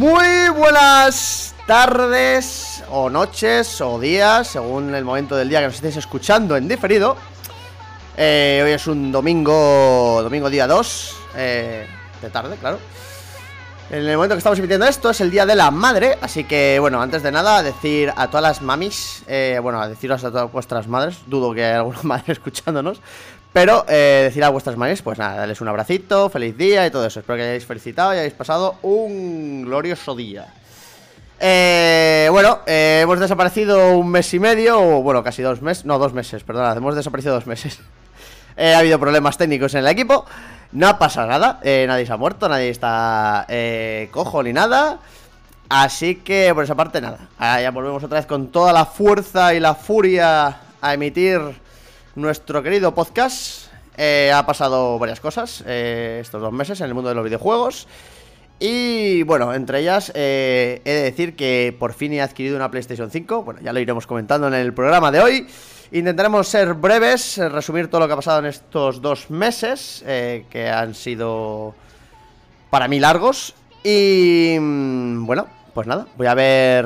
Muy buenas tardes, o noches, o días, según el momento del día que nos estéis escuchando en diferido. Hoy es un domingo día 2 de tarde, claro. En el momento que estamos emitiendo esto es el Día de la Madre. Así que, bueno, antes de nada, decir a todas las mamis, bueno, a deciros a todas vuestras madres. Dudo que haya alguna madre escuchándonos, pero decir a vuestras madres, pues nada, darles un abracito, feliz día y todo eso. Espero que hayáis felicitado y hayáis pasado un glorioso día. Bueno, hemos desaparecido un mes y medio, o bueno, casi 2 meses. No, 2 meses, perdonad, hemos desaparecido 2 meses. Ha habido problemas técnicos en el equipo. No pasa nada, nadie se ha muerto, nadie está cojo ni nada. Así que por esa parte nada. Ahora ya volvemos otra vez con toda la fuerza y la furia a emitir nuestro querido podcast. Ha pasado varias cosas estos 2 meses en el mundo de los videojuegos. Y bueno, entre ellas he de decir que por fin he adquirido una PlayStation 5. Bueno, ya lo iremos comentando en el programa de hoy. Intentaremos ser breves, resumir todo lo que ha pasado en estos 2 meses, que han sido para mí largos. Y bueno, pues nada, voy a ver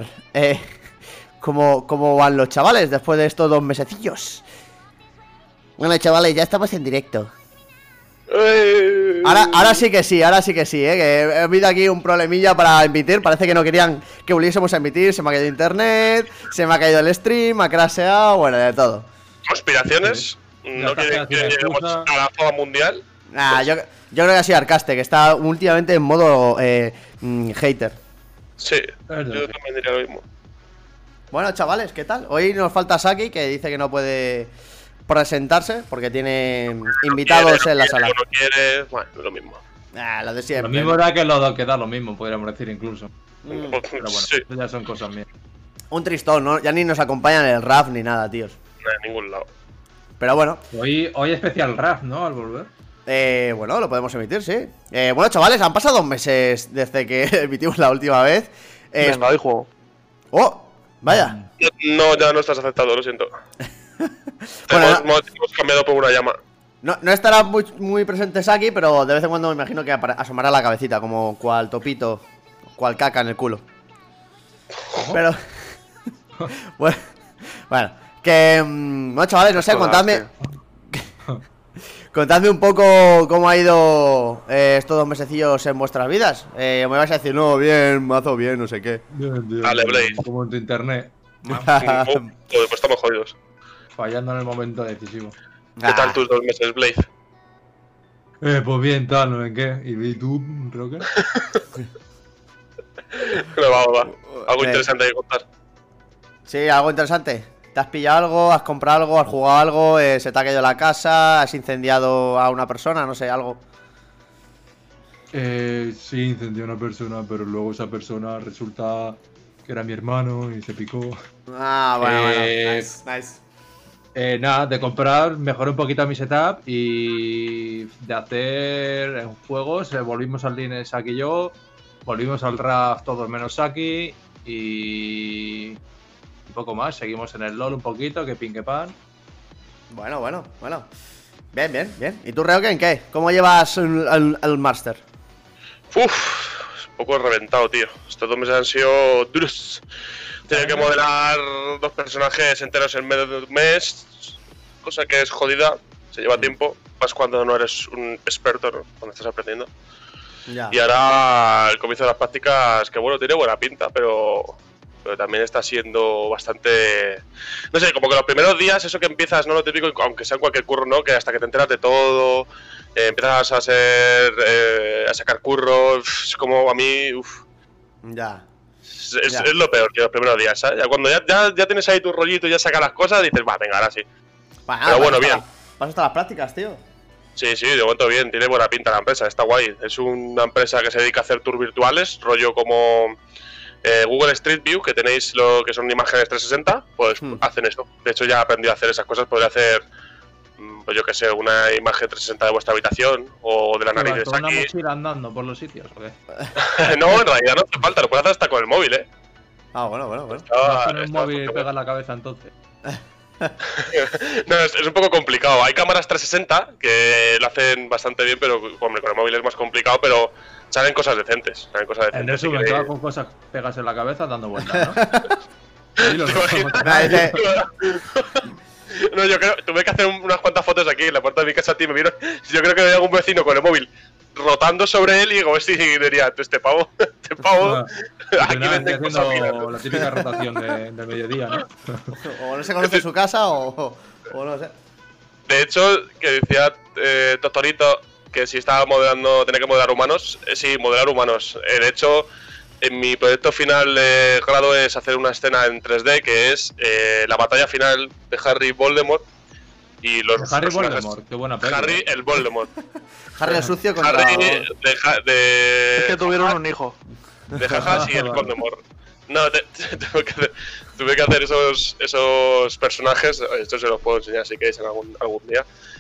cómo van los chavales después de estos 2 mesecillos. Bueno, chavales, ya estamos en directo. Ahora sí que sí, que he habido aquí un problemilla para emitir. Parece que no querían que volviésemos a emitir. Se me ha caído internet, se me ha caído el stream, ha crasheado, bueno, de todo. ¿Conspiraciones? ¿No quieren que lleguemos a la fama mundial? Nah, yo creo que ha sido Arcaste, que está últimamente en modo hater. Sí, yo también diría lo mismo. Bueno, chavales, ¿qué tal? Hoy nos falta Saki, que dice que no puede presentarse porque tiene invitados en la sala. No quiere, bueno, lo mismo. Lo de siempre. Lo mismo era que lo que da lo mismo, podríamos decir incluso. Pero bueno, Sí. ya son cosas mías. Un tristón, ¿no? Ya ni nos acompañan el RAF ni nada, tíos. No, en ningún lado. Pero bueno. Hoy especial RAF, ¿no? Al volver. Bueno, lo podemos emitir, sí. Bueno, chavales, han pasado 2 meses desde que emitimos la última vez. Venga, hoy juego. ¡Oh! Vaya. No, ya no estás aceptado, lo siento. Bueno, hemos cambiado por una llama. No estará muy presente Saki, pero de vez en cuando me imagino que asomará la cabecita, como cual topito, cual caca en el culo. Pero bueno, que no, chavales, no sé, contadme un poco cómo ha ido estos 2 mesecillos en vuestras vidas. Me vais a decir, no, bien, mazo bien, no sé qué. Bien, Dale, Blaze. Como en tu internet. Joder, pues estamos jodidos. Fallando en el momento decisivo. ¿Qué tal tus 2 meses, Blaze? Pues bien, tal, ¿no? ¿En qué? ¿Y tú, Rocker? Va. Algo interesante que contar. Sí, algo interesante. ¿Te has pillado algo? ¿Has comprado algo? ¿Has jugado algo? ¿Se te ha caído la casa? ¿Has incendiado a una persona? No sé, algo. Sí, incendié a una persona, pero luego esa persona resulta que era mi hermano y se picó. Bueno, nice. Nada, de comprar, mejoré un poquito mi setup y de hacer juegos, volvimos al Lines Saki y yo, volvimos al RAF todos menos Saki y un poco más, seguimos en el LoL un poquito, que pin que pan. Bueno. Bien. ¿Y tú, Reo, en qué? ¿Cómo llevas el Master? Un poco reventado, tío. Estos 2 meses han sido duros. Tengo que modelar 2 personajes enteros en medio de un mes, cosa que es jodida, se lleva tiempo, más cuando no eres un experto, ¿no? Cuando estás aprendiendo. Ya. Y ahora el comienzo de las prácticas, que bueno, tiene buena pinta, pero también está siendo bastante... No sé, como que los primeros días, eso que empiezas, no lo típico, aunque sea en cualquier curro, ¿no? Que hasta que te enteras de todo, empiezas a sacar curros, es como a mí... Ya. Es lo peor que los primeros días, ¿sabes? Ya cuando ya tienes ahí tu rollito y ya sacas las cosas, dices, va, venga, ahora sí. Pero bueno, bien. Vas hasta las prácticas, tío. Sí, de momento bien, tiene buena pinta la empresa, está guay. Es una empresa que se dedica a hacer tours virtuales, rollo como Google Street View, que tenéis lo que son imágenes 360, pues hacen eso. De hecho, ya he aprendido a hacer esas cosas, podría hacer, pues yo que sé, una imagen 360 de vuestra habitación o de la nariz de Saki. ¿Una mochila andando por los sitios o qué? No, en realidad no hace falta, lo puedes hacer hasta con el móvil, Bueno. Vas con el móvil y pegas la cabeza entonces. No, es un poco complicado. Hay cámaras 360 que lo hacen bastante bien, pero hombre, con el móvil es más complicado, pero salen cosas decentes. Salen cosas En decentes. resumen, que- todas con cosas pegas en la cabeza dando vueltas, ¿no? Dilo, ¿Te no, imaginas? No, yo creo, tuve que hacer unas cuantas fotos aquí en la puerta de mi casa, tío, me vieron. Yo creo que había algún vecino con el móvil rotando sobre él y digo, sí, diría, este pavo, aquí Aquí venden cosas haciendo finas. la típica rotación de mediodía, ¿no? O no se conoce su casa o no sé. De hecho, que decía Totorito que si estaba modelando, tenía que modelar humanos. Sí, modelar humanos. De hecho, en mi proyecto final de grado es hacer una escena en 3D que es la batalla final de Harry Voldemort y los Harry personajes- Voldemort, qué buena película. Harry el Voldemort. Harry el sucio contra... Harry de Es que tuvieron un hijo. de jajas y el Voldemort. No, tuve que hacer esos personajes. Esto se los puedo enseñar si queréis en algún día.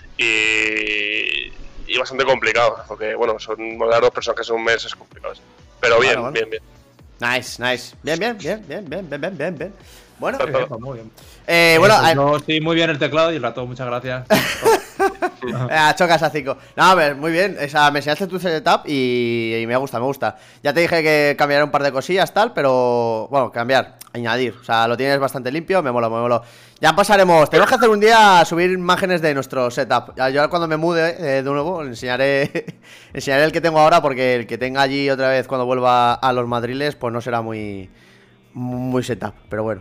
Y bastante complicado, porque bueno, son modelar dos personajes en un mes es complicado. Pero bien, Vale. bien, bien. Nice. Bien. Bueno, Pues muy bien. bueno, No, sí, muy bien el teclado y el ratón, muchas gracias. chocas a 5. No, a ver, muy bien. Esa, me enseñaste tu setup y me gusta. Ya te dije que cambiaré un par de cosillas, tal, pero bueno, añadir. O sea, lo tienes bastante limpio, me mola. Ya pasaremos. Tenemos que hacer un día subir imágenes de nuestro setup. Yo cuando me mude de nuevo, enseñaré el que tengo ahora, porque el que tenga allí otra vez cuando vuelva a los Madriles, pues no será muy setup, pero bueno.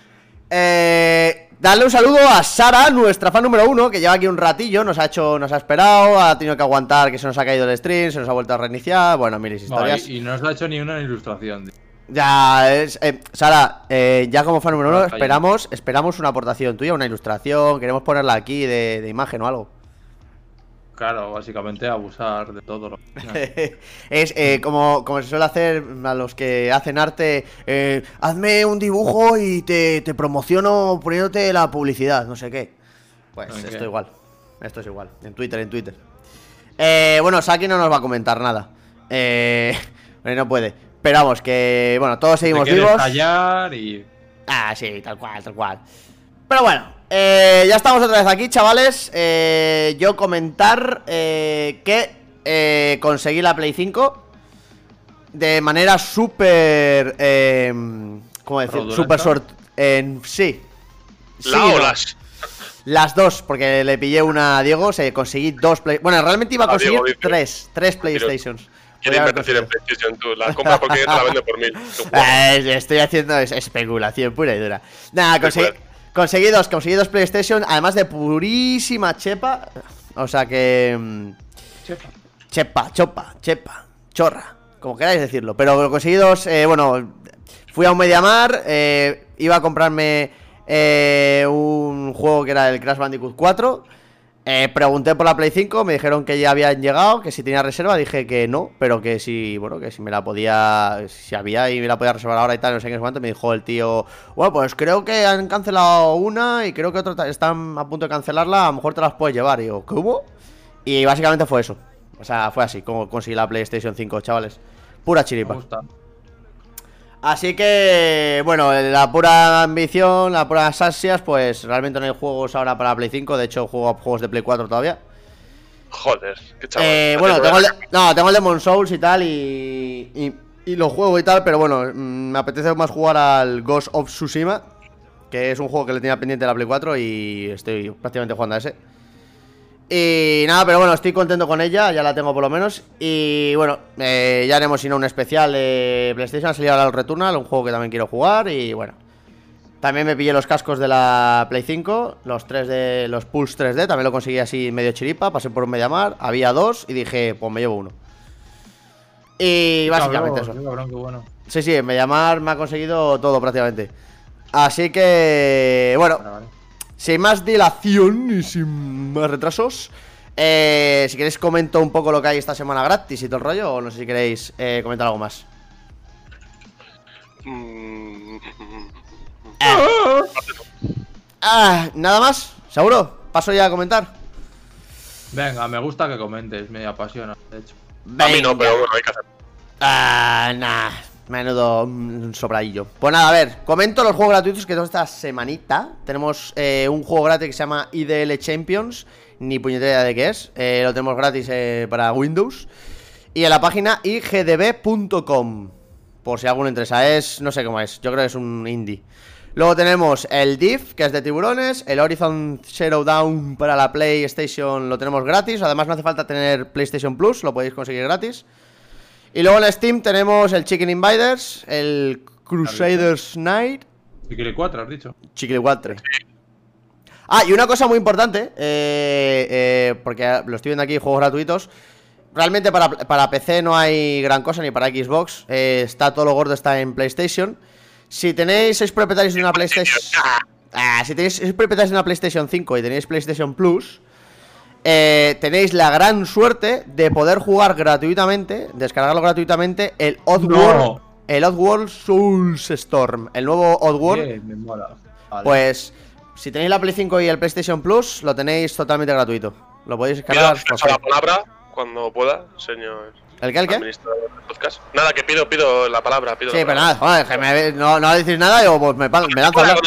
Darle un saludo a Sara, nuestra fan número 1, que lleva aquí un ratillo, nos ha esperado, ha tenido que aguantar que se nos ha caído el stream, se nos ha vuelto a reiniciar, bueno, miles de historias. Y no nos ha hecho ni una ilustración. Ya, Sara, ya como fan número 1 Está esperamos una aportación tuya, una ilustración, queremos ponerla aquí de imagen o algo. Claro, básicamente abusar de todo. Es como se suele hacer a los que hacen arte, hazme un dibujo y te promociono poniéndote la publicidad, no sé qué. Pues Ok. esto es igual, en Twitter. Bueno, Saki no nos va a comentar nada, no puede, pero vamos, que bueno, todos seguimos Te quieres vivos. callar y... Ah, sí, tal cual. Pero bueno, ya estamos otra vez aquí, chavales. Yo comentar que conseguí la Play 5 de manera súper... ¿cómo decir? ¿Fraudulenta? Súper sí. Sí, ¿La no. o las? Las dos, porque le pillé una a Diego, conseguí dos Play... Bueno, realmente iba a A Diego, conseguir dice. tres PlayStations. Quiere Podría haber invertir en conseguido. PlayStation, tú. La compras porque te la vende por 1000. Tú, Estoy haciendo especulación pura y dura. Nada, Sí, conseguí dos PlayStation, además de purísima chepa. O sea que... chorra, como queráis decirlo. Pero conseguí dos, bueno, fui a un MediaMarkt, iba a comprarme un juego que era el Crash Bandicoot 4. Pregunté por la Play 5, me dijeron que ya habían llegado, que si tenía reserva, dije que no, pero que si, bueno, que si me la podía, si había y me la podía reservar ahora y tal, no sé qué es cuánto. Me dijo el tío, bueno, pues creo que han cancelado una y creo que otra están a punto de cancelarla, a lo mejor te las puedes llevar. Y yo, ¿cómo? Y básicamente fue eso, o sea, fue así como conseguí la PlayStation 5, chavales. Pura Me chiripa. gusta. Así que, bueno, la pura ambición, la pura ansias, pues realmente no hay juegos ahora para Play 5. De hecho, juego a juegos de Play 4 todavía. Joder, qué chaval. Bueno, tengo el Demon Souls y tal, y lo juego y tal, pero bueno, me apetece más jugar al Ghost of Tsushima, que es un juego que le tenía pendiente de la Play 4 y estoy prácticamente jugando a ese. Y nada, pero bueno, estoy contento con ella, ya la tengo por lo menos. Y bueno, ya haremos sino un especial de PlayStation. Ha salido ahora el Returnal, un juego que también quiero jugar. Y bueno, también me pillé los cascos de la Play 5, los Pulse 3D, también lo conseguí así medio chiripa. Pasé por un MediaMarkt, había dos y dije, pues me llevo uno. Y básicamente eso. Qué cabrón, qué bueno. Sí, en MediaMarkt me ha conseguido todo prácticamente. Así que, bueno, Vale. sin más dilación y sin más retrasos, si queréis comento un poco lo que hay esta semana gratis y todo el rollo, o no sé si queréis comentar algo más. Nada más, ¿seguro? Paso ya a comentar. Venga, me gusta que comentes, me apasiona, de hecho. A mí no, pero bueno, hay que hacer. Nah. Menudo sobradillo. Pues nada, a ver, comento los juegos gratuitos que tenemos esta semanita. Tenemos un juego gratis que se llama IDL Champions. Ni puñetera idea de qué es. Lo tenemos gratis para Windows. Y en la página igdb.com. Por si a alguno interesa. No sé cómo es, yo creo que es un indie. Luego tenemos el Div, que es de tiburones. El Horizon Zero Dawn para la PlayStation lo tenemos gratis. Además no hace falta tener PlayStation Plus, lo podéis conseguir gratis. Y luego en Steam tenemos el Chicken Invaders, el Crusaders Night. Chicken 4, has dicho. Chicken 4. Ah, y una cosa muy importante, porque lo estoy viendo aquí, juegos gratuitos. Realmente para PC no hay gran cosa, ni para Xbox. Está todo lo gordo, está en PlayStation. Si tenéis, sois propietarios de una PlayStation... si sois propietarios de una PlayStation 5 y tenéis PlayStation Plus... tenéis la gran suerte de poder jugar gratuitamente, descargarlo gratuitamente, el Oddworld Soulstorm, el nuevo Oddworld. Bien, me mola. Vale. Pues si tenéis la Play 5 y el PlayStation Plus, lo tenéis totalmente gratuito. Lo podéis descargar. Pido la palabra cuando pueda, señor. ¿El qué? Administrador del podcast. Nada, que pido la palabra. Sí, pero nada, joder, no decís nada y pues me lanzo a hablar.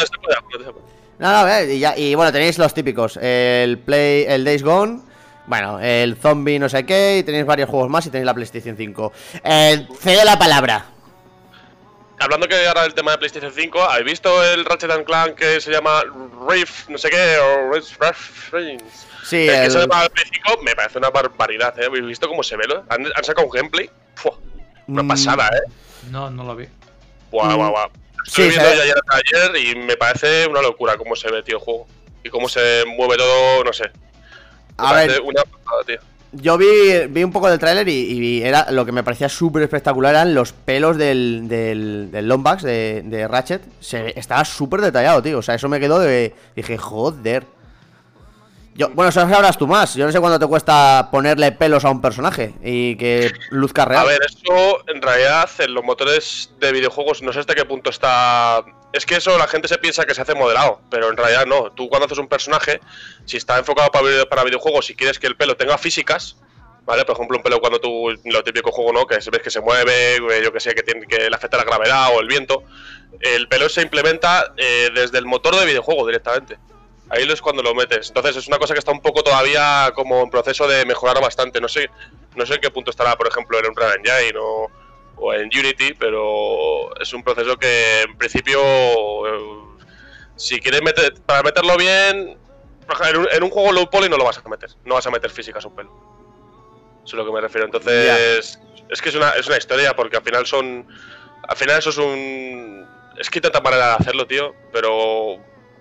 No, y bueno, tenéis los típicos. El Days Gone. Bueno, el Zombie no sé qué. Y tenéis varios juegos más y tenéis la PlayStation 5. Cedo la palabra. Hablando que ahora del tema de PlayStation 5, ¿habéis visto el Ratchet & Clank que se llama Rift, no sé qué, o Rift? Sí, que se llama Play 5, me parece una barbaridad, ¿eh? ¿Habéis visto cómo se ve? Han sacado un gameplay. Una pasada, ¿eh? No lo vi. Guau. Estoy viendo ayer y me parece una locura cómo se ve, tío, el juego. Y cómo se mueve todo, no sé. A ver, una pasada, tío. Yo vi un poco del tráiler y era lo que me parecía súper espectacular eran los pelos del Lombax de Ratchet. Estaba súper detallado, tío. O sea, eso me quedó de... Dije, joder. Bueno, eso sabrás tú más. Yo no sé cuánto te cuesta ponerle pelos a un personaje y que luzca real. A ver, eso en realidad en los motores de videojuegos no sé hasta qué punto está... Es que eso la gente se piensa que se hace modelado, pero en realidad no. Tú cuando haces un personaje, si está enfocado para videojuegos, si quieres que el pelo tenga físicas, ¿vale? Por ejemplo, un pelo cuando tú, lo típico juego, ¿no? Que ves que se mueve, yo que sé, que le afecta la gravedad o el viento. El pelo se implementa desde el motor de videojuego directamente. Ahí es cuando lo metes. Entonces es una cosa que está un poco todavía como en proceso de mejorar bastante. No sé en qué punto estará, por ejemplo, en Unreal Engine o en Unity, pero es un proceso que en principio, si quieres para meterlo bien, en un juego low poly no lo vas a meter. No vas a meter físicas a un pelo. Eso es a lo que me refiero. Entonces, es que es una historia, porque al final eso es un... Es que hay tanta manera de hacerlo, tío, pero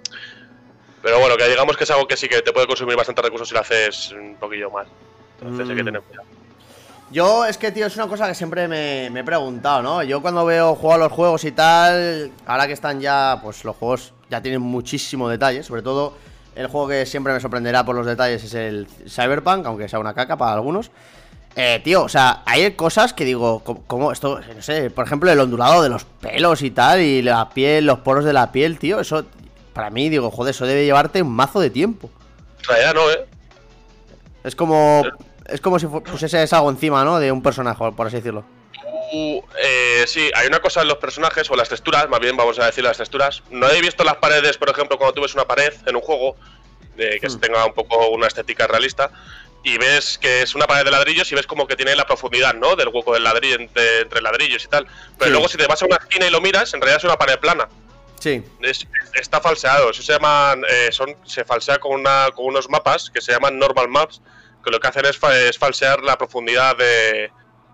bueno, que digamos que es algo que sí que te puede consumir bastantes recursos si lo haces un poquillo mal. Entonces hay que tener cuidado. Yo, es que, tío, es una cosa que siempre me he preguntado, ¿no? Yo cuando juego a los juegos y tal, ahora que están ya, pues los juegos ya tienen muchísimo detalle. Sobre todo, el juego que siempre me sorprenderá por los detalles es el Cyberpunk, aunque sea una caca para algunos. Tío, o sea, hay cosas que digo, como esto, no sé, por ejemplo, el ondulado de los pelos y tal, y la piel, los poros de la piel, tío, eso... Para mí, digo, joder, eso debe llevarte un mazo de tiempo. En realidad no, ¿eh? Es como si pusieses algo encima, ¿no? De un personaje, por así decirlo. Sí, hay una cosa en los personajes, o las texturas, más bien vamos a decir las texturas. ¿No habéis visto las paredes, por ejemplo, cuando tú ves una pared en un juego que tenga un poco una estética realista, y ves que es una pared de ladrillos y ves como que tiene la profundidad, ¿no? Del hueco del ladrillo, entre ladrillos y tal. Pero luego si te vas a una esquina y lo miras, en realidad es una pared plana. Sí. Está falseado. Eso se llaman. Se falsea con unos mapas que se llaman normal maps. Que lo que hacen es falsear la profundidad de.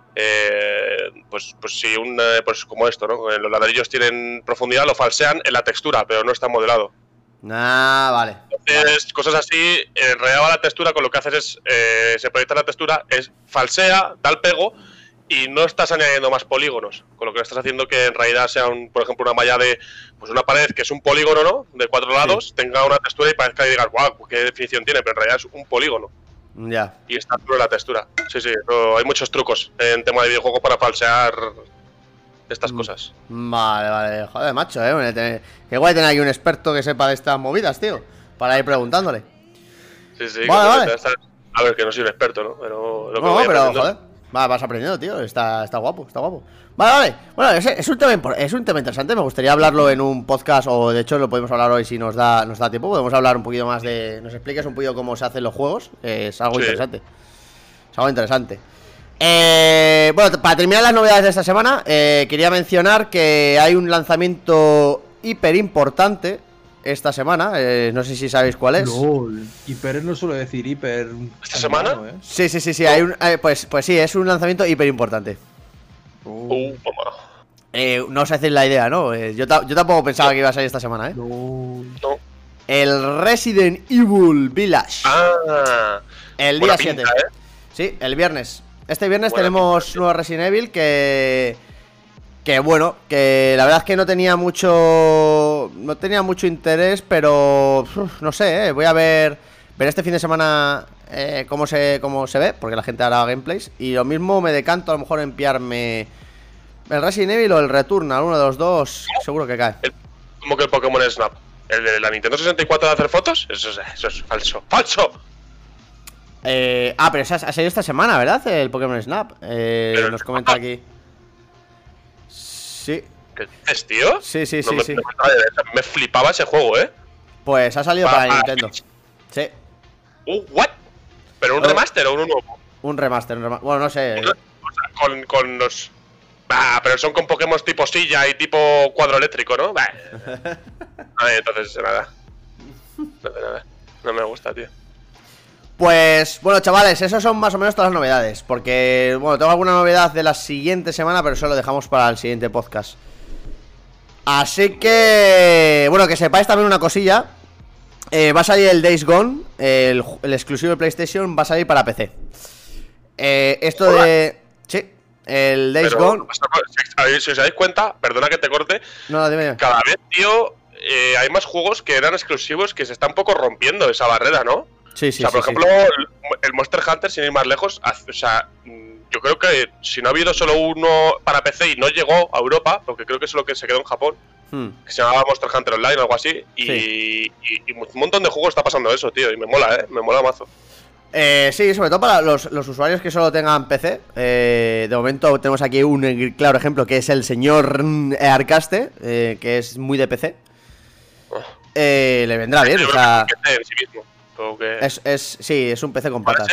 Pues como esto, ¿no? Los ladrillos tienen profundidad, lo falsean en la textura, pero no está modelado. Vale. Entonces, cosas así, enredaba la textura, con lo que haces es. Se proyecta la textura, falsea, da el pego. Y no estás añadiendo más polígonos, con lo que estás haciendo que en realidad sea, por ejemplo, una malla de pues una pared que es un polígono, ¿no? De 4 lados, tenga una textura y parezca que digas, guau, qué definición tiene, pero en realidad es un polígono. Ya. Y está duro la textura. Sí, hay muchos trucos en tema de videojuego para falsear estas cosas. Vale, joder, macho, qué guay tener aquí un experto que sepa de estas movidas, tío, para ir preguntándole. Sí, vale. A ver, que no soy un experto, ¿no? Pero joder. Vas aprendiendo, tío. Está guapo, está guapo. Vale. Bueno, es un tema interesante. Me gustaría hablarlo en un podcast. O de hecho lo podemos hablar hoy si nos da tiempo. Podemos hablar un poquito más de... Nos expliques un poquito cómo se hacen los juegos. Es algo interesante. Es algo interesante. Bueno, para terminar las novedades de esta semana, quería mencionar que hay un lanzamiento hiper importante esta semana. No sé si sabéis cuál es. LOL. Hiper no suele decir hiper. ¿Esta semana? Sí. Hay pues sí, es un lanzamiento hiper importante. Toma. No os hacéis la idea, ¿no? Yo tampoco pensaba que iba a salir esta semana, ¿eh? No. El Resident Evil Village. El día 7. Sí, el viernes. Este viernes tenemos nuevo Resident Evil que bueno, que la verdad es que no tenía mucho interés, pero no sé, voy a ver este fin de semana cómo se ve, porque la gente hará gameplays, y lo mismo me decanto a lo mejor en pillarme el Resident Evil o el Returnal, uno de los dos, seguro que cae. ¿Cómo que el Pokémon Snap? ¿El de la Nintendo 64 de hacer fotos? Eso es falso. ¡Falso! Pero ha salido esta semana, ¿verdad? El Pokémon Snap. Nos comenta aquí. Sí. ¿Qué dices, tío? Sí. Me flipaba ese juego, ¿eh? Pues ha salido para Nintendo. Sí. ¿What? ¿Pero un remaster o uno nuevo? Un remaster. Bueno, no sé. Con los... pero son con Pokémon tipo silla y tipo cuadro eléctrico, ¿no? Entonces nada. No me gusta, tío. Pues, bueno, chavales, esas son más o menos todas las novedades. Porque, bueno, tengo alguna novedad de la siguiente semana, pero eso lo dejamos para el siguiente podcast. Así que, bueno, que sepáis también una cosilla. Va a salir el Days Gone, el exclusivo de PlayStation, va a salir para PC. Esto de... Sí, el Days Gone... Si os dais cuenta, perdona que te corte. No, dime. Cada vez, tío, hay más juegos que eran exclusivos que se está un poco rompiendo esa barrera, ¿no? Sí. O sea, por ejemplo, el Monster Hunter, sin ir más lejos, o sea, yo creo que si no ha habido solo uno para PC y no llegó a Europa, porque creo que es lo que se quedó en Japón, que se llamaba Monster Hunter Online o algo así, y un montón de juegos está pasando eso, tío, y me mola, me mola mazo. Sí, sobre todo para los usuarios que solo tengan PC. De momento tenemos aquí un claro ejemplo, que es el señor Arcaste, que es muy de PC. Le vendrá bien, o sea... En sí mismo. Sí, es un PC con patas.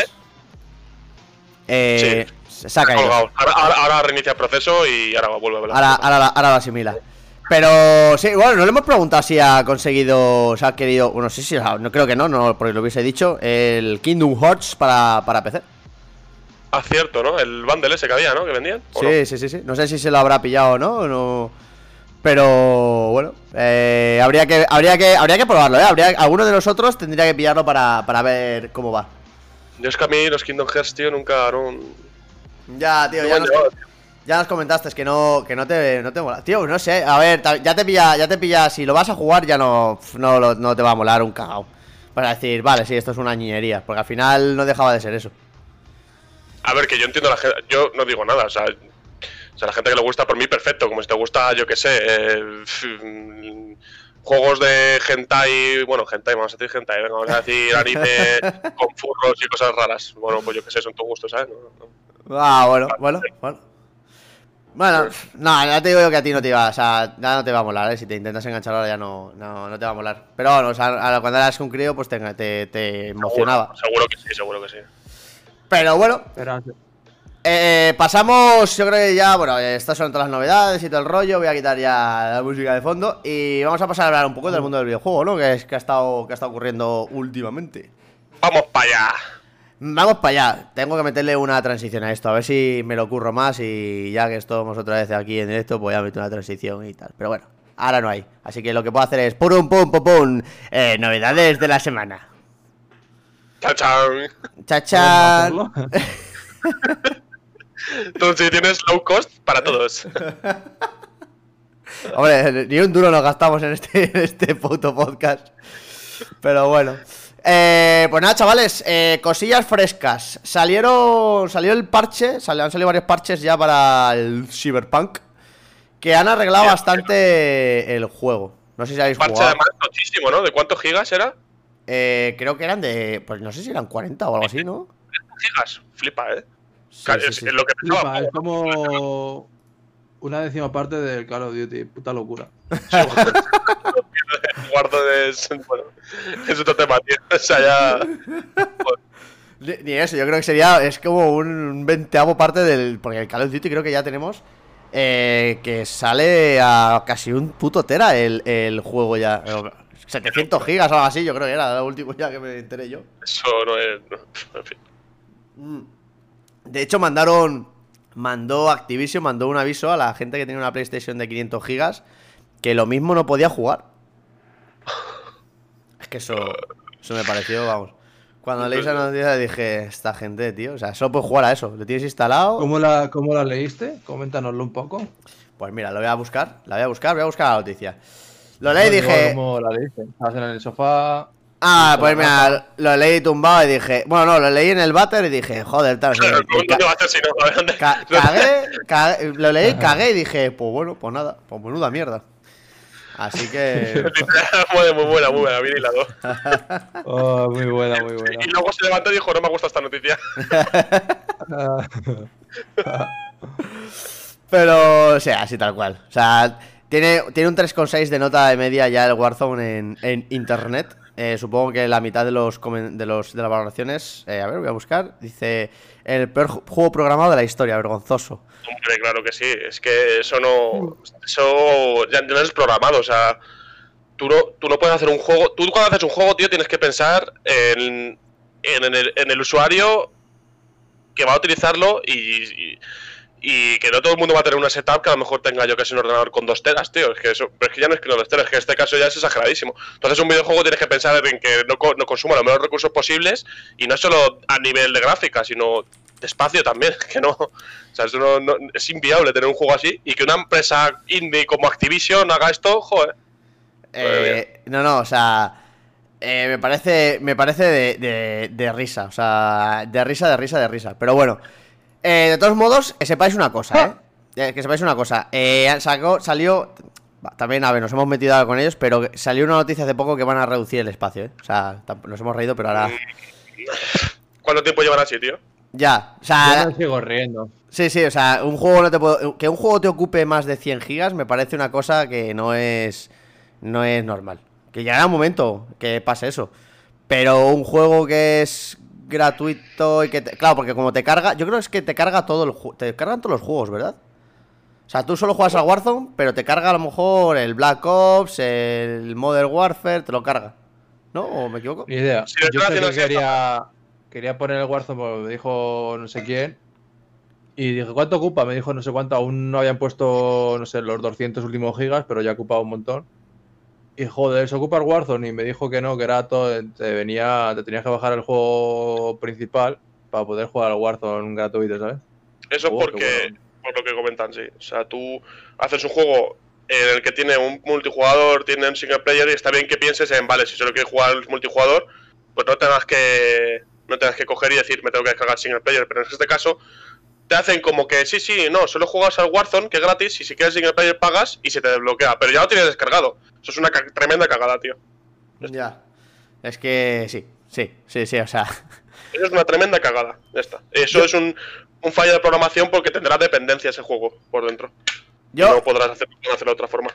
Sí. Se ha caído. Ahora reinicia el proceso y ahora vuelve a hablar. Ahora lo asimila. Pero sí, bueno, no le hemos preguntado si ha conseguido, si ha querido, bueno, sí, no creo que no, porque lo hubiese dicho, el Kingdom Hearts para PC. Cierto, ¿no? El bundle ese que había, ¿no? Que vendían. Sí. No sé si se lo habrá pillado o no. Pero bueno, habría que probarlo, ¿eh? Alguno de nosotros tendría que pillarlo para ver cómo va. Yo es que a mí los Kingdom Hearts, tío, nunca... Ya, tío, ya nos comentaste que no te mola. Tío, no sé, a ver, ya te pilla, si lo vas a jugar ya no te va a molar un cagao. Para decir, vale, sí, esto es una niñería, porque al final no dejaba de ser eso. A ver, que yo entiendo la gente, yo no digo nada, o sea, la gente que le gusta, por mí, perfecto. Como si te gusta, yo qué sé, juegos de hentai, bueno, hentai, vamos a decir hentai, venga, vamos a decir anime con furros y cosas raras. Bueno, pues yo qué sé, son tus gustos, ¿sabes? Bueno. Bueno, no, ya te digo yo que a ti no te iba, o sea, ya no te va a molar, ¿eh? Si te intentas enganchar ahora ya no te va a molar. Pero bueno, o sea, cuando eras un crío, pues te emocionaba. Seguro que sí. Pero bueno, pasamos, yo creo que ya, bueno, estas son todas las novedades y todo el rollo. Voy a quitar ya la música de fondo y vamos a pasar a hablar un poco del mundo del videojuego, ¿no? Que ha estado ocurriendo últimamente. ¡Vamos para allá! Vamos para allá, tengo que meterle una transición a esto, a ver si me lo curro más y ya que estamos otra vez aquí en directo, voy a meter una transición y tal. Pero bueno, ahora no hay, así que lo que puedo hacer es pum, novedades de la semana. ¡Chachán! ¡Chachán! Entonces tienes low cost para todos. Hombre, ni un duro nos gastamos en este puto podcast. Pero bueno. Pues nada, chavales, cosillas frescas. Salió el parche, han salido varios parches ya para el Cyberpunk, que han arreglado bastante el juego. No sé si habéis jugado. Parche además muchísimo, ¿no? ¿De cuántos gigas era? Creo que eran pues no sé si eran 40 o algo así, ¿no? 40 gigas, flipa, Sí, sí, sí. Es lo que pensaba. Flipa, es como una décima parte del Call of Duty. Puta locura. Guardo bueno, es otro tema, tío. O sea, ya. Ni eso, yo creo que sería. Es como un 20avo parte del. Porque el Call of Duty creo que ya tenemos. Que sale a casi un puto tera el juego ya. 700 gigas o algo así, yo creo que era lo último ya que me enteré yo. Eso no es. No, en fin. De hecho, Activision mandó un aviso a la gente que tenía una PlayStation de 500 gigas que lo mismo no podía jugar. Es que eso me pareció, vamos. Cuando leí esa noticia dije, esta gente, tío, o sea, solo puedes jugar a eso. Lo tienes instalado. ¿Cómo la leíste? Coméntanoslo un poco. Pues mira, lo voy a buscar. Voy a buscar la noticia. Lo leí y dije. ¿Cómo la leíste? Estabas en el sofá. Ah, pues mira, lo leí tumbado y dije. Bueno, no, lo leí en el váter y dije, joder, tal. ¿Dónde va a hacer si no? Cagué, lo leí, cagué y dije, pues bueno, pues nada, pues menuda mierda. Así que. Muy buena, bien hilado. Oh, muy buena. Y luego se levantó y dijo, no me gusta esta noticia. Pero, o sea, así tal cual. O sea, tiene un 3,6 de nota de media ya el Warzone en internet. Supongo que la mitad de las valoraciones. A ver, voy a buscar. Dice: el peor juego programado de la historia, vergonzoso. Hombre, claro que sí. Es que eso no. Eso ya no es programado. O sea, tú no puedes hacer un juego. Tú cuando haces un juego, tío, tienes que pensar en el usuario que va a utilizarlo y que no todo el mundo va a tener una setup que a lo mejor tenga yo que ser un ordenador con 2 teras, tío. Es que eso, pero es que ya no es que no 2 teras, es que en este caso ya es exageradísimo. Entonces un videojuego tienes que pensar en que no consuma los menos recursos posibles y no solo a nivel de gráfica, sino de espacio también, que no. O sea, eso no es inviable tener un juego así y que una empresa indie como Activision haga esto, joder. No, o sea, me parece de risa, o sea, de risa. Pero bueno, de todos modos, sepáis una cosa, que sepáis una cosa. Salió, también, a ver, nos hemos metido ahora con ellos, pero salió una noticia hace poco que van a reducir el espacio, O sea, nos hemos reído, pero ahora. ¿Cuánto tiempo llevan así, tío? Ya, o sea. Yo me sigo riendo. Sí, o sea, que un juego te ocupe más de 100 gigas me parece una cosa que no es normal. Que llegará un momento que pase eso. Pero un juego que es gratuito y que claro, porque como te carga, yo creo que es que te carga te cargan todos los juegos, ¿verdad? O sea, tú solo juegas al Warzone, pero te carga a lo mejor el Black Ops, el Modern Warfare, te lo carga. ¿No? ¿O me equivoco? Ni idea. Sí, Yo sé que quería poner el Warzone porque me dijo no sé quién. Y dije, ¿cuánto ocupa? Me dijo no sé cuánto. Aún no habían puesto, no sé, los 200 últimos gigas, pero ya ocupaba un montón. Y joder, se ocupa el Warzone. Y me dijo que no, que era todo. Te tenías que bajar el juego principal para poder jugar al Warzone gratuito, ¿sabes? Eso porque, por lo que comentan, sí. O sea, tú haces un juego en el que tiene un multijugador, tiene un single player y está bien que pienses en, vale, si solo quieres jugar al multijugador, pues no tengas que coger y decir, me tengo que descargar single player. Pero en este caso te hacen como que sí, no, solo juegas al Warzone, que es gratis, y si quieres single player pagas y se te desbloquea, pero ya lo tienes descargado. Eso es una tremenda cagada, tío. Ya. Es que sí, o sea. Eso es una tremenda cagada, Eso es un fallo de programación porque tendrá dependencia ese juego por dentro. No podrás hacerlo de otra forma.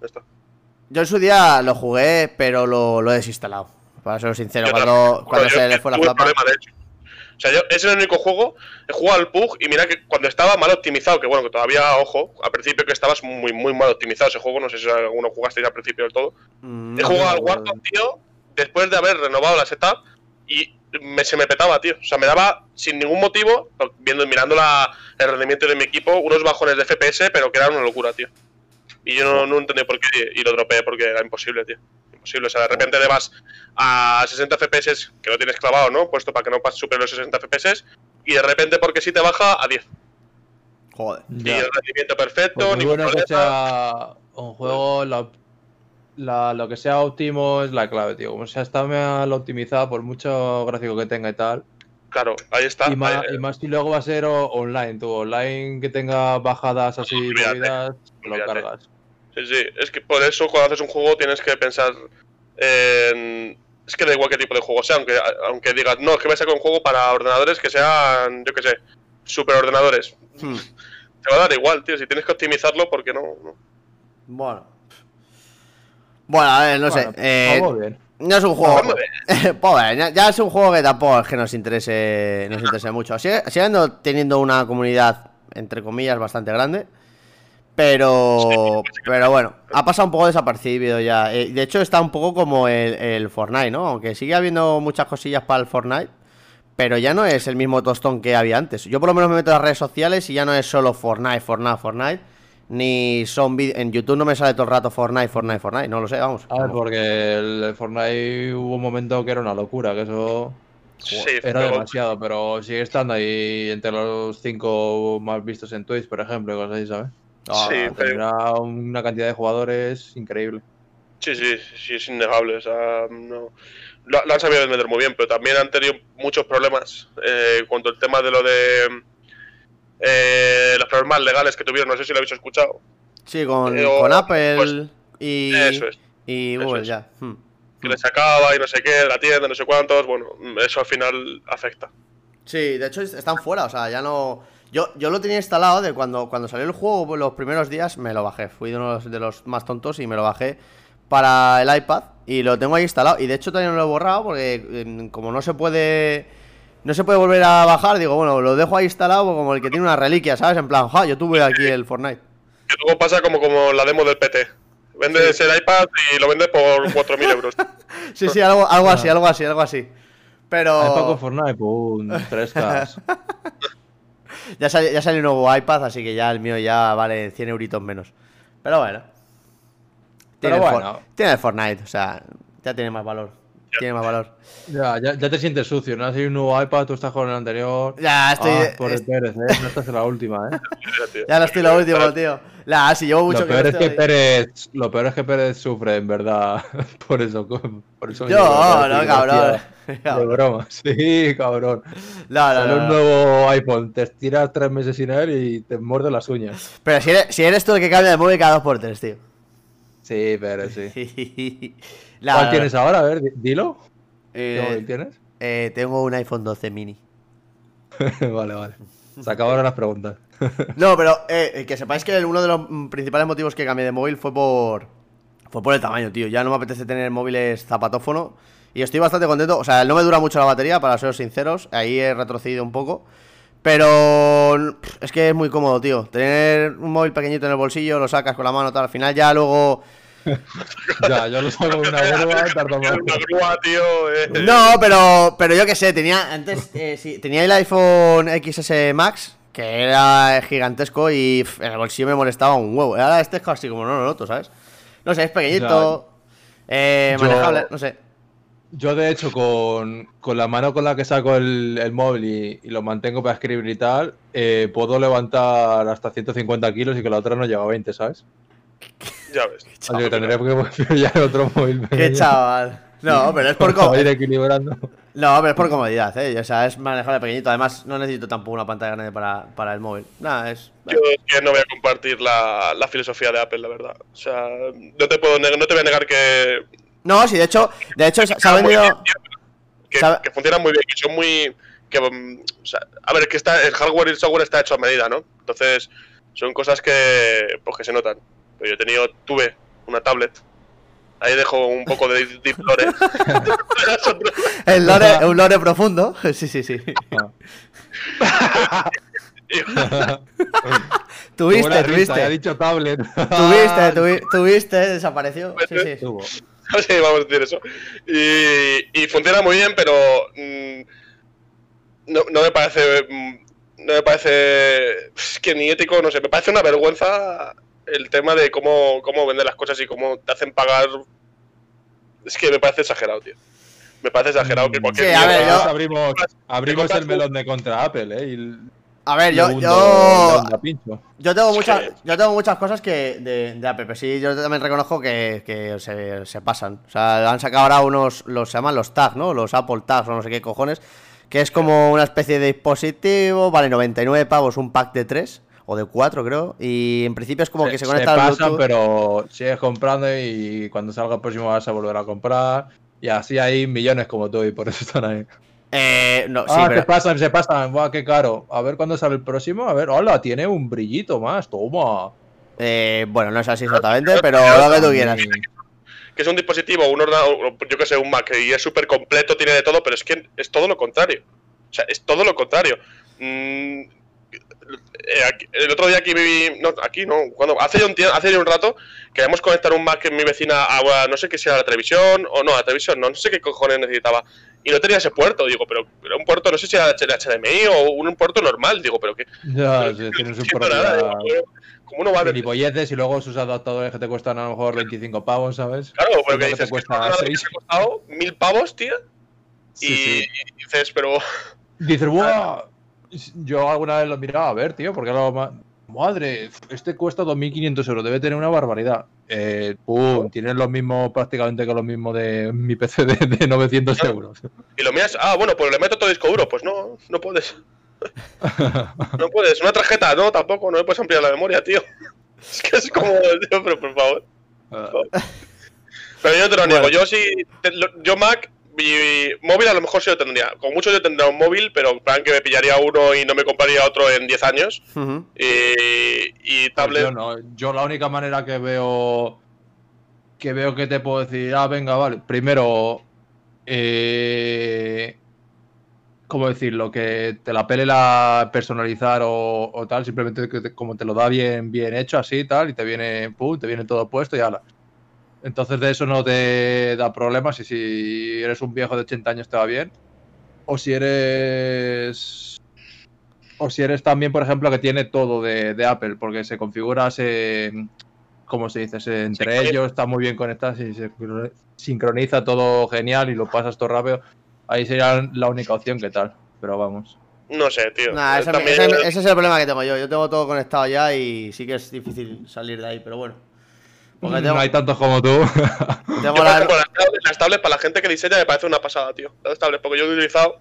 Yo en su día lo jugué, pero lo he desinstalado. Para ser sincero, cuando se le fue la flapa. Problema, de hecho. O sea, es el único juego, he jugado al PUG y mira que cuando estaba mal optimizado, que bueno, que todavía, ojo, al principio que estabas muy mal optimizado ese juego, no sé si alguno jugasteis al principio del todo. He jugado al Warzone, tío, después de haber renovado la setup y se me petaba, tío. O sea, me daba sin ningún motivo, mirando el rendimiento de mi equipo, unos bajones de FPS, pero que eran una locura, tío. Y yo no entendí por qué y lo dropeé porque era imposible, tío. Imposible, o sea, de repente te vas a 60 FPS, que lo tienes clavado, ¿no? Puesto para que no supere los 60 FPS, y de repente porque sí te baja a 10. Joder. Y el rendimiento perfecto, pues ni bueno que sea un juego, lo que sea óptimo es la clave, tío. Como sea está mal optimizado, por mucho gráfico que tenga y tal. Claro, ahí está. Y más si luego va a ser online, tú, online que tenga bajadas así movidas, lo cargas. Sí, es que por eso cuando haces un juego tienes que pensar en... Es que da igual qué tipo de juego sea, aunque digas, no, es que voy a sacar un juego para ordenadores que sean, yo qué sé, superordenadores. Hmm. Te va a dar igual, tío. Si tienes que optimizarlo, ¿por qué no? Bueno. Bueno, a ver, no sé. Vamos bien. No es un juego. Hablando Pobre, ya es un juego que tampoco es que nos interese mucho. Sigue teniendo una comunidad, entre comillas, bastante grande. Pero bueno, ha pasado un poco desapercibido ya. De hecho, está un poco como el Fortnite, ¿no? Aunque sigue habiendo muchas cosillas para el Fortnite. Pero ya no es el mismo tostón que había antes. Yo por lo menos me meto en las redes sociales y ya no es solo Fortnite. Ni son en YouTube no me sale todo el rato Fortnite. No lo sé, vamos. A ver, porque el Fortnite hubo un momento que era una locura, que eso Sí, era pero- demasiado, pero sigue estando ahí entre los 5 más vistos en Twitch, por ejemplo, y cosas así, ¿sabes? Sí, pero- Tendrá una cantidad de jugadores increíble. Sí, es innegable. O sea, no. Lo han sabido vender muy bien, pero también han tenido muchos problemas. Cuanto al tema de lo de los problemas legales que tuvieron, no sé si lo habéis escuchado. Sí, con o- Apple pues, y eso es. y Eso Google es. ya. Que le sacaba y no sé qué, de la tienda, no sé cuántos. Bueno, eso al final afecta. Sí, de hecho están fuera, o sea, ya no. Yo lo tenía instalado de cuando salió el juego, pues, los primeros días me lo bajé. Fui de uno de los más tontos y me lo bajé para el iPad y lo tengo ahí instalado. Y de hecho todavía no lo he borrado porque como no se puede volver a bajar, digo, bueno, lo dejo ahí instalado como el que tiene una reliquia, ¿sabes? En plan, ja, yo tuve aquí el Fortnite. Que luego pasa como la demo del PT. Vendes el iPad y lo vendes por 4.000 euros. Sí, algo así. Pero Hay poco Fortnite, pum, 3K. ya salió un nuevo iPad, así que ya el mío ya vale 100 euritos menos. Pero bueno. Tiene el Fortnite, o sea, ya tiene más valor. Ya te sientes sucio, ¿no? Si hay un nuevo iPad, tú estás con el anterior. Ya estoy. Por el Pérez, no estás en la última, Ya no estoy lo último, tío. Si llevo mucho lo peor no es que estoy- Pérez sufre, en verdad. Por eso. Yo, no, cabrón. De broma. Sí, cabrón. No. Sale un nuevo iPhone, te estiras 3 meses sin él y te muerde las uñas. Pero si eres tú el que cambia de móvil cada 2x3, tío. Sí, Pérez, sí. No, ¿Cuál no. tienes ahora? A ver, dilo. ¿Qué Eh, móvil tienes? tengo un iPhone 12 mini. Vale. Se acabaron las preguntas. No, pero que sepáis que uno de los principales motivos que cambié de móvil fue por el tamaño, tío. Ya no me apetece tener móviles zapatófono y estoy bastante contento. O sea, no me dura mucho la batería, para ser sinceros. Ahí he retrocedido un poco. Pero es que es muy cómodo, tío. Tener un móvil pequeñito en el bolsillo, lo sacas con la mano, tal. Al final ya luego... Ya, yo lo saco con una grúa, tardo más. Una grúa, tío. No, pero yo qué sé, antes sí, tenía el iPhone XS Max, que era gigantesco y en el bolsillo me molestaba un huevo. Ahora este es casi como no lo noto, ¿sabes? No sé, es pequeñito, manejable, no sé. Yo, de hecho, con la mano con la que saco el móvil y lo mantengo para escribir y tal, puedo levantar hasta 150 kilos y que la otra no llega a 20, ¿sabes? Ya ves. Así que tendría que pillar otro móvil Qué pequeño chaval. No, pero es por para ir equilibrando. No, pero es por comodidad, O sea, es manejable pequeñito. Además, no necesito tampoco una pantalla grande para el móvil. Nada, es... Yo es que no voy a compartir la filosofía de Apple, la verdad. O sea, no te voy a negar que No, sí, de hecho se ha muy vendido... bien, tío, ¿Sabe? que funcionan muy bien, que son muy... o sea, a ver, que el hardware y el software está hecho a medida, ¿no? Entonces, son cosas que se notan. Pero yo tuve una tablet. Ahí dejo un poco de deep lore. Un lore profundo. Sí. Tuviste. Ha dicho tablet. Tuviste, desapareció. Sí. Tuvo. Sí, vamos a decir eso. Y funciona muy bien, pero no me parece. No me parece. Es que ni ético, no sé. Me parece una vergüenza el tema de cómo venden las cosas y cómo te hacen pagar. Es que me parece exagerado, tío. Me parece exagerado que cualquier. Sí, a ver, Además, abrimos el melón de contra Apple, A ver, yo tengo muchas cosas que de App. Sí, yo también reconozco que se pasan. O sea, han sacado ahora se llaman los tags, ¿no? Los Apple Tags o no sé qué cojones. Que es como una especie de dispositivo, vale 99 pavos, un pack de 3 o de 4 creo. Y en principio es como que se conecta al pasan, Bluetooth. pero sigues comprando y cuando salga el próximo vas a volver a comprar. Y así hay millones como tú y por eso están ahí. No, sí, pero... se pasan. Buah, qué caro. A ver cuándo sale el próximo. A ver, hola, tiene un brillito más. Toma. Bueno, no es así exactamente, pero lo que tú quieras. Que es un dispositivo, un ordenador, yo que sé, un Mac, y es súper completo, tiene de todo, pero es que es todo lo contrario. O sea, es todo lo contrario. El otro día aquí viví. No, aquí no. Hace ya un rato queríamos conectar un Mac en mi vecina a no sé qué sea la televisión. O no, a la televisión, no sé qué cojones necesitaba. Y no tenía ese puerto. Digo, pero era un puerto, no sé si era HDMI o un puerto normal. Digo, pero qué. Ya, sí, tienes un problema. ¿Cómo no va a gilipolleces y luego sus adaptadores que te cuestan a lo mejor 25 pavos, ¿sabes? Claro, pero que te dices, cuesta 6. te ha costado 1000 pavos, tío. Y dices, pero. Dices, ¡buah! Yo alguna vez lo miraba, a ver, tío, porque madre, este cuesta 2.500 euros, debe tener una barbaridad. Pum, tienen lo mismo, prácticamente que lo mismo de mi PC de 900 euros. Y lo miras, bueno, pues le meto todo disco duro, pues no puedes. No puedes, una tarjeta, no, tampoco, no le puedes ampliar la memoria, tío. Es que es como, tío, pero por favor. Pero yo te lo niego, yo sí, yo Mac, mi móvil a lo mejor sí lo tendría. Con mucho yo tendría un móvil, pero en plan que me pillaría uno y no me compraría otro en 10 años. Y tablet. Yo no, yo la única manera que veo que te puedo decir, venga, vale, primero, ¿cómo decirlo? Que te la pele la personalizar o tal, simplemente que como te lo da bien hecho así tal, y te viene todo puesto y ala. Entonces de eso no te da problemas, y si eres un viejo de 80 años te va bien. O si eres también, por ejemplo, que tiene todo de Apple, porque se configura, ¿cómo se dice? Entre ellos, está muy bien conectado, y se sincroniza todo genial y lo pasas todo rápido. Ahí sería la única opción que tal, pero vamos. No sé, tío. Nah, ese es el problema que tengo yo. Yo tengo todo conectado ya y sí que es difícil salir de ahí, pero bueno. No hay tantos como tú. Las tablets para la gente que diseña me parece una pasada, tío. Las tablets, porque yo he utilizado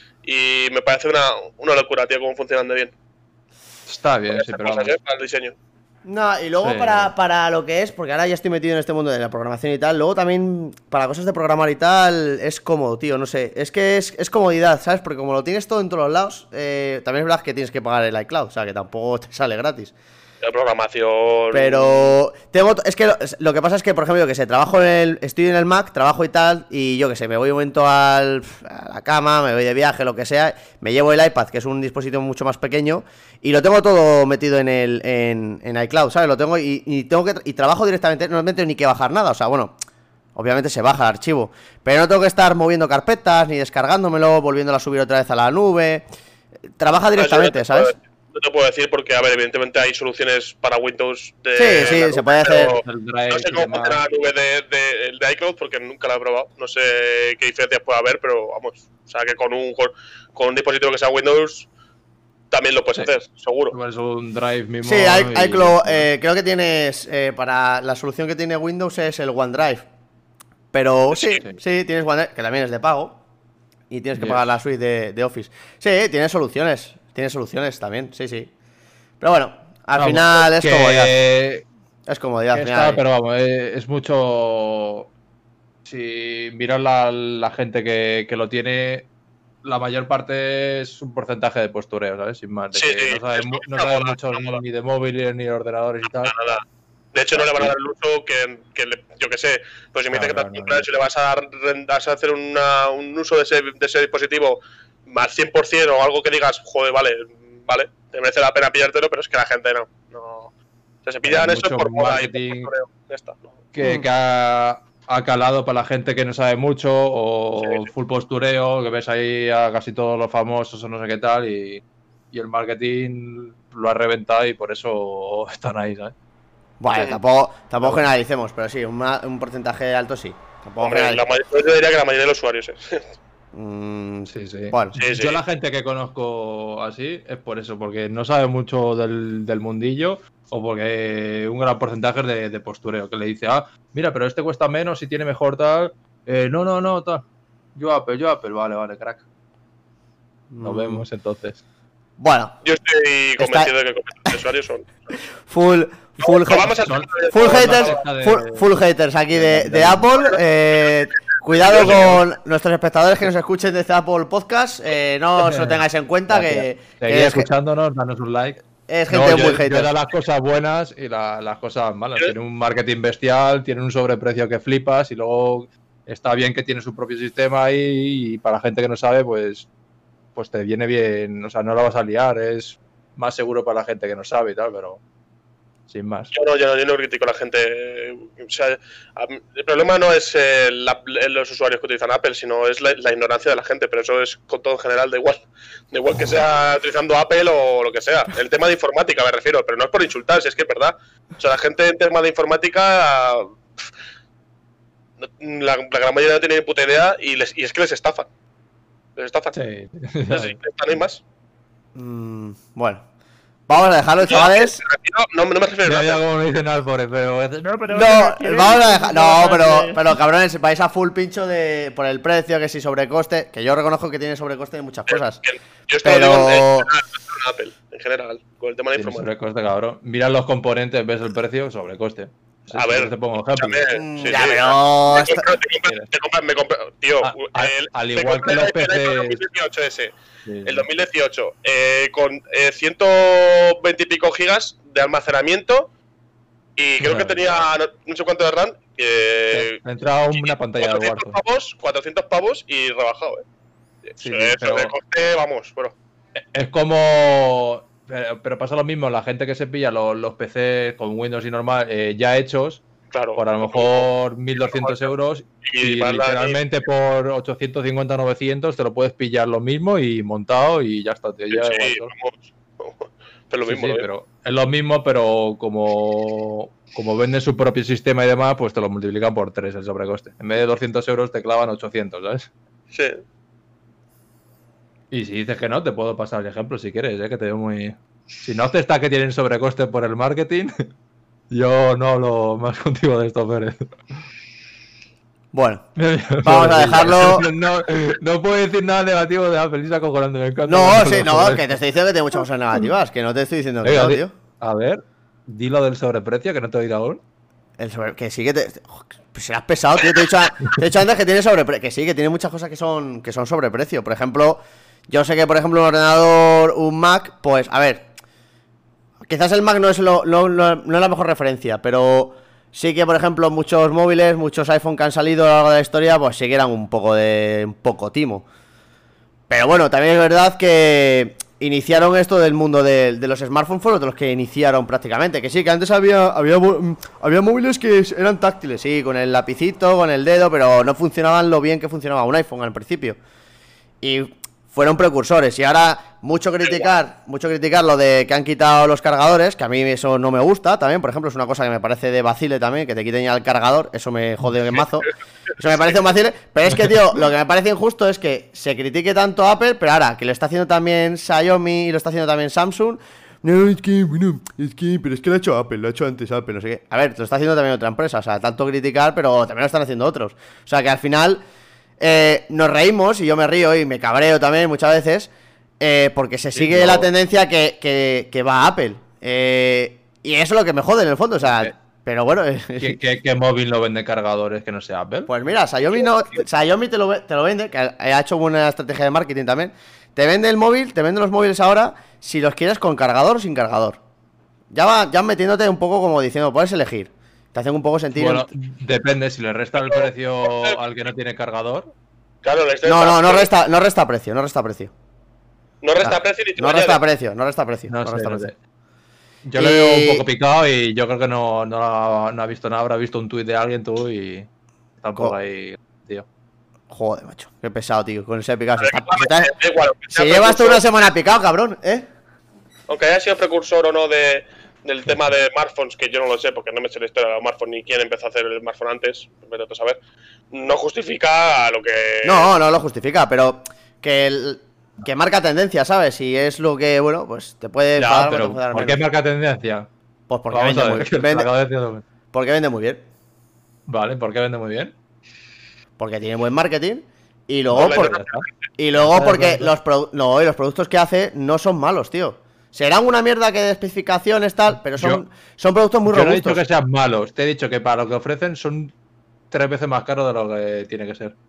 y me parece una locura, tío, cómo funcionan de bien. Está bien, sí, pero vamos. Para el diseño. No, y luego para lo que es, porque ahora ya estoy metido en este mundo de la programación y tal, luego también para cosas de programar y tal, es cómodo, tío, no sé, es que es comodidad, ¿sabes? Porque como lo tienes todo en todos los lados, también es verdad que tienes que pagar el iCloud, o sea, que tampoco te sale gratis. La programación. Pero es que lo que pasa es que, por ejemplo, yo que sé, estoy en el Mac, trabajo y tal, y yo que sé, me voy un momento a la cama, me voy de viaje, lo que sea, me llevo el iPad, que es un dispositivo mucho más pequeño, y lo tengo todo metido en iCloud, ¿sabes? Lo tengo y trabajo directamente, no me tengo ni que bajar nada, o sea, bueno, obviamente se baja el archivo, pero no tengo que estar moviendo carpetas, ni descargándomelo, volviéndolo a subir otra vez a la nube. Trabaja directamente, ¿sabes? No te puedo decir porque, a ver, evidentemente hay soluciones para Windows Sí, se puede hacer. No sé cómo funciona la nube de iCloud porque nunca la he probado. No sé qué diferencias puede haber, pero vamos. O sea, que con un dispositivo que sea Windows también lo puedes hacer, seguro. Es un Drive mismo. Sí, iCloud, creo que tienes, para la solución que tiene Windows es el OneDrive. Pero sí, tienes OneDrive, que también es de pago. Y tienes que pagar la suite de Office. Sí, tiene soluciones. Tiene soluciones también, sí. Pero bueno, al final es comodidad. Es comodidad. Pero vamos, es mucho. Si miras la gente que lo tiene, la mayor parte es un porcentaje de postureo, ¿sabes? Sin más. No sabe mucho ni de móviles ni de ordenadores y tal. Nada. De hecho, no le van a dar el uso que yo que sé. Pues si me dice que te has comprado, si le vas a hacer un uso de ese dispositivo al 100% o algo que digas, joder, vale, te merece la pena pillártelo, pero es que la gente no. O sea, se pillan eso por moda y por postureo. Ya está. Que ha calado para la gente que no sabe mucho o full postureo, que ves ahí a casi todos los famosos o no sé qué tal, y el marketing lo ha reventado y por eso están ahí, ¿sabes? Bueno, tampoco generalicemos, pero sí, un porcentaje alto sí. Hombre, yo diría que la mayoría de los usuarios, sí. Bueno, yo la gente que conozco así es por eso, porque no sabe mucho del mundillo o porque un gran porcentaje es de postureo, que le dice, mira, pero este cuesta menos y tiene mejor tal. No, tal. Yo Apple, vale, crack. Nos vemos entonces. Bueno, yo estoy convencido de que los usuarios son full haters aquí de Apple. Cuidado con nuestros espectadores que nos escuchen desde Apple Podcast. No os lo tengáis en cuenta que Seguid escuchándonos, danos un like. es gente muy Yo hater. da las cosas buenas y las cosas malas. Tiene un marketing bestial, tiene un sobreprecio que flipas y luego está bien que tiene su propio sistema ahí y para la gente que no sabe, pues te viene bien. O sea, no la vas a liar, es más seguro para la gente que no sabe y tal, pero sin más. Yo no critico a la gente. O sea, el problema no es los usuarios que utilizan Apple, sino es la ignorancia de la gente, pero eso es con todo en general, da igual. Da igual que sea utilizando Apple o lo que sea. El tema de informática me refiero, pero no es por insultar, si es que es verdad. O sea, la gente en tema de informática, la gran mayoría no tiene ni puta idea y es que les estafan. Les estafan. Sí. No hay más. Bueno, vamos a dejarlo, chavales. No me refiero Ya, a ya como dicen Alfred, pero No, vamos a dejar. No, pero cabrones, vais a full pincho por el precio, que si sobrecoste. Que yo reconozco que tiene sobrecoste en muchas cosas. Yo esto Pero- lo digo en Apple, en general, con el tema de tiene informática. sobrecoste, cabrón. Mira los componentes, ves el precio, sobrecoste. A ver, te pongo ejemplo. escúchame, sí, Ya, sí. pero. Me compro, tío, Al me igual compré que los el iPhone PCs. 2018 ese, Sí. el 2018, con 120 y pico gigas de almacenamiento y creo que tenía no sé cuánto de RAM. Te entraba una pantalla de 400 cuarto. pavos, 400 pavos y rebajado, Sí, Eso pero- de coste, vamos, bueno. Es como. Pero pasa lo mismo, la gente que se pilla los PCs con Windows y normal ya hechos, Claro. por a lo mejor 1.200 euros y para literalmente por 850 900 te lo puedes pillar lo mismo y montado y ya está. Te lleva Sí, igual. vamos. Es lo Sí, mismo, sí, ¿no? pero es lo mismo, pero como venden su propio sistema y demás, pues te lo multiplican por 3 el sobrecoste. En vez de 200 euros te clavan 800, ¿sabes? Sí. Y si dices que no, te puedo pasar el ejemplo si quieres, que te veo muy... Si no te está que tienen sobrecoste por el marketing, yo no hablo más contigo de esto, Pérez. Bueno, vamos a dejarlo. No puedo decir nada negativo de Apple, está acojonando, me encanta. No, cuando sí, lo no, jodes. que te estoy diciendo que tiene muchas cosas negativas. Que no te estoy diciendo que Venga, no, di- tío. A ver, dilo del sobreprecio, que no te he oído aún. Que sí que te. Pues serás pesado, tío. Te he dicho antes que tiene sobreprecio. Que sí, que tiene muchas cosas que son sobreprecio. Por ejemplo, yo sé que, por ejemplo, un ordenador, un Mac, pues, a ver. Quizás el Mac no es no es la mejor referencia, pero sí que, por ejemplo, muchos móviles, muchos iPhone que han salido a lo largo de la historia, pues sí que eran un poco timo. Pero bueno, también es verdad que iniciaron esto del mundo de los smartphones, fueron de los que iniciaron prácticamente. Que sí, que antes había móviles que eran táctiles, sí, con el lapicito, con el dedo, pero no funcionaban lo bien que funcionaba un iPhone al principio. Y fueron precursores. Y ahora mucho criticar lo de que han quitado los cargadores, que a mí eso no me gusta también. Por ejemplo, es una cosa que me parece de vacile también, que te quiten ya el cargador. Eso me jode mazo. Eso me parece un vacile. Pero es que, tío, lo que me parece injusto es que se critique tanto Apple, pero ahora que lo está haciendo también Xiaomi y lo está haciendo también Samsung. No, es que, bueno, pero es que lo ha hecho Apple, lo ha hecho antes Apple, no sé qué. A ver, lo está haciendo también otra empresa, o sea, tanto criticar, pero también lo están haciendo otros. O sea, que al final nos reímos, y yo me río y me cabreo también muchas veces, porque se sigue no. la tendencia que va a Apple. Y eso es lo que me jode en el fondo, o sea, pero bueno. ¿Qué móvil no vende cargadores que no sea Apple? Pues mira, Xiaomi te lo vende, que ha hecho buena estrategia de marketing también. Te vende el móvil, te vende los móviles ahora, si los quieres con cargador o sin cargador. Ya metiéndote un poco como diciendo, puedes elegir. Te hacen un poco sentir. Bueno, depende, si le resta el precio al que no tiene cargador. Claro, No resta precio, no resta precio. No resta precio ni te No añade. resta precio, no resta precio. No no sé, resta no precio. sé. Yo le veo un poco picado y yo creo que no ha visto nada, habrá visto un tuit de alguien tú y tampoco ahí, tío. Joder, macho, qué pesado, tío, con ese picado. Da igual, aunque Si sea llevas tú precursor- una semana picado, cabrón, Aunque haya sido precursor o no del tema de smartphones, que yo no lo sé, porque no me sé la historia de los smartphones ni quién empezó a hacer el smartphone antes, me tengo que saber, no justifica lo que... No lo justifica, pero que marca tendencia, ¿sabes? Si es lo que, bueno, pues te puede Ya, pagar o pero te puede dar ¿por menos. qué marca tendencia? Pues porque Vamos vende a muy ver, que bien. lo acabo de decir. Porque vende muy bien. Vale, ¿por qué vende muy bien? Porque tiene buen marketing. Y luego, Vale, por- no, y luego porque Claro. los productos que hace no son malos, tío. Serán una mierda que de especificaciones tal, pero son productos muy Yo no he dicho robustos. que sean malos, te he dicho que para lo que ofrecen son 3 veces más caro de lo que tiene que ser.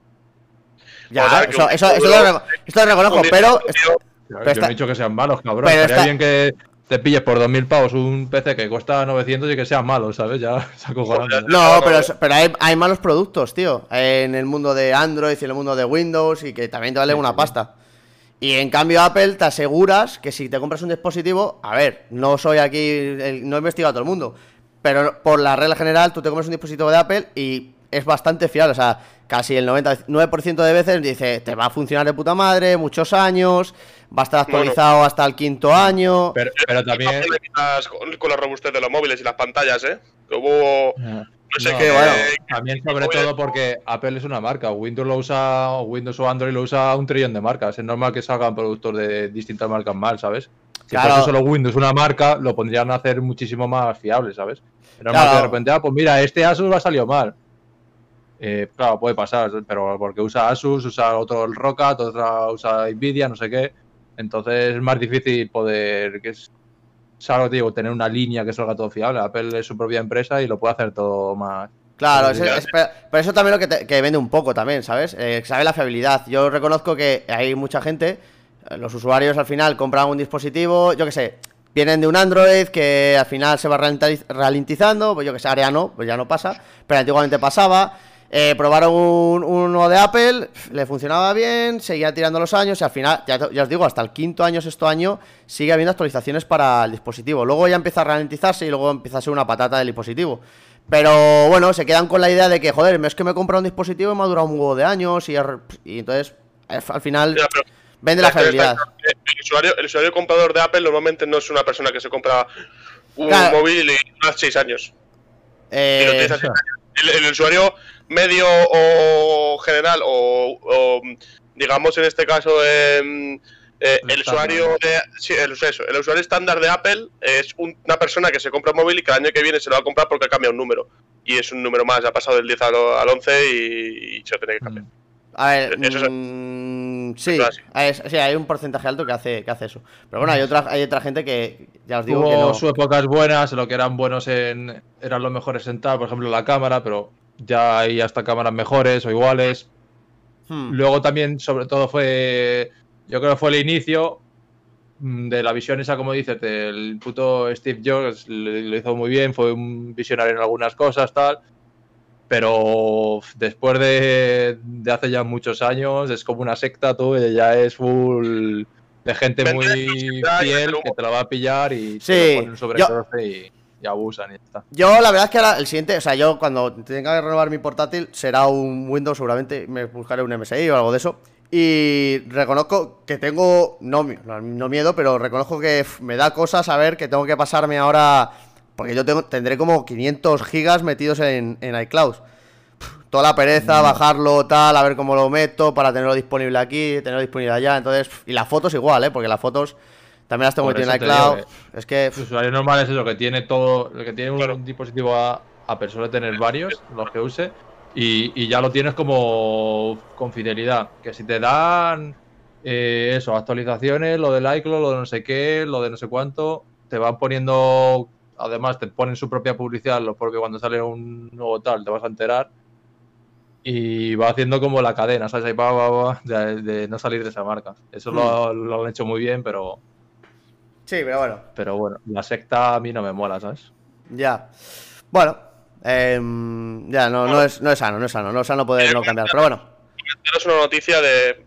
Ya, O sea, que eso lo reconozco, pero... Yo Pero no está- he dicho que sean malos, cabrón. pero Estaría está- bien que te pilles por 2.000 pavos un PC que cuesta 900 y que sea malo, ¿sabes? Ya se acojonando. No, pero hay malos productos, tío. En el mundo de Android y en el mundo de Windows y que también te vale una pasta. Y en cambio Apple te aseguras que si te compras un dispositivo, a ver, no soy aquí, no he investigado a todo el mundo, pero por la regla general tú te compras un dispositivo de Apple y es bastante fiable, o sea, casi el 99% de veces dice, te va a funcionar de puta madre, muchos años, va a estar actualizado hasta el 5.º año. Pero también... Con la robustez de los móviles y las pantallas, que hubo... No sé No, qué... bueno. También sobre todo porque Apple es una marca. Windows o Android lo usa un trillón de marcas. Es normal que salgan productos de distintas marcas mal, ¿sabes? Si Claro. fuese solo Windows una marca, lo pondrían a hacer muchísimo más fiable, ¿sabes? Es normal Claro. que de repente, pues mira, este Asus ha salido mal. Claro, puede pasar, pero porque usa Asus, usa otro el Rocket, otra usa Nvidia, no sé qué. Entonces es más difícil poder... Salvo, digo, tener una línea que salga todo fiable. Apple es su propia empresa y lo puede hacer todo más. Claro, pero eso también lo que vende un poco también, ¿sabes? Sabe la fiabilidad. Yo reconozco que hay mucha gente, los usuarios al final compran un dispositivo, yo que sé, vienen de un Android que al final se va ralentizando, pues yo que sé, ahora ya no, pues ya no pasa, pero antiguamente pasaba. Probaron uno de Apple, le funcionaba bien, seguía tirando los años y al final, ya os digo, hasta el 5.º año, 6.º año sigue habiendo actualizaciones para el dispositivo. Luego ya empieza a ralentizarse y luego empieza a ser una patata del dispositivo. Pero bueno, se quedan con la idea de que, joder, es que me he comprado un dispositivo y me ha durado un huevo de años y entonces al final Ya, pero- vende la fiabilidad. El usuario comprador de Apple normalmente no es una persona que se compra un Claro. móvil y dura 6 años. Y lo utiliza 6 claro. años. El usuario medio o general o digamos en este caso el usuario de sí, el usuario estándar de Apple es una persona que se compra un móvil y que el año que viene se lo va a comprar porque cambia un número y es un número más, ha pasado del 10 al 11 y se lo tiene que cambiar. A ver, Eso es- sí, eso es así. sí, hay un porcentaje alto que hace eso. Pero bueno, hay otra gente que ya os digo que Tuvo no. sus épocas buenas, lo que eran buenos eran los mejores en tal, por ejemplo la cámara, pero ya hay hasta cámaras mejores o iguales. Luego también, sobre todo, yo creo que fue el inicio de la visión esa, como dices, del puto Steve Jobs, lo hizo muy bien, fue un visionario en algunas cosas, tal. Pero después de hace ya muchos años, es como una secta, tú, ya es full de gente muy fiel que te la va a pillar y Sí, te lo ponen sobre y abusan y ya está. Yo la verdad es que ahora el siguiente, o sea, yo cuando tenga que renovar mi portátil será un Windows, seguramente me buscaré un MSI o algo de eso. Y reconozco que tengo, no miedo, pero reconozco que me da cosa saber que tengo que pasarme ahora, porque yo tendré como 500 gigas metidos en iCloud. Toda la pereza, bajarlo, tal, a ver cómo lo meto para tenerlo disponible aquí, tenerlo disponible allá. Entonces, y las fotos igual, porque las fotos también las tengo Por metidas en eso te iCloud. digo, Es que El usuario normal es eso, que tiene todo, el que tiene Claro. un dispositivo Apple suele tener varios, los que use, y ya lo tienes como con fidelidad. Que si te dan eso, actualizaciones, lo del iCloud, lo de no sé qué, lo de no sé cuánto, te van poniendo, además te ponen su propia publicidad, lo propio cuando sale un nuevo tal, te vas a enterar. Y va haciendo como la cadena, ¿sabes? Ahí va, de no salir de esa marca. Eso lo han hecho muy bien, pero sí, pero bueno. la secta a mí no me mola, ¿sabes? Ya. Bueno, ya no es sano, no es sano poder no cambiar, pero bueno. Es una noticia de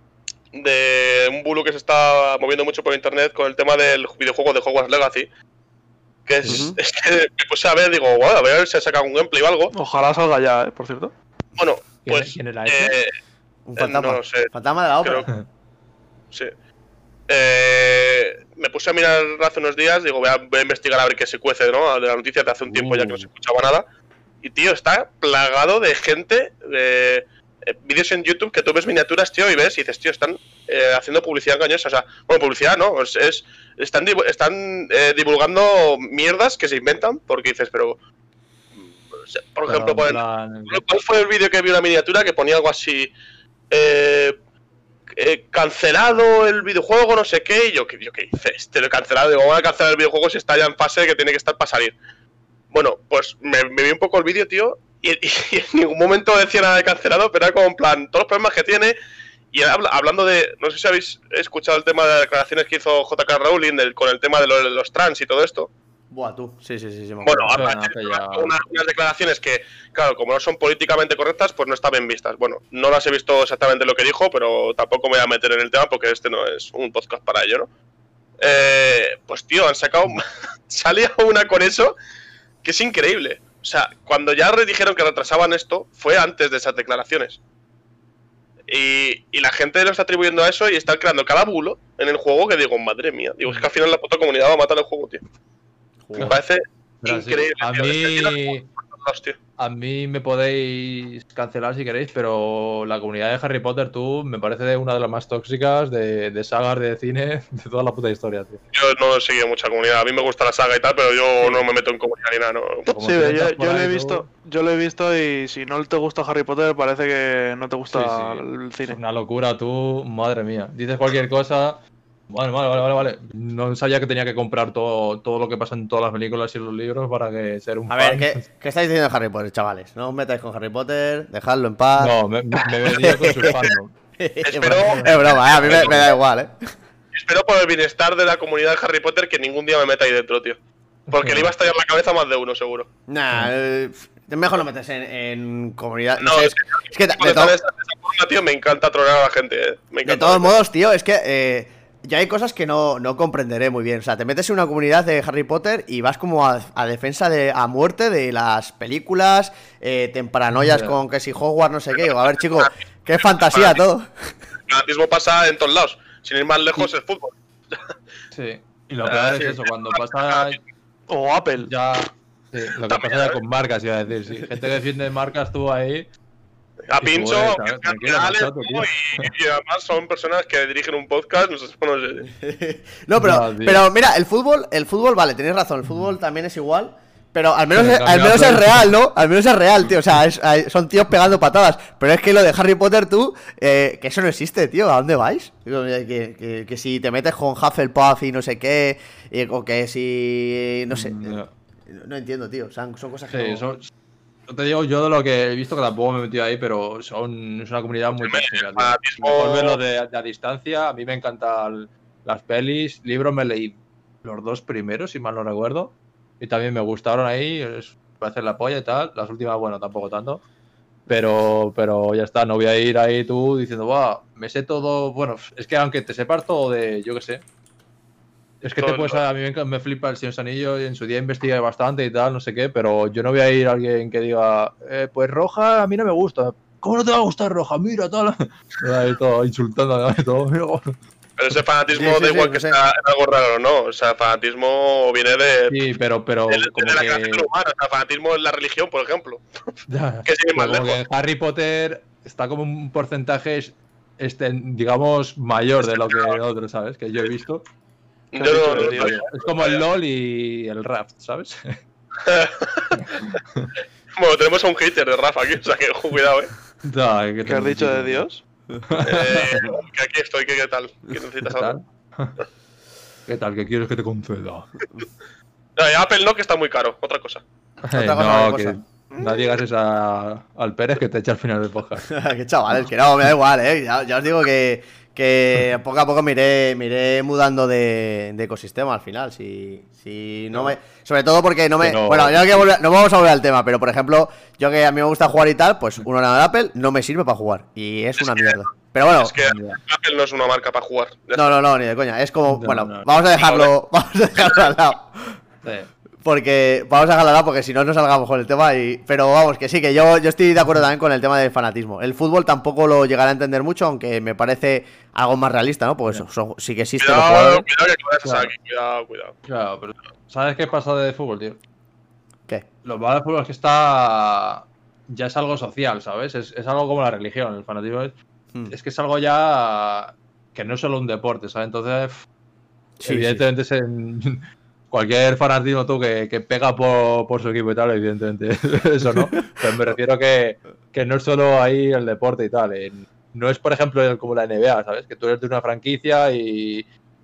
un bulo que se está moviendo mucho por internet con el tema del videojuego de Hogwarts Legacy. Que es que me puse a ver, digo, bueno, a ver si ha sacado un gameplay o algo. Ojalá salga ya, por cierto. Bueno, pues. ¿Quién era ese? Un fantasma. no sé. Fantasma de la ópera. Creo- Sí. Me puse a mirar hace unos días, digo, voy a investigar a ver qué se cuece, ¿no? De la noticia de hace un tiempo ya que no se escuchaba nada. Y, tío, está plagado de gente, de vídeos en YouTube que tú ves miniaturas, tío, y ves y dices, tío, están haciendo publicidad engañosa. O sea, bueno, publicidad no, están divulgando mierdas que se inventan porque dices, pero... Por ejemplo, ¿cuál fue el vídeo que vi una miniatura que ponía algo así? Cancelado el videojuego, no sé qué, y yo qué dices, te lo he cancelado, digo, voy a cancelar el videojuego si está ya en fase que tiene que estar para salir. Bueno, pues me vi un poco el vídeo, tío, y en ningún momento decía nada de cancelado, pero era como en plan, todos los problemas que tiene. Y hablando de, no sé si habéis escuchado el tema de las declaraciones que hizo J.K. Rowling con el tema de los trans y todo esto. Buah, tú. Sí. Bueno, unas declaraciones que, claro, como no son políticamente correctas, pues no están bien vistas. Bueno, no las he visto exactamente lo que dijo, pero tampoco me voy a meter en el tema porque este no es un podcast para ello, ¿no? Pues tío, han sacado... salía una con eso que es increíble. O sea, cuando ya dijeron que retrasaban esto, fue antes de esas declaraciones. Y la gente lo está atribuyendo a eso y están creando cada bulo en el juego que digo, madre mía. Digo, es que al final la puta comunidad va a matar el juego, tío. Me parece increíble, sí. A mí me podéis cancelar si queréis, pero la comunidad de Harry Potter, tú, me parece una de las más tóxicas de sagas de cine de toda la puta historia, tío. Yo no sigo mucha comunidad. A mí me gusta la saga y tal, pero yo no me meto en comunidad ni nada, ¿no? Sí, yo lo he visto y si no te gusta Harry Potter parece que no te gusta el cine. Es una locura, tú, madre mía. Dices cualquier cosa... Vale. No sabía que tenía que comprar todo lo que pasa en todas las películas y los libros para que ser un fan. A ver, ¿qué estáis diciendo de Harry Potter, chavales? No os metáis con Harry Potter, dejadlo en paz. No, me venía con su fandom. Espero... Es broma, a mí me da igual, Espero por el bienestar de la comunidad de Harry Potter que ningún día me meta ahí dentro, tío. Porque le iba a estallar la cabeza a más de uno, seguro. Nah, mejor no metes en comunidad. No, es que de esa forma, tío, me encanta trolear a la gente, de todos modos, tío, es que... ya hay cosas que no comprenderé muy bien. O sea, te metes en una comunidad de Harry Potter y vas como a defensa a muerte de las películas, te emparanoias con que si Hogwarts no sé qué. A ver, chico, qué fantasía todo. El fanatismo pasa en todos lados. Sin ir más lejos, el fútbol. Sí, y lo peor es eso, cuando pasa... O Apple. Ya... Sí, lo que pasa ya con marcas, iba a decir. Sí. Gente que defiende marcas, tú ahí... A Pincho, y además son personas que dirigen un podcast, no sé. No, pero mira, el fútbol, vale, tenéis razón, el fútbol también es igual, pero al menos es real, ¿no? Al menos es real, tío, o sea, son tíos pegando patadas, pero es que lo de Harry Potter, tú, que eso no existe, tío, ¿a dónde vais? Que si te metes con Hufflepuff y no sé qué, o que si, no sé, no entiendo, tío, son cosas que no... No te digo yo de lo que he visto, que tampoco me he metido ahí, pero es una comunidad muy tóxica. Mejor verlo de a distancia. A mí me encantan las pelis. Libros me leí los dos primeros, si mal no recuerdo. Y también me gustaron ahí. Me parece la polla y tal. Las últimas, bueno, tampoco tanto. Pero ya está, no voy a ir ahí tú diciendo, va, me sé todo. Bueno, es que aunque te sepas todo de, yo qué sé. Es que a mí me flipa el Señor de los Anillos y en su día investigué bastante y tal, no sé qué, pero yo no voy a ir a alguien que diga, pues roja a mí no me gusta. ¿Cómo no te va a gustar roja? Mira, tal. Ahí todo insultando, todo. Pero ese fanatismo da igual que sea algo raro o no. O sea, fanatismo viene de... Sí, pero de la creación humana. O sea, fanatismo en la religión, por ejemplo. Ya, que sigue más lejos. Que en Harry Potter está como un porcentaje, digamos, mayor de lo que otros, ¿sabes? Que yo he visto. Es como el LOL y el Raft, ¿sabes? Bueno, tenemos a un hater de Rafa aquí, o sea que cuidado, ¿Qué has dicho de Dios? Que aquí estoy, ¿qué tal? ¿Qué necesitas algo? ¿Qué tal? ¿Qué quieres que te conceda? Apple no, que está muy caro, otra cosa. No digas eso al Pérez que te echa al final del podcast. Que chaval, que no, me da igual, ya os digo que poco a poco me iré mudando de ecosistema al final. Si no me... Sobre todo porque no me... Bueno, no vamos a volver al tema, pero por ejemplo, yo que a mí me gusta jugar y tal, pues un ordenador de Apple no me sirve para jugar. Y es una mierda. Pero bueno... Es que Apple no es una marca para jugar. No, ni de coña. Es como... Vamos a dejarlo al lado. Sí. Porque vamos a jalar porque si no salgamos con el tema pero vamos, que sí, que yo estoy de acuerdo también con el tema del fanatismo. El fútbol tampoco lo llegaré a entender mucho, aunque me parece algo más realista, ¿no? Porque eso sí que existe. Cuidado, cuidado. Claro, pero ¿sabes qué pasa de fútbol, tío? ¿Qué? Lo malo del fútbol es que ya es algo social, ¿sabes? Es algo como la religión, el fanatismo es que es algo ya que no es solo un deporte, ¿sabes? Entonces, evidentemente cualquier fanatismo tú que pega por su equipo y tal, evidentemente eso no. Pero me refiero que no es solo ahí el deporte y tal. No es, por ejemplo, como la NBA, ¿sabes? Que tú eres de una franquicia y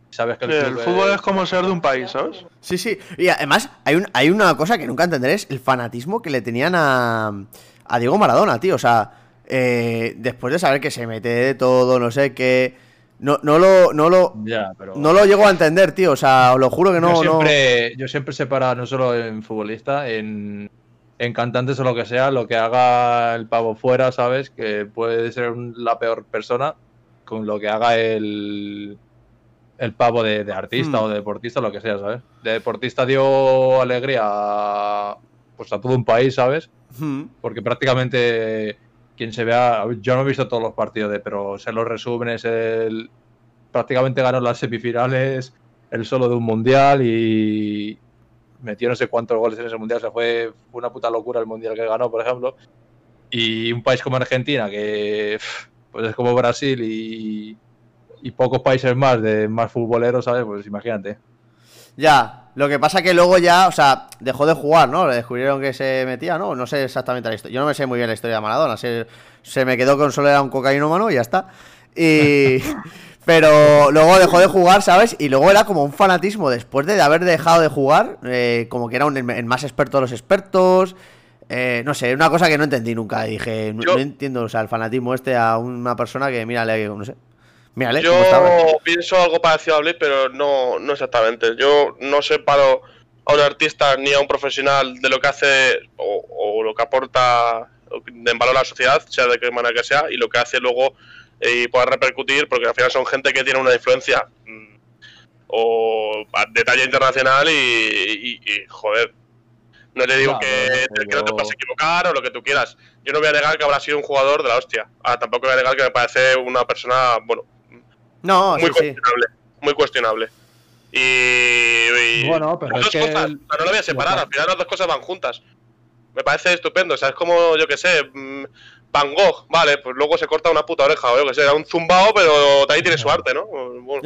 Sabes que el fútbol es como ser de un país, ¿sabes? Sí. Y además, hay una cosa que nunca entenderé: es el fanatismo que le tenían a Diego Maradona, tío. O sea, después de saber que se mete de todo, no sé qué. No lo llego a entender, tío. O sea, os lo juro que no. Yo siempre separo, no solo en futbolista, en cantantes o lo que sea, lo que haga el pavo fuera, ¿sabes? Que puede ser la peor persona, con lo que haga el pavo de artista o de deportista, lo que sea, ¿sabes? De deportista dio alegría pues a todo un país, ¿sabes? Porque prácticamente quien se vea, yo no he visto todos los partidos, pero sé los resúmenes, prácticamente ganó las semifinales, el solo de un mundial y metió no sé cuántos goles en ese mundial, fue una puta locura el mundial que ganó, por ejemplo. Y un país como Argentina, que pues es como Brasil y pocos países más de más futboleros, ¿sabes? Pues imagínate. Ya, lo que pasa que luego ya, o sea, dejó de jugar, ¿no? Le descubrieron que se metía, ¿no? No sé exactamente la historia. Yo no me sé muy bien la historia de Maradona. Se me quedó con solo era un cocainómano y ya está. Pero luego dejó de jugar, ¿sabes? Y luego era como un fanatismo después de haber dejado de jugar, como que era el más experto de los expertos. No sé, una cosa que no entendí nunca. Dije, no entiendo, o sea, el fanatismo a una persona que, mírale, no sé. Mírale, yo pienso algo parecido a Blade, pero no exactamente. Yo no separo a un artista ni a un profesional de lo que hace o lo que aporta en valor a la sociedad, sea de qué manera que sea, y lo que hace luego y pueda repercutir, porque al final son gente que tiene una influencia o de talla internacional y joder, no te digo que no te puedas equivocar o lo que tú quieras. Yo no voy a negar que habrá sido un jugador de la hostia. Tampoco voy a negar que me parece una persona, bueno, muy cuestionable, muy cuestionable. Y bueno, pero dos cosas, no lo voy a separar, al final las dos cosas van juntas. Me parece estupendo, o sea, es como, yo que sé, Van Gogh, vale, pues luego se corta una puta oreja, o yo que sé, era un zumbao, pero ahí tiene su arte, ¿no? Bueno,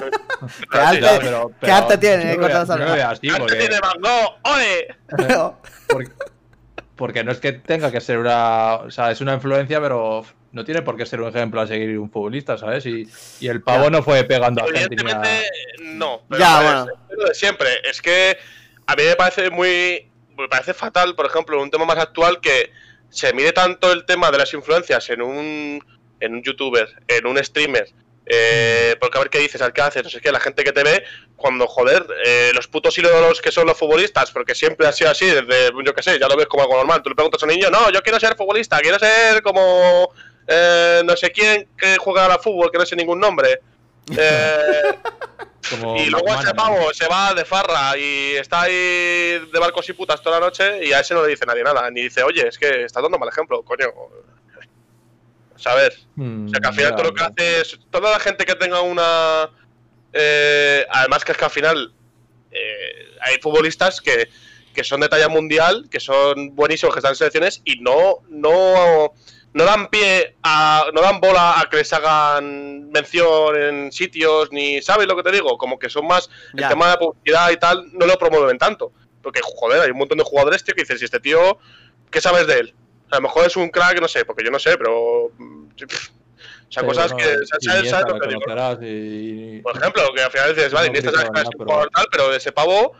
¿Qué arte tiene? ¿Qué arte tiene Van Gogh? ¡Ole! Porque no es que tenga que ser o sea, es una influencia, pero no tiene por qué ser un ejemplo a seguir un futbolista, ¿sabes? Y el pavo no fue pegando a gente. Evidentemente, no, pero es lo de siempre. Es que a mí me parece fatal, por ejemplo, un tema más actual que se mide tanto el tema de las influencias en un youtuber, en un streamer, porque a ver qué dices, al qué haces, no sé qué, la gente que te ve, cuando, joder, los putos ídolos que son los futbolistas, porque siempre ha sido así, desde, yo qué sé, ya lo ves como algo normal, tú le preguntas a un niño, no, yo quiero ser futbolista, quiero ser como no sé quién que juega al fútbol, que no sé ningún nombre. Y luego ese pavo se va de farra y está ahí de barcos y putas toda la noche y a ese no le dice nadie nada, ni dice, oye, es que estás dando mal ejemplo, coño. ¿Sabes? O sea, que al final todo lo que hace es, toda la gente que tenga una... además que es que al final hay futbolistas que son de talla mundial, que son buenísimos, que están en selecciones y no dan no dan bola a que les hagan mención en sitios, ni, ¿sabes lo que te digo? Como que son más, el tema de la publicidad y tal, no lo promueven tanto. Porque, joder, hay un montón de jugadores, tío, que dices, ¿y este tío qué sabes de él? A lo mejor es un crack, no sé, porque yo no sé, pero... O sea, cosas que... ¿Sabes lo que digo? Por ejemplo, que al final dices, vale, ni esta es un jugador tal, pero ese pavo...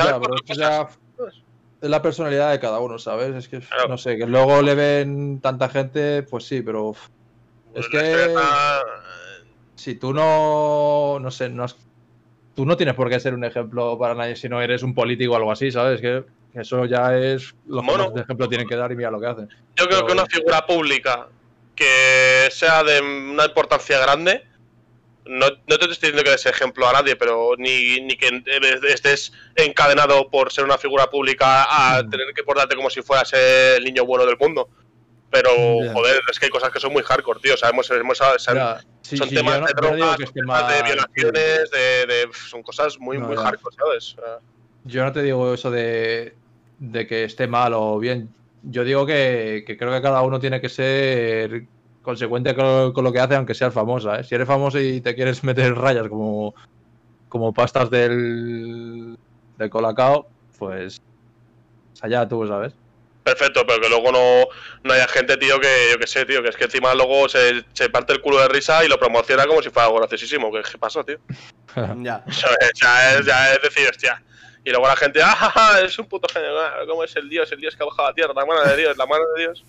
Es la personalidad de cada uno, ¿sabes? Es que, claro, no sé, que luego le ven tanta gente, pues sí, pero... Pues es que... Si tú no sé, tú no tienes por qué ser un ejemplo para nadie si no eres un político o algo así, ¿sabes? Que eso ya es lo que más de ejemplo tienen que dar y mira lo que hacen. Yo creo que una figura pública que sea de una importancia grande, no te estoy diciendo que des ejemplo a nadie, pero ni que estés encadenado por ser una figura pública a tener que portarte como si fueras el niño bueno del mundo. Pero, joder, es que hay cosas que son muy hardcore, tío. Son temas de drogas, temas de violaciones, son cosas muy hardcore, ¿sabes? Yo no te digo eso de que esté mal o bien. Yo digo que creo que cada uno tiene que ser consecuente con lo que hace, aunque seas famosa, ¿eh? Si eres famoso y te quieres meter rayas como pastas del Colacao, pues allá tú, ¿sabes? perfecto, pero que luego no haya gente, tío, que yo qué sé, tío, que es que encima luego se parte el culo de risa y lo promociona como si fuera algo graciosísimo. ¿Qué pasó, tío? Ya. Ya es decir, hostia. Y luego la gente, ¡ah, es un puto genio! ¿Cómo es el Dios que ha bajado a la tierra? La mano de Dios, la mano de Dios.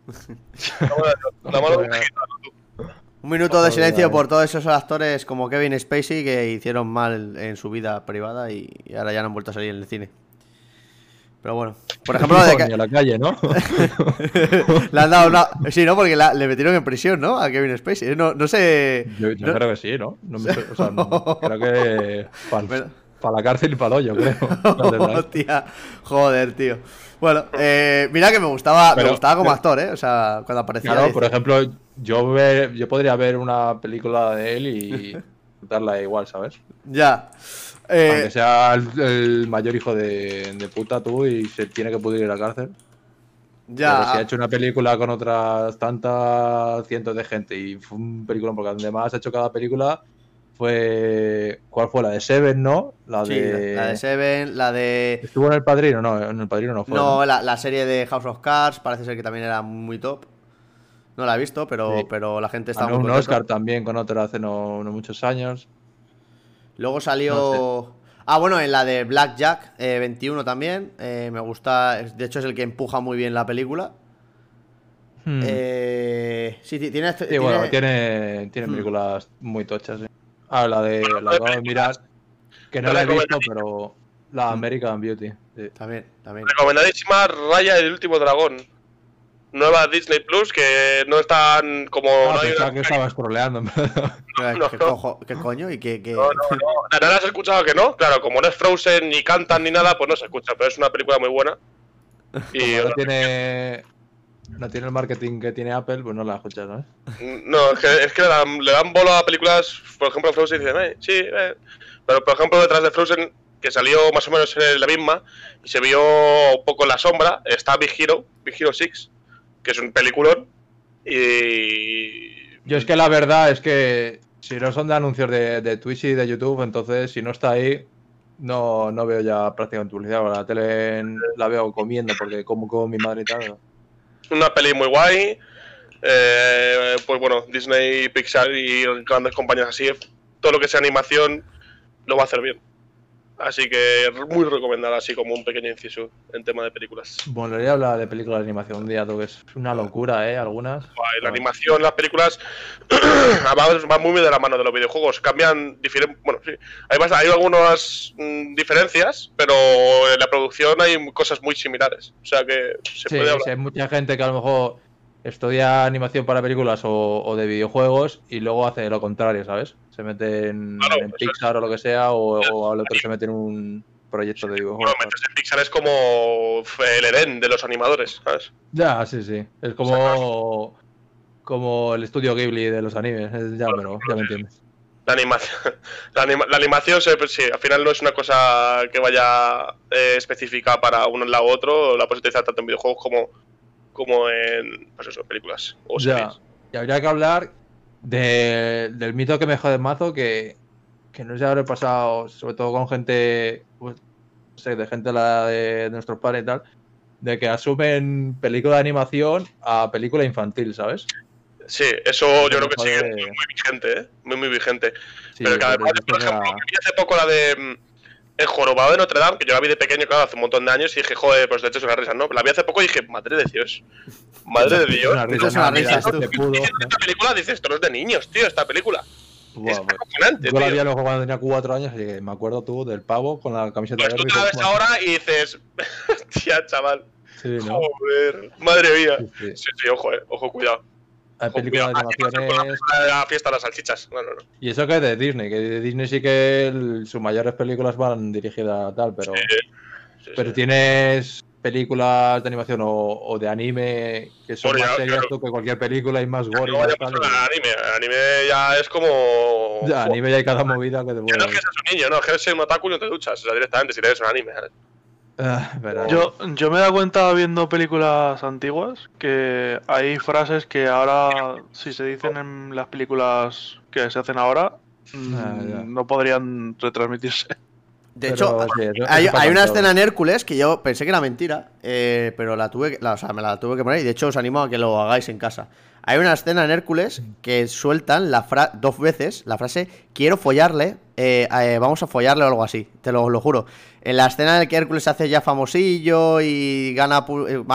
La mano de un gitano, tú. Un minuto de silencio por todos esos actores como Kevin Spacey que hicieron mal en su vida privada y ahora ya no han vuelto a salir en el cine. Pero bueno, por ejemplo, no, ni a la calle, ¿no? Le han dado una... Sí, ¿no? Porque le metieron en prisión, ¿no? A Kevin Spacey. No sé... Yo no... creo que sí, ¿no? O sea, creo que para la cárcel y para el hoyo, creo. Hostia, joder, tío. Bueno, mira que me gustaba como actor, ¿eh? O sea, cuando aparecía... Claro, por ejemplo, yo podría ver una película de él y darla igual, ¿sabes? Ya. Aunque sea el mayor hijo de puta tú y se tiene que pudrir en la cárcel. Ya. Pero si ha hecho una película con otras tantas cientos de gente y fue un película, porque además ha hecho cada película fue... ¿Cuál fue? La de Seven, ¿no? La de Seven, la de... ¿Estuvo en El Padrino? No, en El Padrino no fue. No, la serie de House of Cards parece ser que también era muy top. No la he visto, pero, sí. Pero la gente está muy un contenta. Oscar también con otra hace no muchos años. Luego salió... No sé. Ah, bueno, en la de Blackjack 21 también. Me gusta. De hecho, es el que empuja muy bien la película. Sí, tiene. Sí, bueno, tiene películas muy tochas. Sí. Ah, la acabo de mirar. Que no la he visto, pero. La American Beauty. Sí. También. Recomendadísima Raya el último dragón. Nueva Disney Plus, que no están como. No pensaba que estabas troleando. ¿Qué coño? ¿Y qué? No. ¿Nada has escuchado que no? Claro, como no es Frozen, ni cantan, ni nada, pues no se escucha. Pero es una película muy buena. Y no tiene el marketing que tiene Apple, pues no la escuchas, ¿no? No, es que le dan bolo a películas, por ejemplo, Frozen y dicen, sí, pero por ejemplo, detrás de Frozen, que salió más o menos en la misma, y se vio un poco en la sombra, está Big Hero 6, que es un peliculón, y... Yo es que la verdad es que si no son de anuncios de Twitch y de YouTube, entonces si no está ahí, no veo ya prácticamente publicidad. La tele la veo comiendo porque como con mi madre y tal. Una peli muy guay, pues bueno, Disney, Pixar y grandes compañías así, todo lo que sea animación lo va a hacer bien. Así que muy recomendada, así como un pequeño inciso en tema de películas. Bueno, le voy a hablar de películas de animación un día, tú, que es una locura, algunas. La animación, las películas van muy de la mano de los videojuegos. Cambian diferente. Bueno, sí. Hay algunas diferencias, pero en la producción hay cosas muy similares. O sea que se puede hablar. Sí, hay mucha gente que a lo mejor estudia animación para películas o de videojuegos y luego hace lo contrario, ¿sabes? Se mete en Pixar o lo que sea, o al otro se mete en un proyecto de videojuegos. Bueno, meterse en Pixar es como el Edén de los animadores, ¿sabes? Ya, sí. Es como el estudio Ghibli de los animes, ya me entiendes. La animación, sí, al final no es una cosa que vaya específica para uno lado u otro, la puedes utilizar tanto en videojuegos como en películas o series. Y habría que hablar del mito que me jode mazo, que no sé haber pasado, sobre todo con gente, pues, no sé, de gente de nuestros padres y tal, de que asumen película de animación a película infantil, ¿sabes? Sí, eso yo creo que sí, es muy vigente, ¿eh? Muy vigente. Sí, pero que además, por ejemplo, vi hace poco la de El Jorobado de Notre Dame, que yo la vi de pequeño, claro, hace un montón de años, y dije, joder, pues de hecho es una risa, ¿no? La vi hace poco y dije, madre de Dios. Madre de Dios. Es una risa, esta película dices, esto no es de niños, tío, esta película. Es acojonante, yo la vi a lo mejor cuando tenía 4 años, así que me acuerdo tú del pavo con la camiseta verde. Pues tú te la ves ahora y dices, tía, chaval. Sí, ¿no? Joder, madre mía. Sí, ojo, cuidado. Hay películas de animaciones. La fiesta de las salchichas. No. Y eso que es de Disney, que de Disney sí que sus mayores películas van dirigidas a tal, pero. Pero tienes películas de animación o de anime que son más serias que cualquier película y más gore. No vaya pasar anime ya es como. Ya, anime ya hay cada movida que te puede. No es que seas un niño, no, es que eres un otaku y no te duchas, o sea, directamente si eres un anime. Yo me he dado cuenta viendo películas antiguas que hay frases que ahora, si se dicen en las películas que se hacen ahora, no podrían retransmitirse. De hecho, sí, eso hay pasa en una todo. escena en Hércules que yo pensé que era mentira, pero o sea, me la tuve que poner y de hecho os animo a que lo hagáis en casa. Hay una escena en Hércules que sueltan 2 veces la frase quiero follarle, vamos a follarle o algo así, te lo juro. En la escena en la que Hércules se hace ya famosillo y gana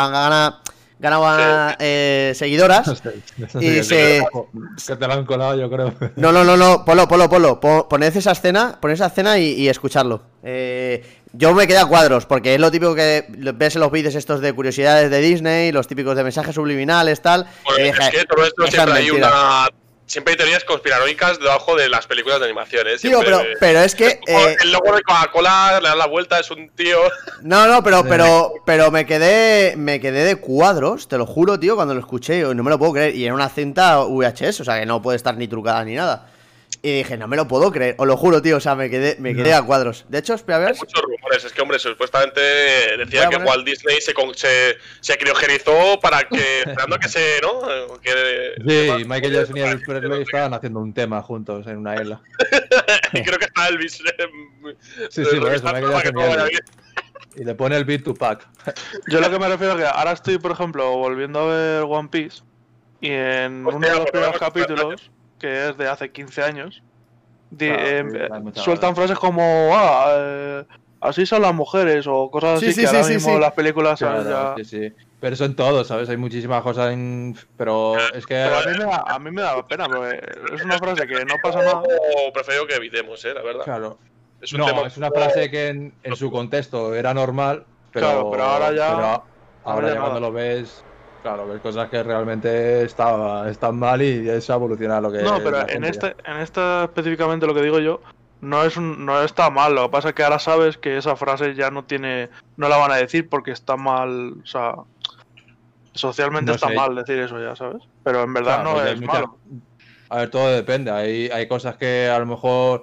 seguidoras. Y se... Que te lo han colado, yo creo. No, Polo. Poned esa escena y escuchadlo. Yo me quedé a cuadros, porque es lo típico que ves en los vídeos estos de curiosidades de Disney, los típicos de mensajes subliminales, tal. Bueno, es que todo esto siempre hay teorías conspiranoicas debajo de las películas de animación, ¿eh? Tío, pero es que... el logo de Coca-Cola le da la vuelta, es un tío... No, pero me quedé de cuadros, te lo juro, tío, cuando lo escuché, no me lo puedo creer. Y era una cinta VHS, o sea que no puede estar ni trucada ni nada. Y dije, no me lo puedo creer, os lo juro, tío, o sea, me quedé a cuadros. De hecho, espera a ver... Hay muchos rumores, es que, hombre, supuestamente decía que Walt Disney se criogenizó para que... esperando que se... ¿no? Sí, Michael Jackson y Elvis Presley estaban haciendo un tema juntos en una isla. Y creo que está Elvis... Sí, por eso, Michael Jackson y Elvis. Y le pone el beat Tupac. Yo lo que me refiero es que ahora estoy, por ejemplo, volviendo a ver One Piece y en uno de los primeros capítulos, que es de hace 15 años, sueltan frases como así son las mujeres o cosas así que ahora mismo las películas claro, ya... sí. Pero eso en todo, ¿sabes? Hay muchísimas cosas pero es que... Pero a mí me da pena, porque es una frase que no pasa nada. Prefiero que evitemos, la verdad. Claro. Es un tema... es una frase que en su contexto era normal, pero ahora ya... ahora ya cuando lo ves... Claro, ves cosas que realmente están mal y eso evoluciona lo que... No, pero en esta específicamente lo que digo yo no está mal. Lo que pasa es que ahora sabes que esa frase ya no la van a decir porque está mal, o sea, socialmente está mal decir eso ya, ¿sabes? Pero en verdad no es malo. A ver, todo depende. Hay cosas que a lo mejor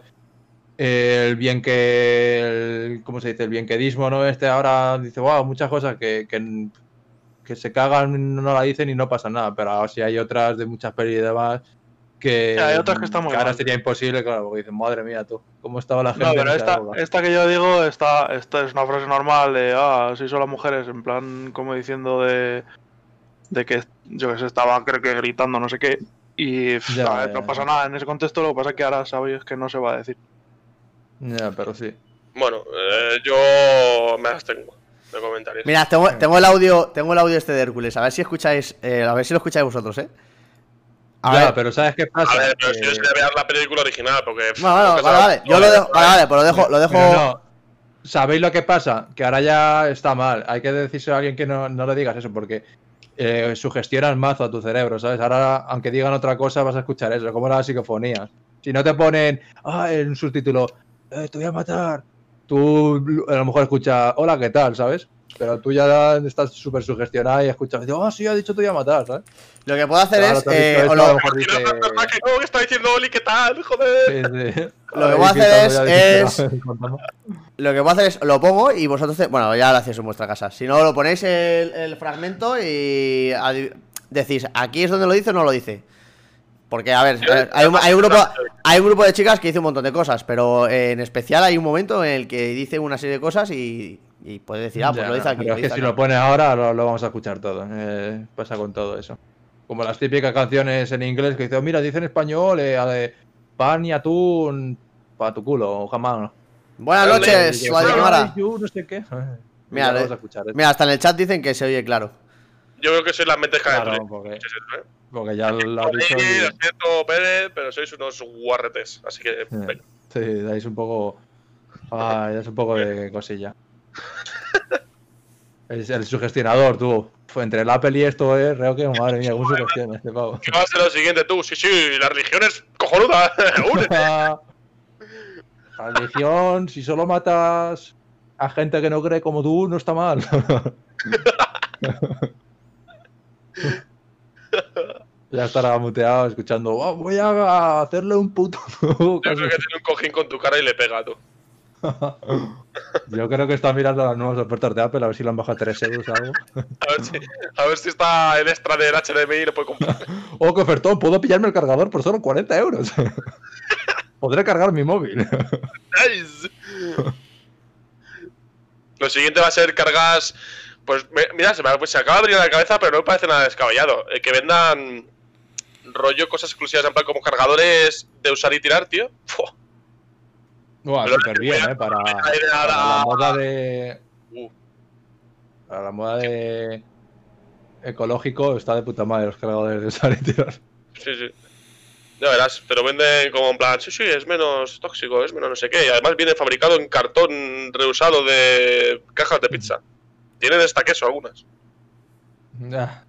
¿cómo se dice? El bienquedismo, ¿no? Ahora dice, wow, muchas cosas que se cagan, no la dicen y no pasa nada, pero si hay otras de muchas pelis y demás que hay otras que están muy ahora mal. Sería imposible, claro, porque dicen, madre mía, tú, ¿cómo estaba la gente? No, pero esta que yo digo, esta es una frase normal de, así son las mujeres, en plan, como diciendo de que, yo que sé, estaban creo que gritando no sé qué, y no pasa nada en ese contexto, lo que pasa es que ahora sabéis que no se va a decir. Ya, pero sí. Bueno, yo me abstengo de comentarios. Mira, tengo el audio este de Hércules, a ver si escucháis, a ver si lo escucháis vosotros, Pero ¿sabes qué pasa? A ver, pero si yo sé ver la película original, porque... Bueno, vale, yo lo dejo, pues lo dejo... No. ¿Sabéis lo que pasa? Que ahora ya está mal. Hay que decirse a alguien que no le digas eso, porque sugestionas mazo a tu cerebro, ¿sabes? Ahora, aunque digan otra cosa, vas a escuchar eso, como las psicofonías. Si no te ponen, en un subtítulo, te voy a matar, tú a lo mejor escuchas, hola, ¿qué tal? ¿Sabes? Pero tú ya estás súper sugestionada y escuchas, sí, ha dicho te voy a matar, ¿sabes? Lo que puedo hacer es... ¿Qué está diciendo Oli? ¿Qué tal? Joder. Sí. Lo que puedo hacer es... Lo que puedo hacer es, lo pongo y vosotros... Bueno, ya lo hacéis en vuestra casa. Si no, lo ponéis el fragmento y decís, ¿aquí es donde lo dice o no lo dice? Porque, a ver, hay un grupo de chicas que dice un montón de cosas, pero en especial hay un momento en el que dice una serie de cosas y puede decir, pues lo dice aquí. Pero es que si lo pones ahora lo vamos a escuchar todo. Pasa con todo eso. Como las típicas canciones en inglés que dicen, mira, dice en español, pan y atún para tu culo, o jamás. Buenas noches, Guadalajara. No sé qué. Mira, hasta en el chat dicen que se oye claro. Yo creo que sois las mentes claro, porque ya lo has dicho. Sí, lo siento, Pérez, pero sois unos guarretes, así que... Sí, dais un poco... es un poco de cosilla. El sugestionador, tú. Entre el Apple y esto, creo que, madre mía, ¿cómo sugestiona este pavo? ¿Qué va a ser lo siguiente, tú? Sí, la religión es cojonuda. La religión, si solo matas a gente que no cree como tú, no está mal. Ya estará muteado escuchando, voy a hacerle un puto... Yo creo que tiene un cojín con tu cara y le pega, tú. Yo creo que está mirando las nuevas ofertas de Apple, a ver si lo han bajado a 3 euros o algo. A ver si está el extra del HDMI y lo puede comprar. ¡Oh, qué ofertón! Puedo pillarme el cargador por solo 40 euros. Podré cargar mi móvil. Nice. Lo siguiente va a ser cargas. Pues mira, se acaba de abrir la cabeza, pero no me parece nada descabellado. Que vendan rollo cosas exclusivas, en plan como cargadores de usar y tirar, tío. Fua. Buah, Pero súper bien, para la moda de. Para la moda de. Ecológico, está de puta madre los cargadores de usar y tirar. Sí, sí. Ya verás, pero venden como en plan, sí, es menos tóxico, es menos no sé qué. Y además viene fabricado en cartón reusado de cajas de pizza. Tienen hasta queso algunas. Ya.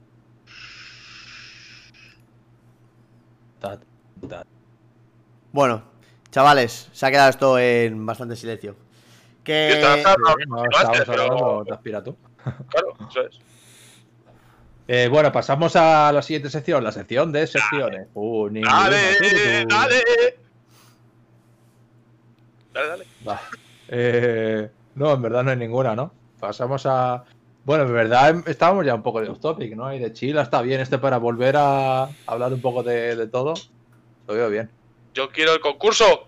Bueno, chavales, se ha quedado esto en bastante silencio. Que... Estábamos hablando, te aspira tú. Claro, eso es. Bueno, pasamos a la siguiente sección, la sección de secciones. Dale. Va. No, en verdad no hay ninguna, ¿no? Pasamos a... Bueno, en verdad estábamos ya un poco de off topic, ¿no? Y de chill está bien para volver a hablar un poco de todo. Lo veo bien. Yo quiero el concurso.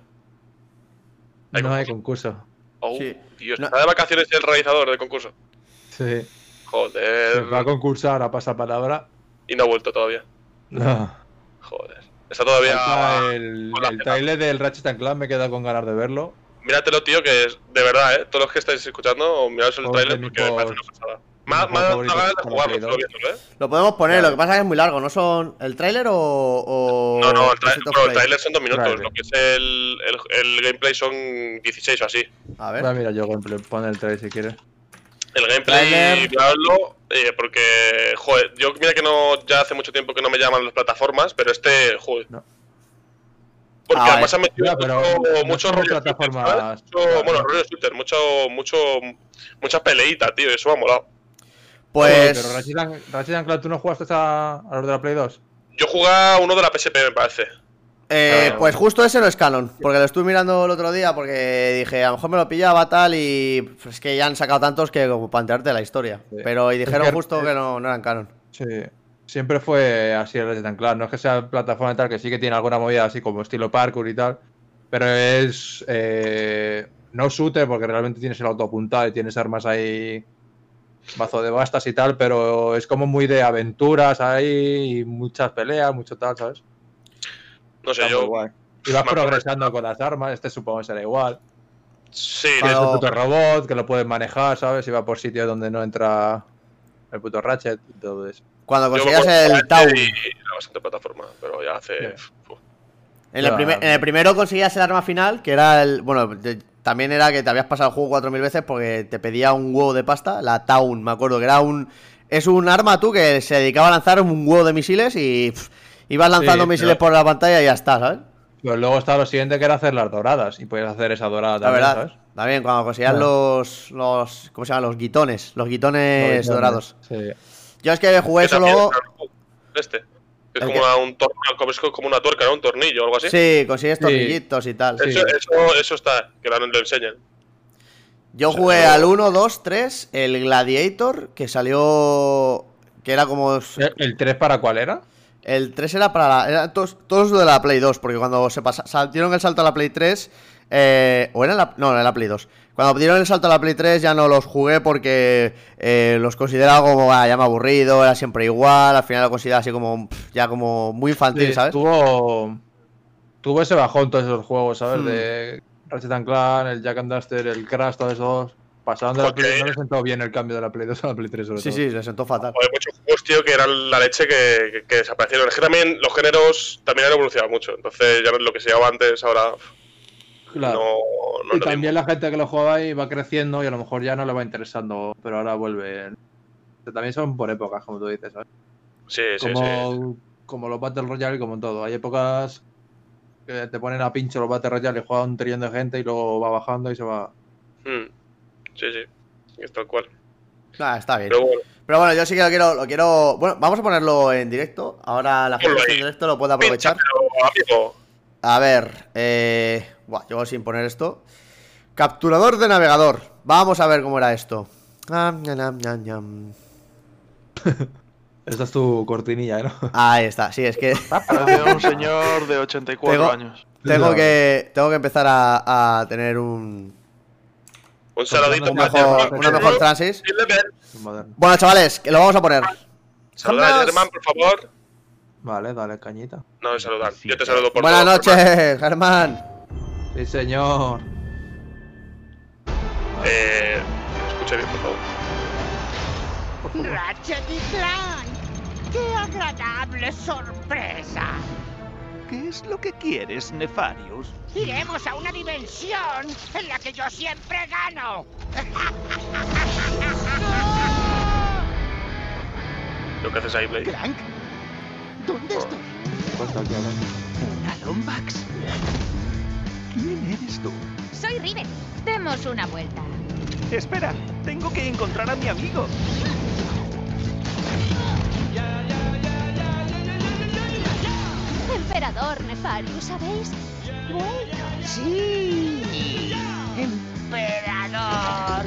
No hay concurso. Oh, Sí. Dios, No. está de vacaciones el realizador del concurso. Sí. Se Joder. va a concursar a pasapalabra. Y no ha vuelto todavía. No. Joder. Está todavía. Falta el trailer del Ratchet & Clank, me queda con ganas de verlo. Míratelo, tío, que es de verdad, todos los que estáis escuchando, miraos el Juegos tráiler de porque me parece una pasada. Más favoritos ganas de para jugarlo, Play solo 2. viéndolo, Lo podemos poner, Vale. lo que pasa es que es muy largo, ¿no son el tráiler o No, o State of el Play? tráiler son 2 minutos, Tráiler. lo que es el gameplay son 16 o así. A ver. Va, mira, yo gameplay, pon el trailer si quieres. El gameplay, Tráiler. miradlo, porque, joder, yo mira que no, ya hace mucho tiempo que no me llaman las plataformas, pero joder. No. Porque Ah, además han metido Ya, pero mucho no son rollo plataformas, shooter, ¿sabes? claro. Bueno, rollo shooter, mucha peleita, tío, eso me ha molado. Pues Pero Ratchet & Clank, ¿tú no jugaste a los de la Play 2? Yo jugaba uno de la PSP, me parece. pues justo ese no es canon, porque lo estuve mirando el otro día porque dije, a lo mejor me lo pillaba tal y pues, es que ya han sacado tantos que como para enterarte de la historia. Sí. Pero y dijeron que- justo que no eran canon. Sí. Siempre fue así el Ratchet & Clank. No es que sea plataforma y tal, que sí que tiene alguna movida así como estilo parkour y tal. Pero es... no shooter, porque realmente tienes el auto apuntado y tienes armas ahí... Mazo de bastas y tal, pero es como muy de aventuras ahí y muchas peleas, mucho tal, ¿sabes? No sé, Está muy yo. guay. Y vas me acuerdo. progresando con las armas, este supongo que será igual. Sí, Cuando- Tienes el puto robot que lo puedes manejar, ¿sabes? Y va por sitios donde no entra el puto Ratchet y todo eso. Cuando yo me consigas acuerdo el que Town, era bastante plataforma, pero ya hace. Ya. Uf. en el primero conseguías el arma final, que era el... Bueno, también era que te habías pasado el juego 4000 veces porque te pedía un huevo de pasta, la Town, me acuerdo que era un... Es un arma tú que se dedicaba a lanzar un huevo de misiles y ibas lanzando Sí, misiles pero- por la pantalla y ya está, ¿sabes? Pero luego está lo siguiente que era hacer las doradas. Y puedes hacer esa dorada La también, verdad, ¿sabes? también cuando conseguías Ya. los... ¿Cómo se llaman? Los guitones dorados. Sí. Yo es que jugué Que también solo... está este. Es ¿El como qué? es como una tuerca, ¿no? Un tornillo o algo así. Sí, consigues Sí. tornillitos y tal. Sí. Eso está, que lo enseñan. Yo jugué al 1, 2, 3, el Gladiator, que salió... Que era como... ¿El 3 para cuál era? El 3 era para la... Era todos de la Play 2, porque cuando dieron el salto a la Play 3... o era la... No, era la Play 2. Cuando dieron el salto a la Play 3 ya no los jugué porque los consideraba como... ya me aburrido, era siempre igual, al final lo consideraba así como... ya como muy infantil, Sí, ¿sabes? tuvo ese bajón todos esos juegos, ¿sabes? Hmm. De Ratchet & Clank, el Jack and Daxter, el Crash, todos esos. Pasaron de la Joder. Play, no le sentó bien el cambio de la Play 2 a la Play 3 sobre Sí, todo. sí, le sentó fatal. Hay muchos juegos, tío, que eran la leche que desaparecieron. Es que también los géneros también han evolucionado mucho. Entonces, ya no es lo que se llevaba antes, ahora Claro. no Y es lo también mismo. la gente que lo juega ahí va creciendo y a lo mejor ya no le va interesando, pero ahora vuelve. También son por épocas, como tú dices, ¿sabes? Sí, sí, sí. Como los Battle Royale y como en todo. Hay épocas que te ponen a pincho los Battle Royale y juega un trillón de gente y luego va bajando y se va. Sí, sí. Es tal cual. Está bien. Pero bueno, Pero bueno, yo sí que lo quiero... Bueno, vamos a ponerlo en directo. Ahora la gente Ponlo que está ahí. en directo lo puede aprovechar. pero, amigo, A ver, yo sin poner esto. Capturador de navegador. Vamos a ver cómo era esto. Esta es tu cortinilla, ¿no? Ahí está, sí, es que Parece un señor de 84 Tengo- años. tengo que empezar a tener un Un saludito Un para mejor, Germán. una mejor transis. Moderno. Bueno, chavales, que lo vamos a poner. Saludar a Germán, por favor. Vale, dale, cañita. No, me saludar. Yo te saludo por Buenas todo, noches, Germán. Sí, señor. Escuche bien, por favor. Ratchet y Clank. ¡Qué agradable sorpresa! ¿Qué es lo que quieres, Nefarius? Iremos a una dimensión en la que yo siempre gano. ¿Lo que haces ahí, Blade? ¿Clank? ¿Dónde estoy? Cuesta aquí, ¿no? ¿Una Lombax? ¿Quién eres tú? Soy Riven. Demos una vuelta. Espera, tengo que encontrar a mi amigo. Emperador Nefarius, ¿sabéis? ¡Sí! ¡Emperador!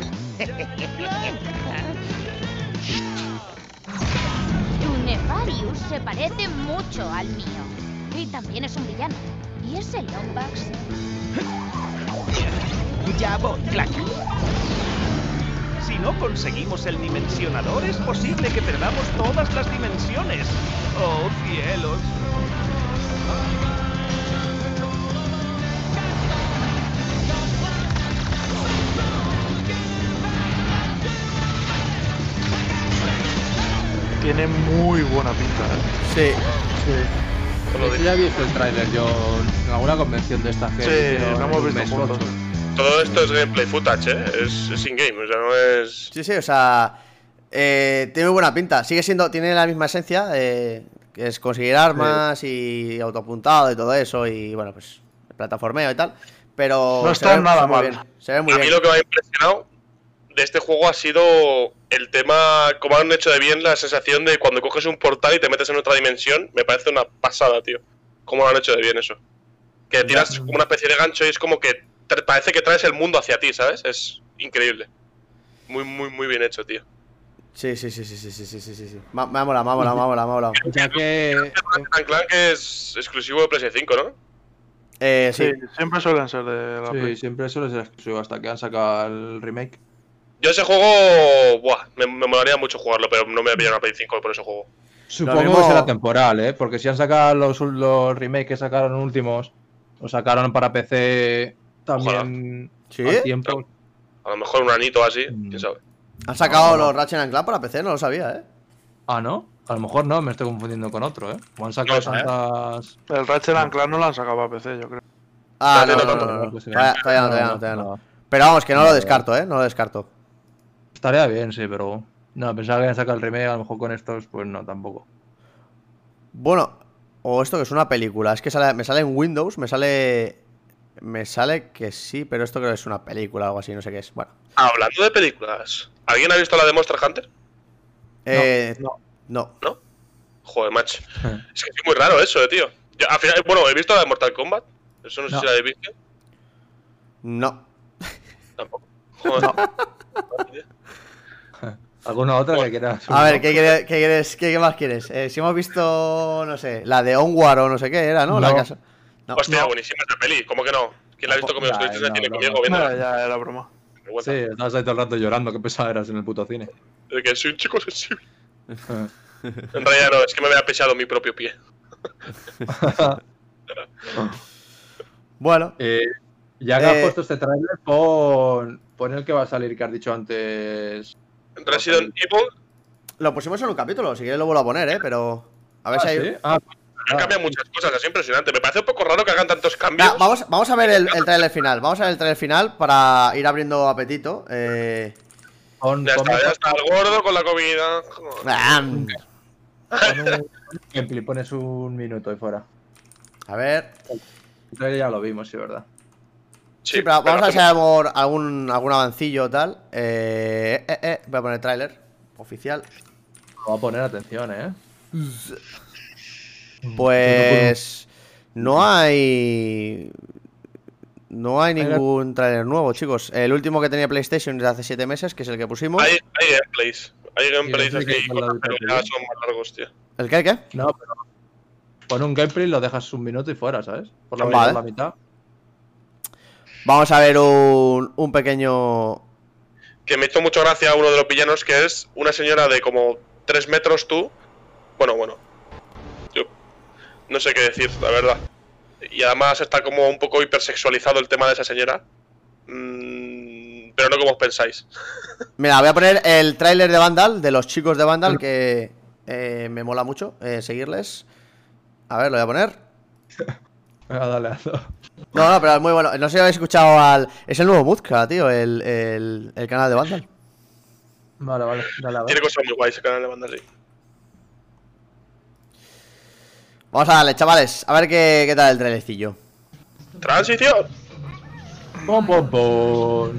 Nefarius se parece mucho al mío. Y también es un villano. ¿Y ese Lombax? Ya voy, Clank. Si no conseguimos el dimensionador, es posible que perdamos todas las dimensiones. ¡Oh, cielos! Tiene muy buena pinta, Sí. Sí, ya he visto el tráiler yo en alguna convención de estas que Sí, hicieron lo hemos un visto mes juntos. ocho. Todo esto es gameplay footage, es in-game, o sea, no es... Sí, o sea, tiene muy buena pinta. Tiene la misma esencia, que es conseguir armas y autoapuntado y todo eso, y bueno, pues plataformeo y tal. Pero No se está ve nada muy mal. bien, se ve muy A mí bien. lo que me ha impresionado de este juego ha sido el tema, cómo han hecho de bien la sensación de cuando coges un portal y te metes en otra dimensión. Me parece una pasada, tío. Cómo lo han hecho de bien eso. Que tiras como una especie de gancho y es como que parece que traes el mundo hacia ti, ¿sabes? Es increíble. Muy bien hecho, tío. Sí. Me ha molado. Ya que Ratchet & Clank es exclusivo de PS5, ¿no? Sí. Sí, siempre suelen ser de la sí, Play. siempre suele ser exclusivo hasta que han sacado el remake. Yo ese juego, buah, me molaría mucho jugarlo, pero no me voy a pillar una Play 5 por ese juego. Supongo mismo- que será temporal, ¿eh? Porque si han sacado los remakes que sacaron últimos, los sacaron para PC también ¿Sí? al tiempo. A lo mejor un anito así, quién sabe. Han sacado los Ratchet & Clank para PC, no lo sabía, Ah, ¿no? A lo mejor no, me estoy confundiendo con otro, ¿eh? O han sacado No sé, ¿eh? tantas... El Ratchet and Clank no lo han sacado para PC, yo creo. Ah, Dale, no. Pues sí. Todavía no. Pero vamos, que no lo descarto, no lo descarto. Estaría bien, sí, pero... No, pensaba que habían sacado el remake, a lo mejor con estos, pues no, tampoco. Bueno, o esto que es una película. Es que me sale en Windows, me sale que sí, pero esto creo que es una película o algo así, no sé qué es. Bueno. Hablando de películas, ¿alguien ha visto la de Monster Hunter? No. ¿No? Joder, macho. Es que es muy raro eso, tío. Yo, al final, bueno, he visto la de Mortal Kombat. Eso no sé No. si la habéis visto. No. Tampoco. Joder. ¿Alguna otra que quieras? A ver, ¿qué quieres? ¿Qué más quieres? Si hemos visto, no sé, la de Onward o no sé qué era, ¿no? La No. casa. No. Hostia, buenísima esa peli. ¿Cómo que no? ¿Quién la ha visto conmigo? Ya, Estoy no, tiene no, conmigo no. viéndola. Ya era broma. Vergüenza. Sí, estabas ahí todo el rato llorando, qué pesado eras en el puto cine. De que soy un chico sensible. En realidad no, es que me había pesado mi propio pie. Bueno, Ya que has puesto este trailer, pon el que va a salir que has dicho antes. Resident Evil lo pusimos en un capítulo, si quieres lo vuelvo a poner, pero... A ver si hay... ¿Sí? Ah, han cambiado muchas cosas, es impresionante. Me parece un poco raro que hagan tantos cambios. Vamos a ver el trailer final. Vamos a ver el trailer final para ir abriendo apetito. Ya está el gordo con la comida. Joder. Pon un gameplay, pones un minuto y fuera. A ver. El trailer ya lo vimos, sí, ¿verdad? Sí, pero vamos a ver si hay algún avancillo o tal. Voy a poner trailer oficial. Voy a poner atención, ¿eh? Pues no hay ningún trailer nuevo, chicos. El último que tenía PlayStation es de hace 7 meses, que es el que pusimos. Hay gameplays. Hay gameplays ¿Y no sé así, qué hay con la pero de ya Play? son más largos, tío. ¿El qué? ¿Qué? No, pero pon un gameplay, lo dejas un minuto y fuera, ¿sabes? Por Vale. la mitad. Vamos a ver un pequeño que me hizo mucha gracia uno de los villanos, que es una señora de como 3 metros tú. Bueno. Yo no sé qué decir, la verdad. Y además está como un poco hipersexualizado el tema de esa señora. Pero no como os pensáis. Mira, voy a poner el tráiler de Vandal, de los chicos de Vandal, que me mola mucho seguirles. A ver, lo voy a poner. Venga, dale. No, pero es muy bueno. No sé si habéis escuchado al... Es el nuevo Muzka, tío, el canal de Vandal. Vale, dale a ver. Tiene cosas muy guays el canal de banda, sí. Vamos a darle, chavales, a ver qué tal el trailercillo. ¡Transición! Pom.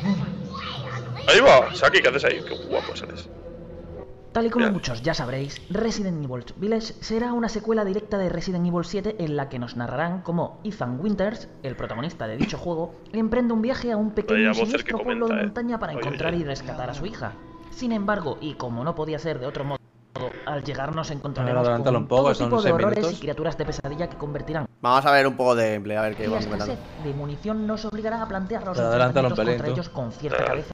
Ahí va, Saki, ¿qué haces ahí? Qué guapo sales. Tal y como Ya. muchos ya sabréis, Resident Evil Village será una secuela directa de Resident Evil 7 en la que nos narrarán cómo Ethan Winters, el protagonista de dicho juego, emprende un viaje a un pequeño Vaya voz el que siniestro pueblo de comenta, montaña para Oye, encontrar oye. y rescatar a su hija. Sin embargo, y como no podía ser de otro modo, al llegar nos encontraremos adelántalo con un poco, todo son tipo de 6 horrores minutos. y criaturas de pesadilla que convertirán. Vamos a ver un poco de gameplay, a ver qué Y la van comentando. escasez de munición nos obligará a plantear los Pero adelántalo un enfrentamientos contra pelín, tú. ellos con cierta cabeza.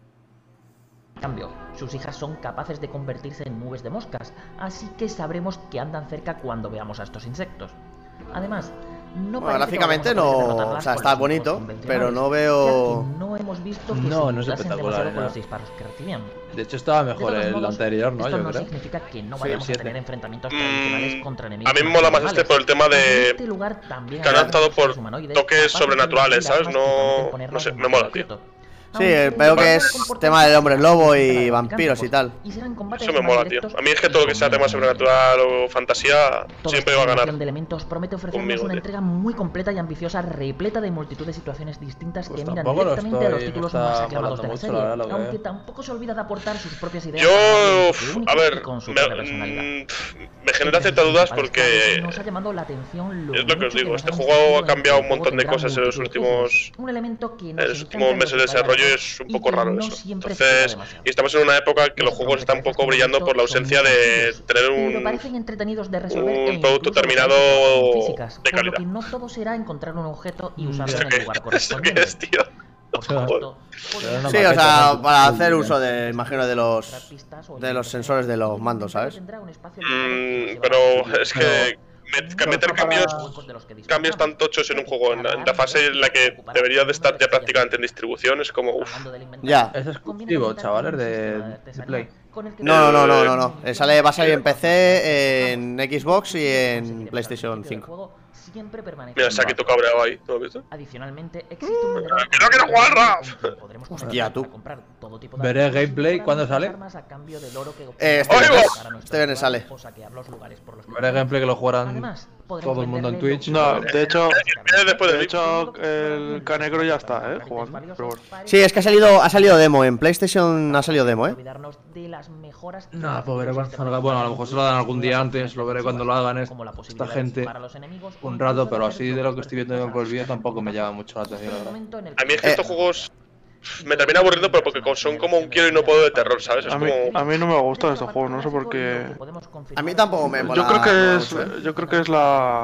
En cambio, sus hijas son capaces de convertirse en nubes de moscas, así que sabremos que andan cerca cuando veamos a estos insectos. Además, no Bueno, parece que gráficamente vayamos a poder no... derrotarlas O sea, con está los bonito, métodos convencionales, pero no veo... ya que no hemos visto que No, se no es limitasen espectacular, demasiado con no. los disparos que recibían. De hecho, estaba De mejor todos el modos, anterior, ¿no? esto Yo no creo. significa que no Sí, vayamos el a tener 7. enfrentamientos tradicionales contra enemigos. A mí me mola más normales. este por el tema En de este lugar también que han habrá optado por seres humanoides toques capaces de sobrenaturales, dirigir ¿sabes? armas que prometen No ponernos sé, en me mola, aprieto. tío. Sí, Aunque veo que puede es comportarse tema del hombre lobo y de vampiros y tal. y serán combates Eso me más mola, tío. directos A mí es que todo lo que sea tema sobrenatural o fantasía Toda siempre esta va a ganar. combinación de elementos promete ofrecernos conmigo, una tío. entrega muy completa y ambiciosa, repleta de multitud de situaciones distintas Pues que miran tampoco lo directamente a los estoy- títulos me está más aclamados de la molando serie, mucho, la verdad, lo que aunque veo. tampoco se olvida de aportar sus propias ideas Yo, para darle un toque único a y ver, con su propia personalidad. me genera ciertas dudas porque Nos ha llamado la atención es lo que os mucho digo, nos este han juego insistido ha en cambiado que un el montón de juego cosas en tendrá los multitud de últimos puzzles, un elemento que nos últimos encanta meses de en los desarrollo, Battle es un y poco que raro no eso. siempre se explora Entonces, demasiado. y estamos en una época que los Los juegos están un poco rompecabezas que brillando hemos por la visto son ausencia muy de sencillos, tener pero un parecen entretenidos de resolver e producto incluso terminado con físicas, de por lo calidad. que no todo será encontrar un objeto y usarlo ¿Esto en qué, el lugar ¿esto qué correspondiente. es, tío? Esto Pero no Sí, o maqueta, sea, ¿no? para hacer uso de, imagino, de los sensores de los mandos, ¿sabes? Pero es que meter cambios tan tochos en un juego, en la fase en la que debería de estar ya prácticamente en distribución, es como uff. Ya. Es exclusivo, chavales, de Play. No. Va a salir en PC, en Xbox y en PlayStation 5. Mira, se ha quedado cabreado ahí, ¿no lo has visto? Adicionalmente, existe un vendedor ¡Que no quiero jugar, Raf! Hostia, tú. Veré gameplay, ¿cuándo sale? Este viernes sale. Veré gameplay que lo jugarán todo el mundo en Twitch. No, de hecho, Después de del hecho el Canegro ya está, jugando. Pero bueno. Sí, es que ha salido demo. En PlayStation ha salido demo, No, pues veré cuando salga. Bueno, a lo mejor se lo dan algún día antes, lo veré cuando lo hagan esta gente un rato, pero así de lo que estoy viendo por el vídeo tampoco me llama mucho la atención, la verdad. A mí es que estos juegos me termina aburriendo, pero porque son como un quiero y no puedo de terror, ¿sabes? Es A como... mí no me gustan estos juegos, no sé por qué. A mí tampoco me mola. Yo creo que es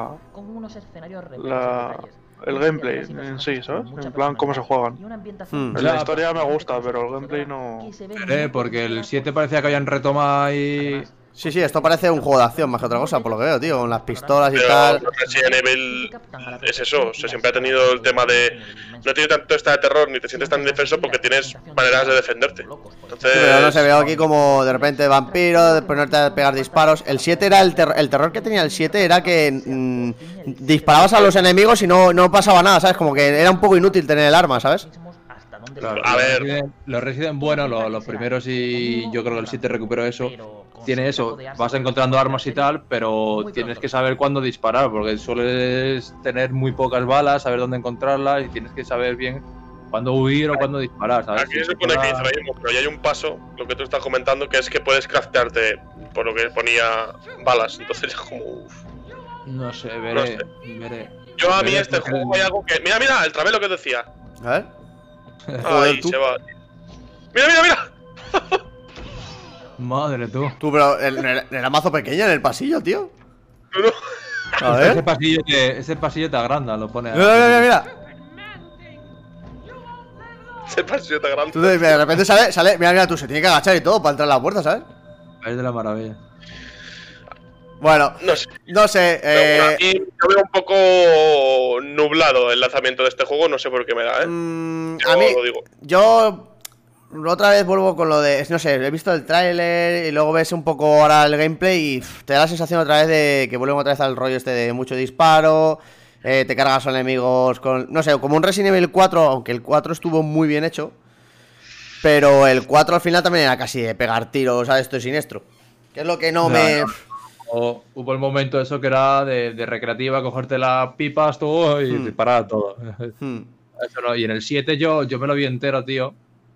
el gameplay en sí, ¿sabes? En plan, cómo se juegan. La historia me gusta, pero el gameplay no. Porque el 7 parecía que habían retomado ahí. Sí, esto parece un juego de acción más que otra cosa, por lo que veo, tío, con las pistolas y Pero tal. Resident Evil es eso, o sea, siempre ha tenido el tema de... No tiene tanto esta de terror, ni te sientes tan indefenso porque tienes maneras de defenderte. Entonces... Sí, pero no se veo aquí como de repente vampiro, de ponerte a pegar disparos. El 7 era el terror que tenía el 7 era que disparabas a los enemigos y no pasaba nada, ¿sabes? Como que era un poco inútil tener el arma, ¿sabes? Claro, a ver, los Resident, bueno, los primeros y yo creo que el 7 recuperó eso. Tiene eso, vas encontrando armas y tal, pero tienes que saber cuándo disparar, porque sueles tener muy pocas balas, saber dónde encontrarlas y tienes que saber bien cuándo huir o cuándo disparar, ¿sabes? aquí se supone que dice lo mismo, pero ya hay un paso, lo que tú estás comentando, que es que puedes craftearte, por lo que ponía, balas, entonces ya como... Uf. No sé, No veré, sé. veré. Yo a mí Veré este porque juego hay algo que... Mira, el travelo que decía. A ver. Ahí tú. se va. Mira. Madre tú. Tú, pero era mazo pequeño en el pasillo, tío. No. A ver. Ese pasillo te agranda, lo pone. Mira. Ese pasillo tan grande. Tú de repente sale, mira, tú se tiene que agachar y todo para entrar a la puerta, ¿sabes? Es de la maravilla. Bueno, no sé. Pero bueno, aquí yo veo un poco nublado el lanzamiento de este juego, no sé por qué me da, ¿eh? a mí, lo digo. yo otra vez vuelvo con lo de, no sé, he visto el tráiler y luego ves un poco ahora el gameplay y te da la sensación otra vez de que vuelven otra vez al rollo este de mucho disparo, te cargas a los enemigos con, no sé, como un Resident Evil 4, aunque el 4 estuvo muy bien hecho, pero el 4 al final también era casi de pegar tiros a esto y siniestro, que es lo que no me... Hubo el momento eso que era de recreativa, cogerte las pipas tú y disparar todo. Eso no, y en el 7 yo me lo vi entero, tío.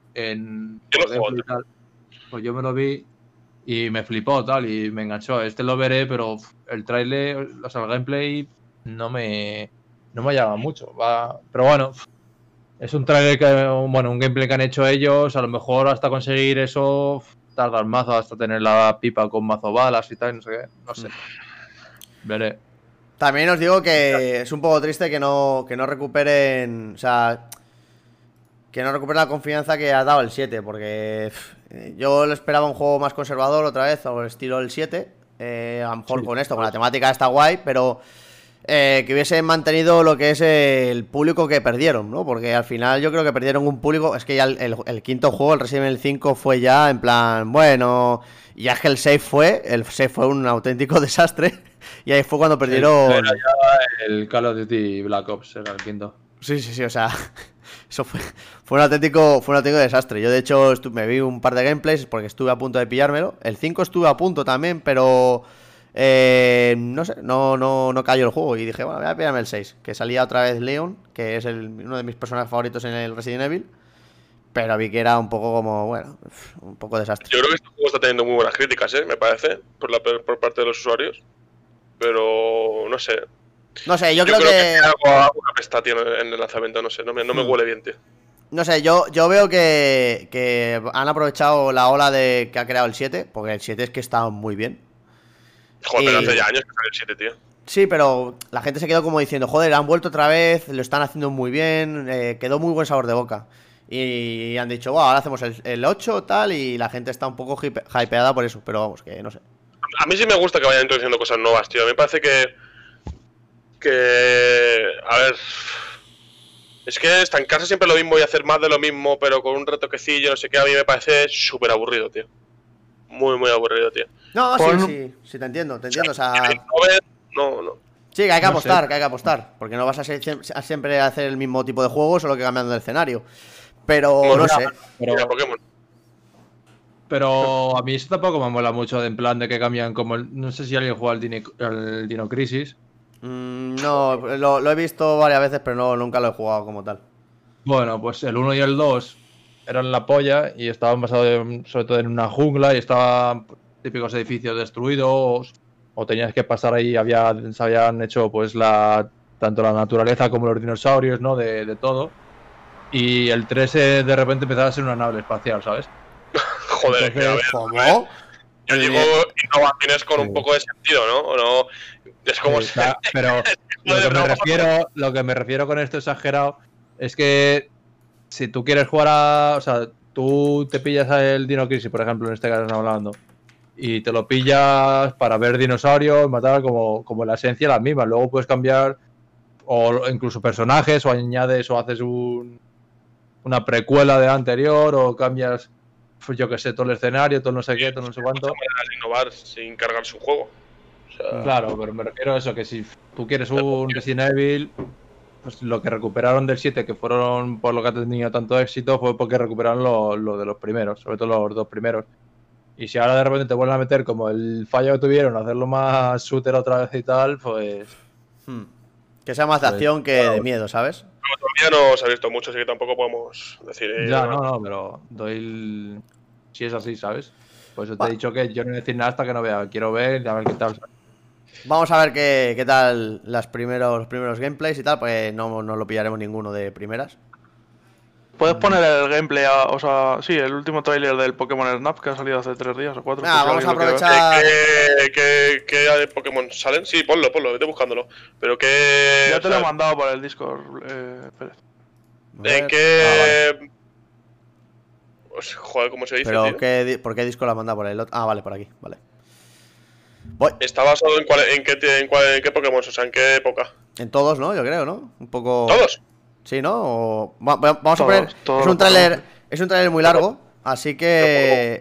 Pues yo me lo vi y me flipó tal y me enganchó. Este lo veré, pero el trailer, o sea, el gameplay no me llama mucho. Pero bueno, es un trailer un gameplay que han hecho ellos. A lo mejor hasta conseguir eso tarda el mazo, hasta tener la pipa con mazo balas y tal, no sé qué, no sé. Veré. También os digo que es un poco triste que no recuperen, o sea, que no recuperen la confianza que ha dado el 7, porque yo esperaba un juego más conservador otra vez, o el estilo del 7, a lo mejor con esto, con la temática está guay, pero que hubiesen mantenido lo que es el público que perdieron, ¿no? Porque al final yo creo que perdieron un público, es que ya el quinto juego, el Resident Evil 5, fue ya en plan, bueno, ya es que el 6 fue un auténtico desastre. Y ahí fue cuando perdieron... Era ya el Call of Duty Black Ops, era el quinto. Sí, o sea, eso fue un auténtico desastre. Yo de hecho me vi un par de gameplays porque estuve a punto de pillármelo. El 5 estuve a punto también, pero no sé, no cayó el juego. Y dije, bueno, voy a pillarme el 6, que salía otra vez Leon, que es uno de mis personajes favoritos en el Resident Evil. Pero vi que era un poco como, bueno, un poco desastre. Yo creo que este juego está teniendo muy buenas críticas, me parece, por parte de los usuarios. Pero no sé. No sé, yo creo que alguna pesta, tío, en el lanzamiento, no sé, no me huele bien, tío. No sé, yo veo que han aprovechado la ola que ha creado el 7, porque el 7 es que está muy bien. Joder, pero hace ya años que sale el 7, tío. Sí, pero la gente se quedó como diciendo, joder, han vuelto otra vez, lo están haciendo muy bien, quedó muy buen sabor de boca. Y han dicho, wow, ahora hacemos el 8 tal, y la gente está un poco hypeada por eso, pero vamos, que no sé. A mí sí me gusta que vayan introduciendo cosas nuevas, tío. A mí me parece que a ver, es que estancarse siempre lo mismo y hacer más de lo mismo, pero con un retoquecillo, no sé qué, a mí me parece súper aburrido, tío. Muy, muy aburrido, tío. No, sí, te entiendo, o sea... No. Sí, que hay que apostar, porque no vas a siempre a hacer el mismo tipo de juego, solo que cambiando de escenario. Pero no sé. Pero a mí eso tampoco me mola mucho, en plan de que cambian como no sé si alguien juega al Dino Crisis. No, lo he visto varias veces, pero nunca lo he jugado como tal. Bueno, pues el 1 y el 2 eran la polla y estaban basados sobre todo en una jungla y estaban típicos edificios destruidos o tenías que pasar ahí, se habían hecho pues tanto la naturaleza como los dinosaurios, ¿no? De todo. Y el 3 de repente empezaba a ser una nave espacial, ¿sabes? Joder, entonces, a ver, ¿cómo? Yo digo innovaciones con un poco de sentido, ¿no? ¿O no? Es como sí, pero lo que me refiero con esto exagerado es que si tú quieres jugar o sea, tú te pillas el Dino Crisis, por ejemplo, en este caso estamos hablando, y te lo pillas para ver dinosaurios, matar como la esencia las mismas. Luego puedes cambiar o incluso personajes o añades o haces una precuela de anterior o cambias, pues yo que sé, todo el escenario, todo no sé qué, todo no sé cuánto. Maneras de innovar sin cargar su juego. O sea... Claro, pero me refiero a eso, que si tú quieres un Resident Evil, pues lo que recuperaron del 7, que fueron por lo que ha tenido tanto éxito, fue porque recuperaron lo de los primeros, sobre todo los dos primeros. Y si ahora de repente te vuelven a meter como el fallo que tuvieron, hacerlo más shooter otra vez y tal, pues... Que sea más de acción que de miedo, ¿sabes? Todavía no se ha visto mucho, así que tampoco podemos decir... Ya, no, pero doy si es así, ¿sabes? Pues te he dicho que yo no voy a decir nada hasta que no vea. Quiero ver, a ver qué tal. Vamos a ver qué tal los primeros gameplays y tal, pues no lo pillaremos ninguno de primeras. Puedes poner el gameplay, o sea, sí, el último tráiler del Pokémon Snap que ha salido hace 3 días o 4. Vamos a aprovechar... ¿Qué Pokémon salen? Sí, ponlo, vete buscándolo. Pero que... Ya te lo he mandado por el Discord, Pérez. Pues, joder, ¿cómo se dice, Pero, tío? ¿por qué disco la manda por el otro? Ah, vale, por aquí, vale. Voy. ¿Está basado en qué Pokémon? O sea, ¿en qué época? En todos, ¿no? Yo creo, ¿no? Un poco... ¿Todos? Sí, ¿no? Vamos a poner... Todos Es un tráiler muy largo, así que...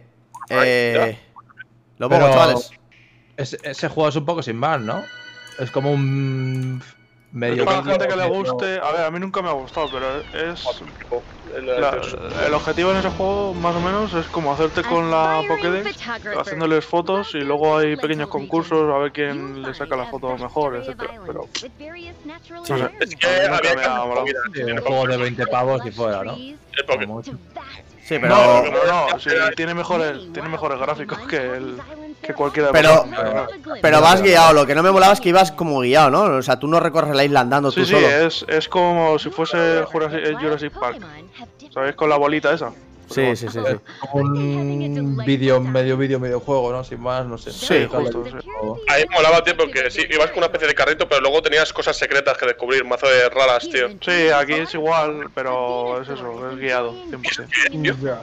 Lo pongo, Pero chavales. ese juego es un poco sin más, ¿no? Es como un medio... Para la gente que le guste, a ver, a mí nunca me ha gustado, pero es... el objetivo en ese juego, más o menos, es como hacerte con la Pokédex, haciéndoles fotos y luego hay pequeños concursos a ver quién le saca la foto mejor, etcétera. Pero no sé, Es que a mí nunca había me ha molado. Un juego de 20 pavos y fuera, ¿no? El Pokémon. Sí, No, pero... sí, tiene mejores gráficos que cualquiera de Pero- Pokémon, Pero vas guiado, lo que no me molaba es que ibas como guiado, ¿no? O sea, tú no recorres la isla andando Sí, tú sí, solo. es como si fuese Jurassic Park, ¿sabes? Con la bolita esa. Sí, sí, sí, sí. Como un videojuego, ¿no? Sin más, no sé. Sí, justo, sí. A mí me molaba, tío, porque sí, ibas con una especie de carrito, pero luego tenías cosas secretas que descubrir, mazo de raras, tío. Sí, aquí es igual, pero es eso, es guiado, 100%.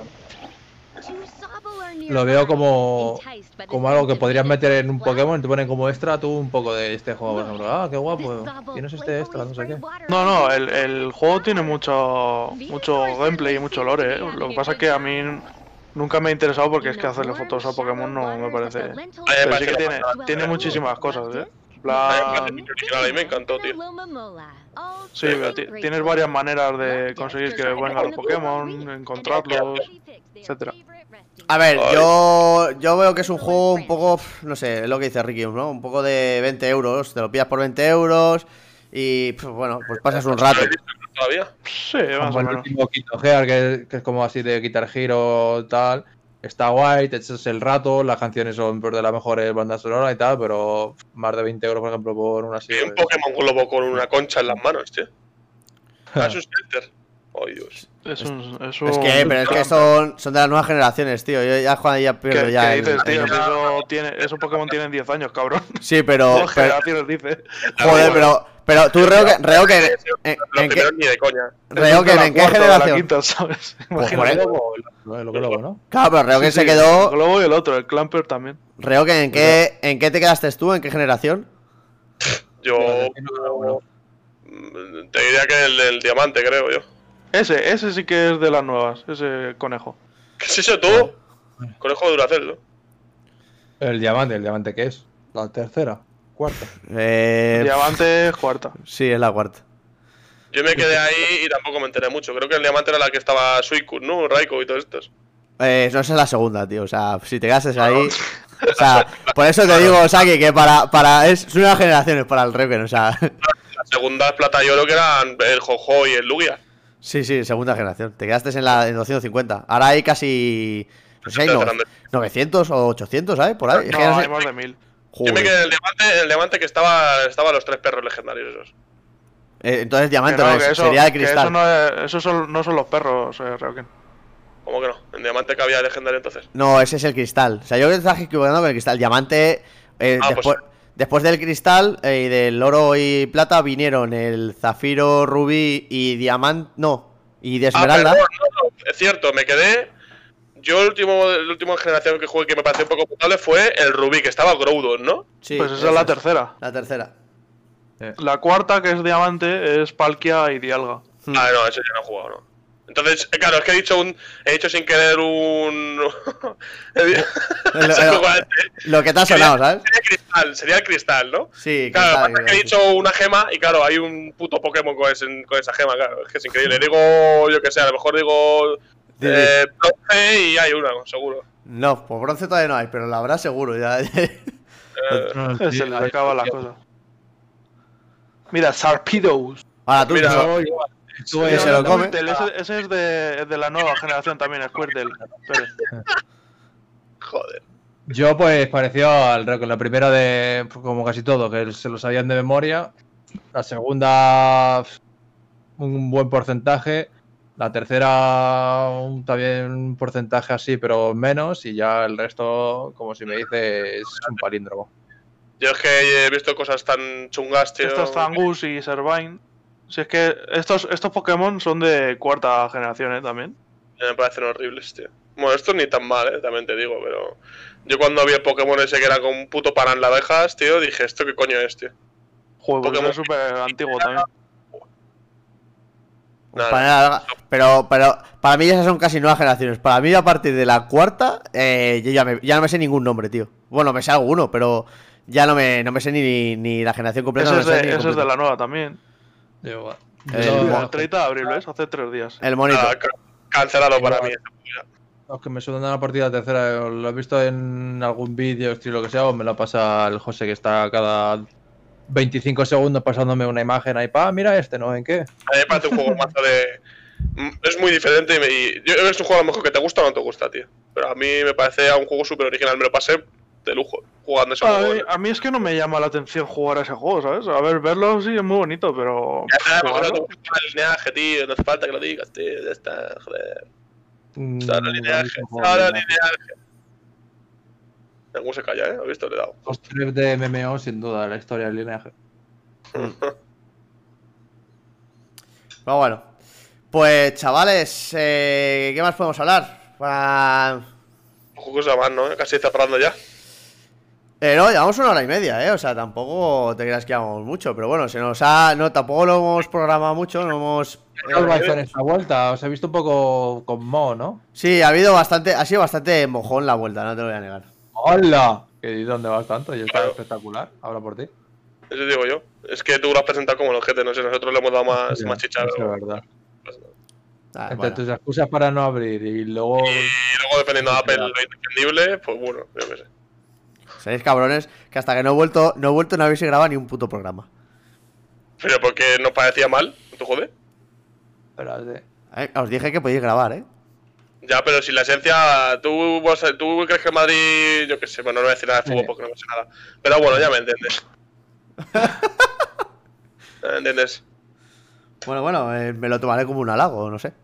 Lo veo como algo que podrías meter en un Pokémon y te ponen como extra tú un poco de este juego, por ejemplo. Ah, qué guapo. Tienes esto, no sé qué. No, el juego tiene mucho gameplay y mucho lore, ¿eh? Lo que pasa es que a mí nunca me ha interesado porque es que hacerle fotos a Pokémon no me parece... Pero sí que tiene muchísimas cosas, ¿eh? En A plan... mí me encantó, tío. Sí, pero tienes varias maneras de conseguir que vengan los Pokémon, encontrarlos, etcétera. A ver, yo veo que es un juego un poco, no sé, es lo que dice Ricky, ¿no? Un poco de 20 euros, te lo pillas por 20 euros y, bueno, pues pasas un rato. ¿Todavía? Sí, más Como o el menos. último Guitar Hero, que es como así de Guitar Hero tal. Está guay, te echas el rato, las canciones son pues, de las mejores bandas sonoras y tal, pero más de 20 euros, por ejemplo, por una así. Y un Pokémon Globo con una concha en las manos, tío. Ah, es un Skelter. Oh, Dios. Es Pero es que son de las nuevas generaciones, tío. Yo ya Juan ya pierdo ¿Qué ya dices, tío? el- Esos Pokémon tienen 10 años, cabrón. Sí, pero... Dos generaciones, dice. Joder, pero tú Reo que... Los ¿En qué, primeros ni de coña. Reo que en qué La generación? quinta, ¿sabes? Pues, Imagínate. joder. Lo Globo, ¿no? Claro, pero Reo que Sí, se sí, quedó... El Globo y el otro, el Clamper también. Reo que en qué te quedaste tú, en qué generación. Yo te diría que el diamante, creo yo. Ese sí que es de las nuevas, ese conejo. ¿Qué es eso tú? Conejo de Duracell, ¿no? ¿El diamante qué es? ¿La tercera? ¿Cuarta? Diamante es cuarta. Sí, es la cuarta. Yo me quedé ahí y tampoco me enteré mucho. Creo que el diamante era la que estaba Suicune, ¿no? Raikou y todos estos. No, esa es la segunda, tío. O sea, si te gastes ahí. O sea, por eso te digo, Saki, que es una generación para el Reuken, o sea. La segunda es plata y oro, que eran el Jojo y el Lugia. Sí, segunda generación. Te quedaste en 250. Ahora hay casi. No sé, 900 o 800, ¿sabes? Por ahí. Es que No, no sé. hay más de 1000. Yo me quedé en el diamante que estaban los 3 perros legendarios esos. Entonces diamante Que no, no que es, eso- sería de que cristal. Esos no son los perros, Reuken. ¿Cómo que no? En diamante que había legendario entonces. No, ese es el cristal. O sea, yo que te estás equivocando con el cristal. Diamante. Después del cristal y del oro y plata vinieron el zafiro, rubí y diamante. No, y de esmeralda. Perdón, no, es cierto, me quedé. Yo el último generación que jugué que me pareció un poco potable fue el rubí, que estaba Groudon, ¿no? Sí, Pues esa es la tercera. La tercera. La cuarta, que es diamante, es Palkia y Dialga. Ah, no, eso yo no he jugado, ¿no? Entonces, claro, es que he dicho sin querer un... Lo que te ha sonado, ¿sabes? Sería el cristal, ¿no? Sí, Claro, cristal. que he dicho una gema y claro, hay un puto Pokémon con esa gema, claro. Es que es increíble. Digo, yo que sé, a lo mejor digo bronce y hay una, seguro. No, pues bronce todavía no hay, pero la habrá seguro. Ya. Se le acaban las cosas. Mira, Sarpedos. Ahora tú, Mira, se lo come. Ese es de la nueva generación también, Squirtle. Joder. Yo, pues, pareció al Reuken. La primera de, como casi todo, que se lo sabían de memoria. La segunda, un buen porcentaje. La tercera, también un porcentaje así, pero menos. Y ya el resto, como si me dices, es un palíndromo. Yo es que he visto cosas tan chungas, tío. Estos Zangus y Servine. Si es que estos Pokémon son de cuarta generación, también. Me parecen horribles, tío. Bueno, esto ni tan mal, también te digo, pero... Yo cuando vi el Pokémon ese que era con un puto parán las abejas, tío, dije, ¿esto qué coño es, tío? Joder, Pokémon es súper antiguo también. Nada. Pero para mí esas son casi nuevas generaciones. Para mí a partir de la cuarta, yo ya no me sé ningún nombre, tío. Bueno, me sé alguno, pero ya no me sé ni la generación completa. Ese, no me sé ni ese es completo. de la nueva también. El 30 de abril, ¿ves? Hace 3 días. El monito. Cancelado para mí. Los que me suenan a la partida tercera, lo he visto en algún vídeo, estilo lo que sea, o me lo pasa el José que está cada 25 segundos pasándome una imagen ahí, mira ¿no? ¿En qué? A mí me parece un juego más de... Es muy diferente y yo es un juego a lo mejor que te gusta o no te gusta, tío. Pero a mí me parece un juego súper original, me lo pasé de lujo jugando ese juego. A mí es que no me llama la atención jugar a ese juego, ¿sabes? A ver, verlo sí es muy bonito, pero... Ya no te gusta el lineaje, tío, no hace falta que lo digas, tío, ya está, joder. Solo lineaje, solo lineaje. ¿Cómo se calla, ¿Has visto? Le he dado. Los tres de MMO, sin duda, la historia del lineaje. Pero bueno. Pues, chavales, ¿qué más podemos hablar? Juegos a más, ¿no? Casi está parando ya. No, llevamos 1 hora y media, O sea, tampoco te creas que llevamos mucho. Pero bueno, se nos ha... No, tampoco lo hemos programado mucho, no hemos... ¿Qué os vais en esta vuelta? Os he visto un poco con Mo, ¿no? Sí, ha sido bastante mojón la vuelta, no te lo voy a negar. ¡Hola! ¿Y dónde vas tanto? Yo estaba espectacular. Habla por ti. Eso digo yo. Es que tú lo has presentado como el ojete, no sé, nosotros le hemos dado más chicha. Es verdad. Entre bueno. tus excusas para no abrir y luego... Y luego dependiendo de Apple lo indefendible, pues bueno, yo qué sé. Seréis cabrones que hasta que no he vuelto no habéis grabado ni un puto programa. Pero porque nos parecía mal, ¿no te jode? Espérate. Os dije que podíais grabar, Ya, pero si la esencia... ¿Tú crees que Madrid... Yo qué sé, bueno, no voy a decir nada de fútbol porque no me sé nada. Pero bueno, ya me entiendes. ¿Me entiendes? Bueno, me lo tomaré como un halago, no sé.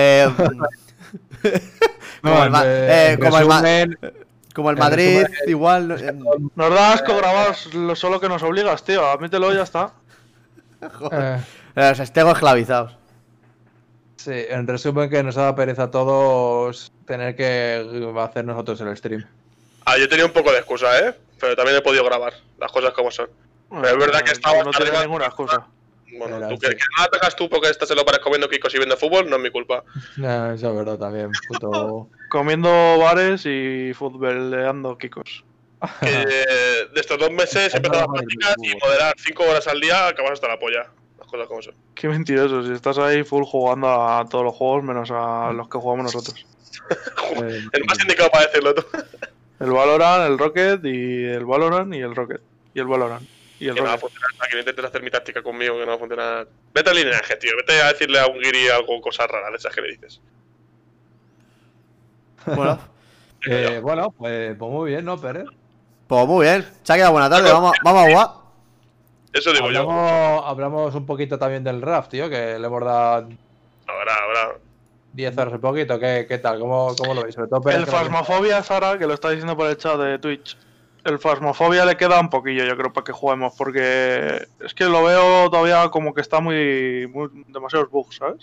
Como el Madrid, igual. Nos da asco grabar solo que nos obligas, tío. Admítelo y ya está. Joder. Os tengo esclavizados. Sí, en resumen que nos ha dado pereza a todos tener que hacer nosotros el stream. Yo tenía un poco de excusa, pero también he podido grabar las cosas como son. Pero es verdad que estamos... No tengo ninguna excusa. Bueno, tú, que no la tengas tú porque estás en los bares comiendo kikos y viendo fútbol, no es mi culpa. No, eso es verdad también, puto... Comiendo bares y futboleando kikos. De estos 2 meses he empezado las prácticas y moderar 5 horas al día acabas hasta la polla. Las cosas como son. Qué mentiroso, si estás ahí full jugando a todos los juegos menos a los que jugamos nosotros. El más indicado para decirlo tú. El Valorant, el Rocket y el Valorant y el Rocket. Y el Valorant. Y el que no va a Rocket. funcionar, que no intentes hacer mi táctica conmigo, que no va a funcionar. Vete al lineaje, tío. Vete a decirle a un guiri algo, cosas raras de esas que le dices. Bueno. Bueno, pues muy bien, ¿no, Pérez? Pues muy bien. Se ha quedado buena tarde, vamos a jugar. Eso digo yo. Hablamos un poquito también del RAF, tío, que le hemos dado Habrá. 10 horas un poquito. ¿Qué tal? ¿Cómo lo veis? Sobre todo El Phasmophobia, Sara, que lo está diciendo por el chat de Twitch. El Phasmophobia le queda un poquillo, yo creo, para que juguemos, porque es que lo veo todavía como que está muy demasiados bugs, ¿sabes?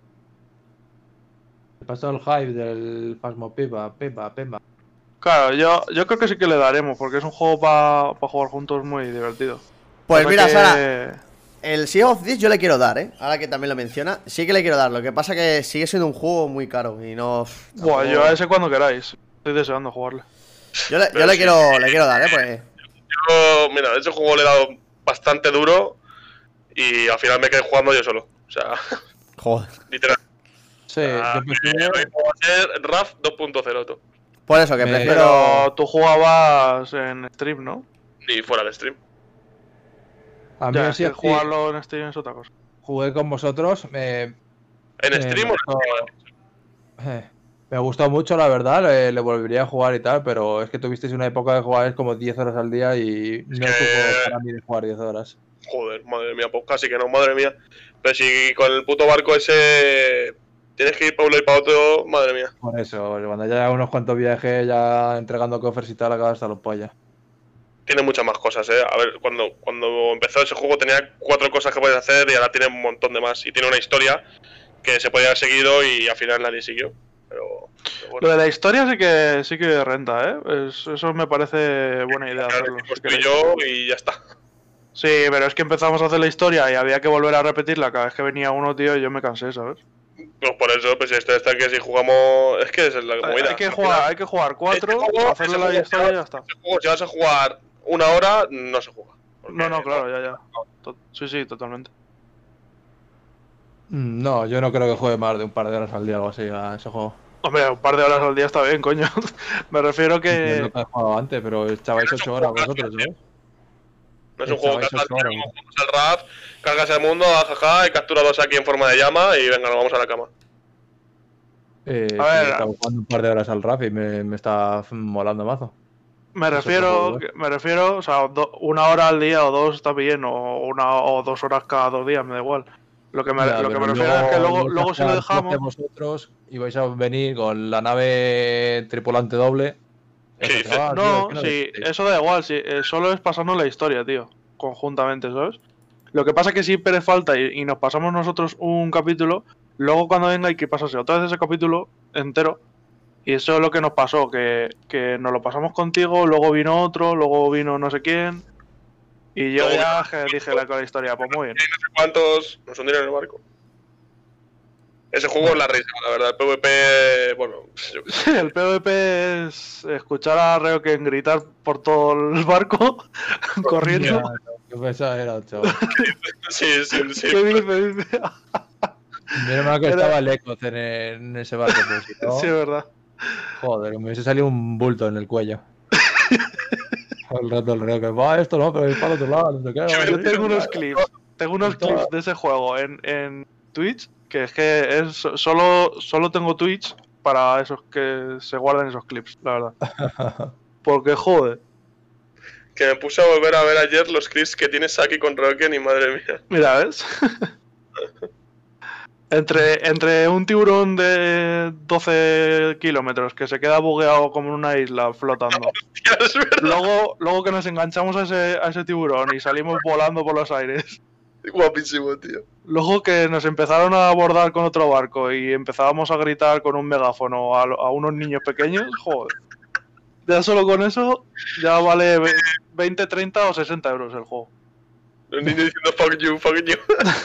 Pasó el hype del Phasmophobia, Pemba. Claro, yo creo que sí que le daremos, porque es un juego para jugar juntos muy divertido. Pues Pasa mira, que... Sara, el Sea of Thieves yo le quiero dar, ahora que también lo menciona. Sí que le quiero dar, lo que pasa que sigue siendo un juego muy caro y no... Buah, yo a ese cuando queráis. Estoy deseando jugarle. Yo le quiero dar, pues... Yo, mira, ese juego le he dado bastante duro y al final me quedé jugando yo solo. O sea, joder. Literal. Sí, yo prefiero ser RAF 2.0, tú. Por eso que prefiero... Pero tú jugabas en stream, ¿no? Ni fuera de stream. A mí ya, sí, jugarlo en stream es otra cosa. Jugué con vosotros. ¿En stream o en me gustó mucho, la verdad. Le volvería a jugar y tal, pero es que tuvisteis una época de jugar como 10 horas al día y no es un juego para mí de jugar 10 horas. Joder, madre mía, pues casi que no, madre mía. Pero si con el puto barco ese tienes que ir para uno y para otro, madre mía. Por eso, cuando ya unos cuantos viajes, ya entregando cofres y tal, acabas hasta los pollas. Tiene muchas más cosas, A ver, cuando empezó ese juego tenía 4 cosas que puedes hacer y ahora tiene un montón de más. Y tiene una historia que se podía haber seguido y al final nadie siguió. Pero Lo bueno. de la historia sí que renta, ¿eh? Eso me parece buena idea hacerlo. Pues si tú y queréis. yo y ya está. Sí, pero es que empezamos a hacer la historia y había que volver a repetirla cada vez que venía uno, tío, y yo me cansé, ¿sabes? Pues por eso, pues esto está que si jugamos. Es que es la movida. Hay que jugar 4, hacerle la ese historia y ya está. juego, si vas a jugar 1 hora, no se juega. Porque No, claro, ya. Sí, totalmente. No, yo no creo que juegue más de un par de horas al día o algo así a ese juego. Hombre, un par de horas al día está bien, coño. Me refiero Es que... lo que he jugado antes, pero echabais 8 horas vosotros, ¿no? No es un juego que Echabais 8 horas. jugamos al RAF, cargas el mundo, jaja, y captura 2 aquí en forma de llama y venga, nos vamos a la cama. A ver, Estaba jugando un par de horas al RAF y me está molando mazo. Me refiero, o sea, 1 hora al día o 2 está bien, o 2 horas cada 2 días, me da igual. Lo que me refiero es que luego si lo dejamos... Vosotros ibais a venir con la nave tripulante doble. ¿Qué dices? No, sí, eso da igual, sí, solo es pasarnos la historia, tío, conjuntamente, ¿sabes? Lo que pasa es que si Pérez falta y nos pasamos nosotros un capítulo, luego cuando venga hay que pasarse otra vez ese capítulo entero. Y eso es lo que nos pasó, que nos lo pasamos contigo, luego vino otro, luego vino no sé quién. Y yo Luego ya dije la historia, pues muy bien. Y no sé cuántos nos hundieron en el barco. Ese juego es la risa, la verdad. El PvP, bueno, yo qué sé. El PvP es escuchar a Ryoken gritar por todo el barco, corriendo. Qué pesado era, chaval. Sí. ¿Qué dice? Menos mal que estaba el Echo en ese barco, pero si no... Sí, es verdad. Joder, me hubiese salido un bulto en el cuello. El rato el reo que va esto, no, pero es para el otro lado, no sé qué. Yo tengo unos clips de ese juego en Twitch, que es que solo tengo Twitch para esos que se guardan esos clips, la verdad. Porque joder. Que me puse a volver a ver ayer los clips que tiene Saki con Ryoken y madre mía. Mira, ¿ves? Entre un tiburón de 12 kilómetros que se queda bugueado como en una isla flotando. Luego que nos enganchamos a ese tiburón y salimos volando por los aires. Guapísimo, tío. Luego que nos empezaron a abordar con otro barco y empezábamos a gritar con un megáfono a unos niños pequeños, joder. Ya solo con eso ya vale 20, 30 o 60 euros el juego. Los niños diciendo fuck you.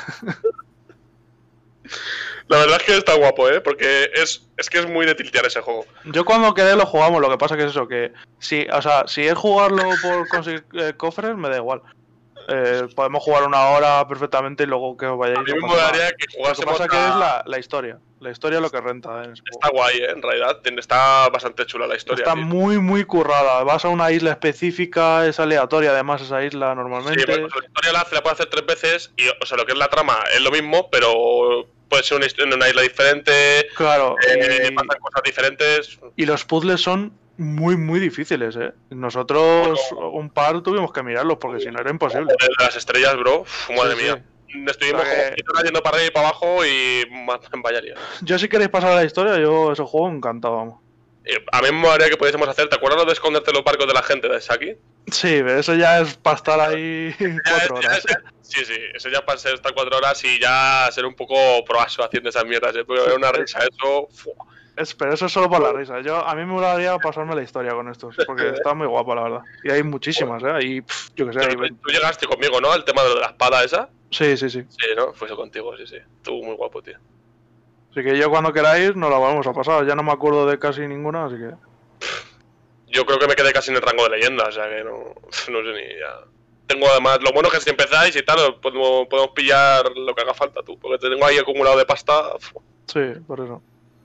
La verdad es que está guapo, porque es que es muy de tiltear ese juego. Yo cuando quedé lo jugamos, lo que pasa que es eso, que si es jugarlo por conseguir cofres, me da igual. Podemos jugar 1 hora perfectamente y luego que os vayáis. A mí me molaría que Lo que jugásemos pasa que es la historia. La historia es lo que renta en ese juego. Está guay, en realidad. Está bastante chula la historia. Está tío. muy, muy currada. Vas a una isla específica, es aleatoria además esa isla Sí, normalmente. bueno, la historia la puede hacer 3 veces y, o sea, lo que es la trama es lo mismo, pero puede ser en una isla diferente, Claro. pasan cosas diferentes. Y los puzzles son muy, muy difíciles, ¿eh? Nosotros un par tuvimos que mirarlos porque si no era imposible. Las estrellas, bro, madre Sí, mía. Estuvimos O sea como que- 1 hora yendo para arriba y para abajo y vaya lío. Yo si queréis pasar a la historia, yo ese juego encantado, vamos. A mí me molaría que pudiésemos hacer, ¿te acuerdas lo de esconderte en los barcos de la gente de Saki? Sí, pero eso ya es para estar ahí 4 horas. Sí, eso ya para ser estar 4 horas y ya ser un poco proaso haciendo esas mierdas, porque era una risa eso. ¡fua! Pero eso es solo por la risa. A mí me molaría pasarme la historia con estos, porque está muy guapo, la verdad. Y hay muchísimas, ¿eh? Y yo qué sé. Pero tú llegaste conmigo, ¿no? Al tema de la espada esa. Sí. Sí, ¿no? Fue eso contigo, sí. Estuvo muy guapo, tío. Así que yo cuando queráis nos la vamos a pasar. Ya no me acuerdo de casi ninguna, así que... Yo creo que me quedé casi en el rango de leyenda, o sea que no sé ni ya. Tengo además, lo bueno es que si empezáis y tal, podemos pillar lo que haga falta tú, porque te tengo ahí acumulado de pasta. Sí, por eso.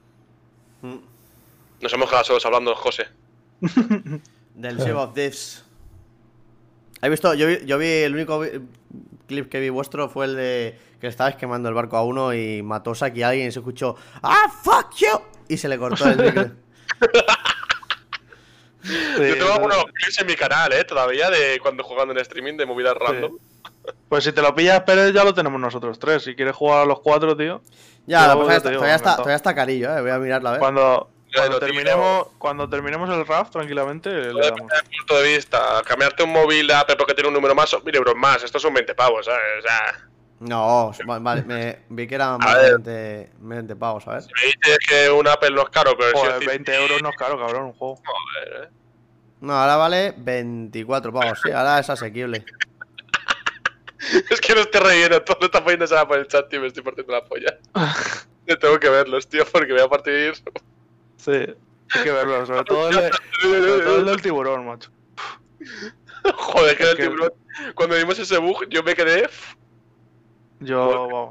Nos hemos quedado solos hablando, José. Del Ship of Thieves. ¿Has visto? Yo vi el único clip que vi vuestro fue el de que le estabais quemando el barco a uno y mató Saki a alguien y se escuchó ¡Ah, fuck you! Y se le cortó el micro. Yo tengo algunos clips en mi canal, todavía, de cuando jugando en streaming de movidas random. Pues si te lo pillas, Pérez, ya lo tenemos nosotros 3. Si quieres jugar a los 4, tío. Ya, yo pues te digo, todavía está carillo, voy a mirarlo a ver. Cuando terminemos el RAF, tranquilamente, le damos. Desde el punto de vista, cambiarte un móvil a Pepe que tiene un número más son 1000 euros más, estos son 20 pavos, ¿sabes? O sea, No, vale, vi que eran más de 20 pavos, a ver. Si me dices que un Apple no es caro, pero Joder, si 20 euros no es caro, cabrón, un juego. Joder, No, ahora vale 24 pavos, sí, ahora es asequible. Es que no estoy riendo, todo lo está poniendo Sara por el chat, tío, me estoy partiendo la polla. Yo tengo que verlos, tío, porque me voy a partir. Sí, hay que verlo, sobre todo el del tiburón, macho. Joder, que el tiburón. Cuando vimos ese bug, yo me quedé. Vamos.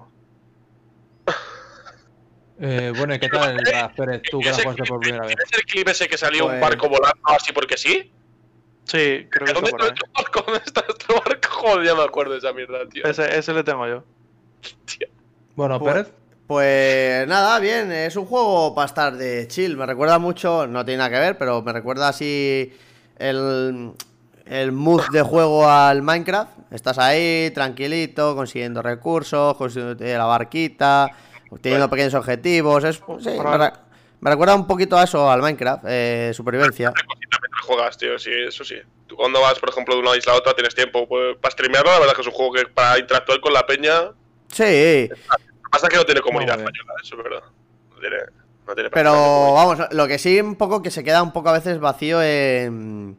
Bueno, ¿y qué tal el Raz Pérez? Tú que la jugaste por primera vez. ¿Es el clip ese que salió Pues... un barco volando así porque sí? Sí, creo que ¿Dónde está por está ahí. este barco? ¿Dónde está este barco? Joder, ya me acuerdo de esa mierda, tío. Ese le tengo yo. Bueno, Pues- Pérez. Pues nada, bien, es un juego para estar de chill. Me recuerda mucho, no tiene nada que ver, pero me recuerda así el mood de juego al Minecraft. Estás ahí, tranquilito, consiguiendo recursos, consiguiendo la barquita, teniendo pequeños objetivos. Sí, me recuerda un poquito a eso, al Minecraft, supervivencia. Mientras juegas, tío, sí, eso sí. Tú cuando vas, por ejemplo, de una isla a otra tienes tiempo pues, para streamearlo. La verdad es que es un juego que para interactuar con la peña. Sí, Pasa que no tiene comunidad Muy bien. española, eso es verdad. No tiene pero prácticamente vamos, lo que sí un poco que se queda un poco a veces vacío un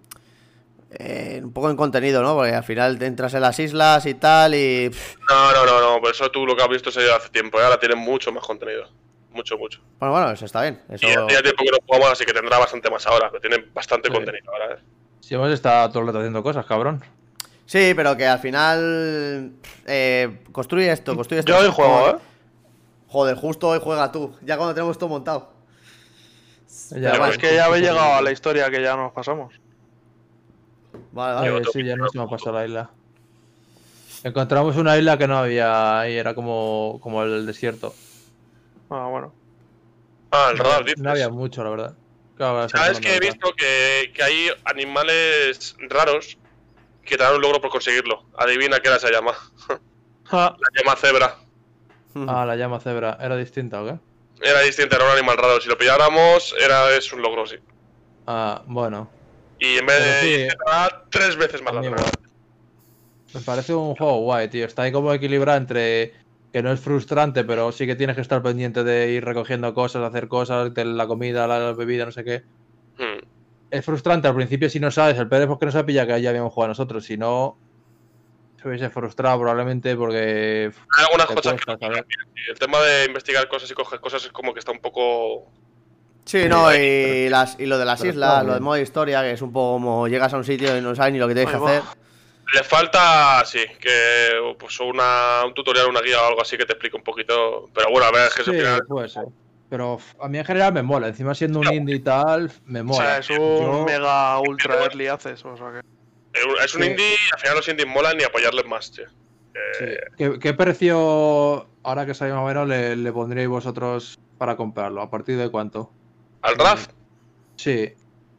poco en contenido, ¿no? Porque al final te entras en las islas y tal y... No, por eso tú lo que has visto se lleva hace tiempo, ahora tiene mucho más contenido. Mucho. Bueno, eso está bien. Eso... Y ya tiempo que no jugamos, así que tendrá bastante más ahora, pero tiene bastante contenido ahora, Si hemos estado todo el rato haciendo cosas, cabrón. Sí, pero que al final construye esto. Yo hoy juego, Joder, justo hoy juega tú, ya cuando tenemos todo montado. Ya, Pero vale, es que ya habéis llegado a la historia que ya nos pasamos. Vale. Sí, ya nos hemos pasado la isla. Encontramos una isla que no había ahí, era como el desierto. Ah, bueno. el radar, dices. No había mucho, la verdad. Claro, ¿Sabes que he visto que hay animales raros que te dan un logro por conseguirlo? Adivina qué era esa llama. La llama cebra. Ah, la llama cebra. ¿Era distinta o qué? Era distinta, era un animal raro. Si lo pilláramos, es un logro, sí. Ah, bueno. Y en vez Pero de sí, te da 3 veces más a mí largo. igual. Me parece un juego guay, tío. Está ahí como equilibrado entre que no es frustrante, pero sí que tienes que estar pendiente de ir recogiendo cosas, hacer cosas, de la comida, la bebida, no sé qué. Es frustrante al principio si no sabes. El Pérez porque no se pilla que ya habíamos jugado nosotros. Si no, se hubiese frustrado probablemente porque... Hay algunas te cosas cuesta, que ¿sabes? el tema de investigar cosas y coger cosas es como que está un poco... Sí, no, y lo de las pero islas, está lo de bien. modo historia, que es un poco como llegas a un sitio y no sabes ni lo que tienes que hacer. Le falta, sí, que pues un tutorial, una guía o algo así que te explique un poquito. Pero bueno, a ver, es que Sí, al final... puede ser. Pero a mí en general me mola. Encima siendo un indie y tal, me O mola. sea, es un mega ultra early access, o sea que... Es un Sí. indie y al final los indies molan y apoyarles más, tío. Sí. ¿Qué precio, ahora que sabéis más o menos, le pondríais vosotros para comprarlo? ¿A partir de cuánto? ¿Al RAF? Sí.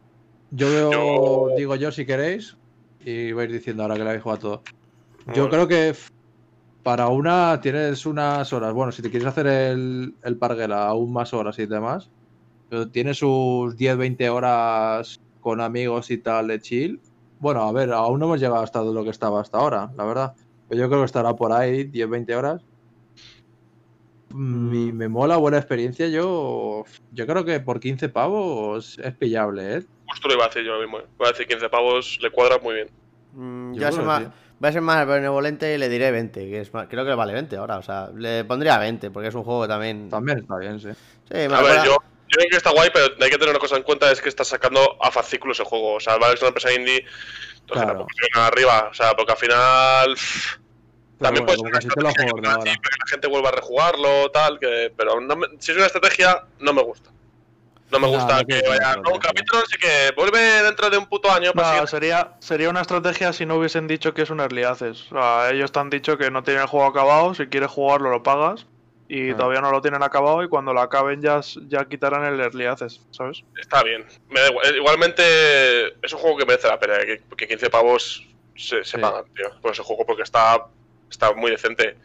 Digo yo si queréis, y vais diciendo ahora que le habéis jugado todo. Yo creo que para una tienes unas horas. Bueno, si te quieres hacer el Parguela, aún más horas y demás. Pero tienes sus 10-20 horas con amigos y tal de chill. Bueno, a ver, aún no hemos llegado hasta lo que estaba hasta ahora, la verdad. Pero yo creo que estará por ahí 10-20 horas. Y me mola, buena experiencia. Yo creo que por 15 pavos es pillable, ¿eh? Justo lo iba a decir yo lo mismo. Voy a decir 15 pavos, le cuadra muy bien. Yo voy a ser más benevolente y le diré 20, que es creo que vale 20 ahora. O sea, le pondría 20, porque es un juego que también... También está bien, sí. Sí, me A ver, recuerda- yo creo que está guay, pero hay que tener una cosa en cuenta, es que estás sacando a fascículos el juego. O sea, vale, es una empresa indie, entonces Claro. tampoco se venga arriba. O sea, porque al final... También bueno, puede como ser casi una todos los estrategia juegos de que ahora. sí, para que la gente vuelva a rejugarlo, tal, pero si es una estrategia, no me gusta. No me No, gusta no que quiero vaya tener a un capítulo, así que vuelve dentro de un puto año. para No, sería una estrategia si no hubiesen dicho que es un early access. O sea, ellos te han dicho que no tienen el juego acabado, si quieres jugarlo lo pagas y todavía no lo tienen acabado y cuando lo acaben ya quitarán el early access, ¿sabes? Está bien. Me da igual. Igualmente es un juego que merece la pena, que 15 pavos se pagan, tío, por ese juego porque está muy decente.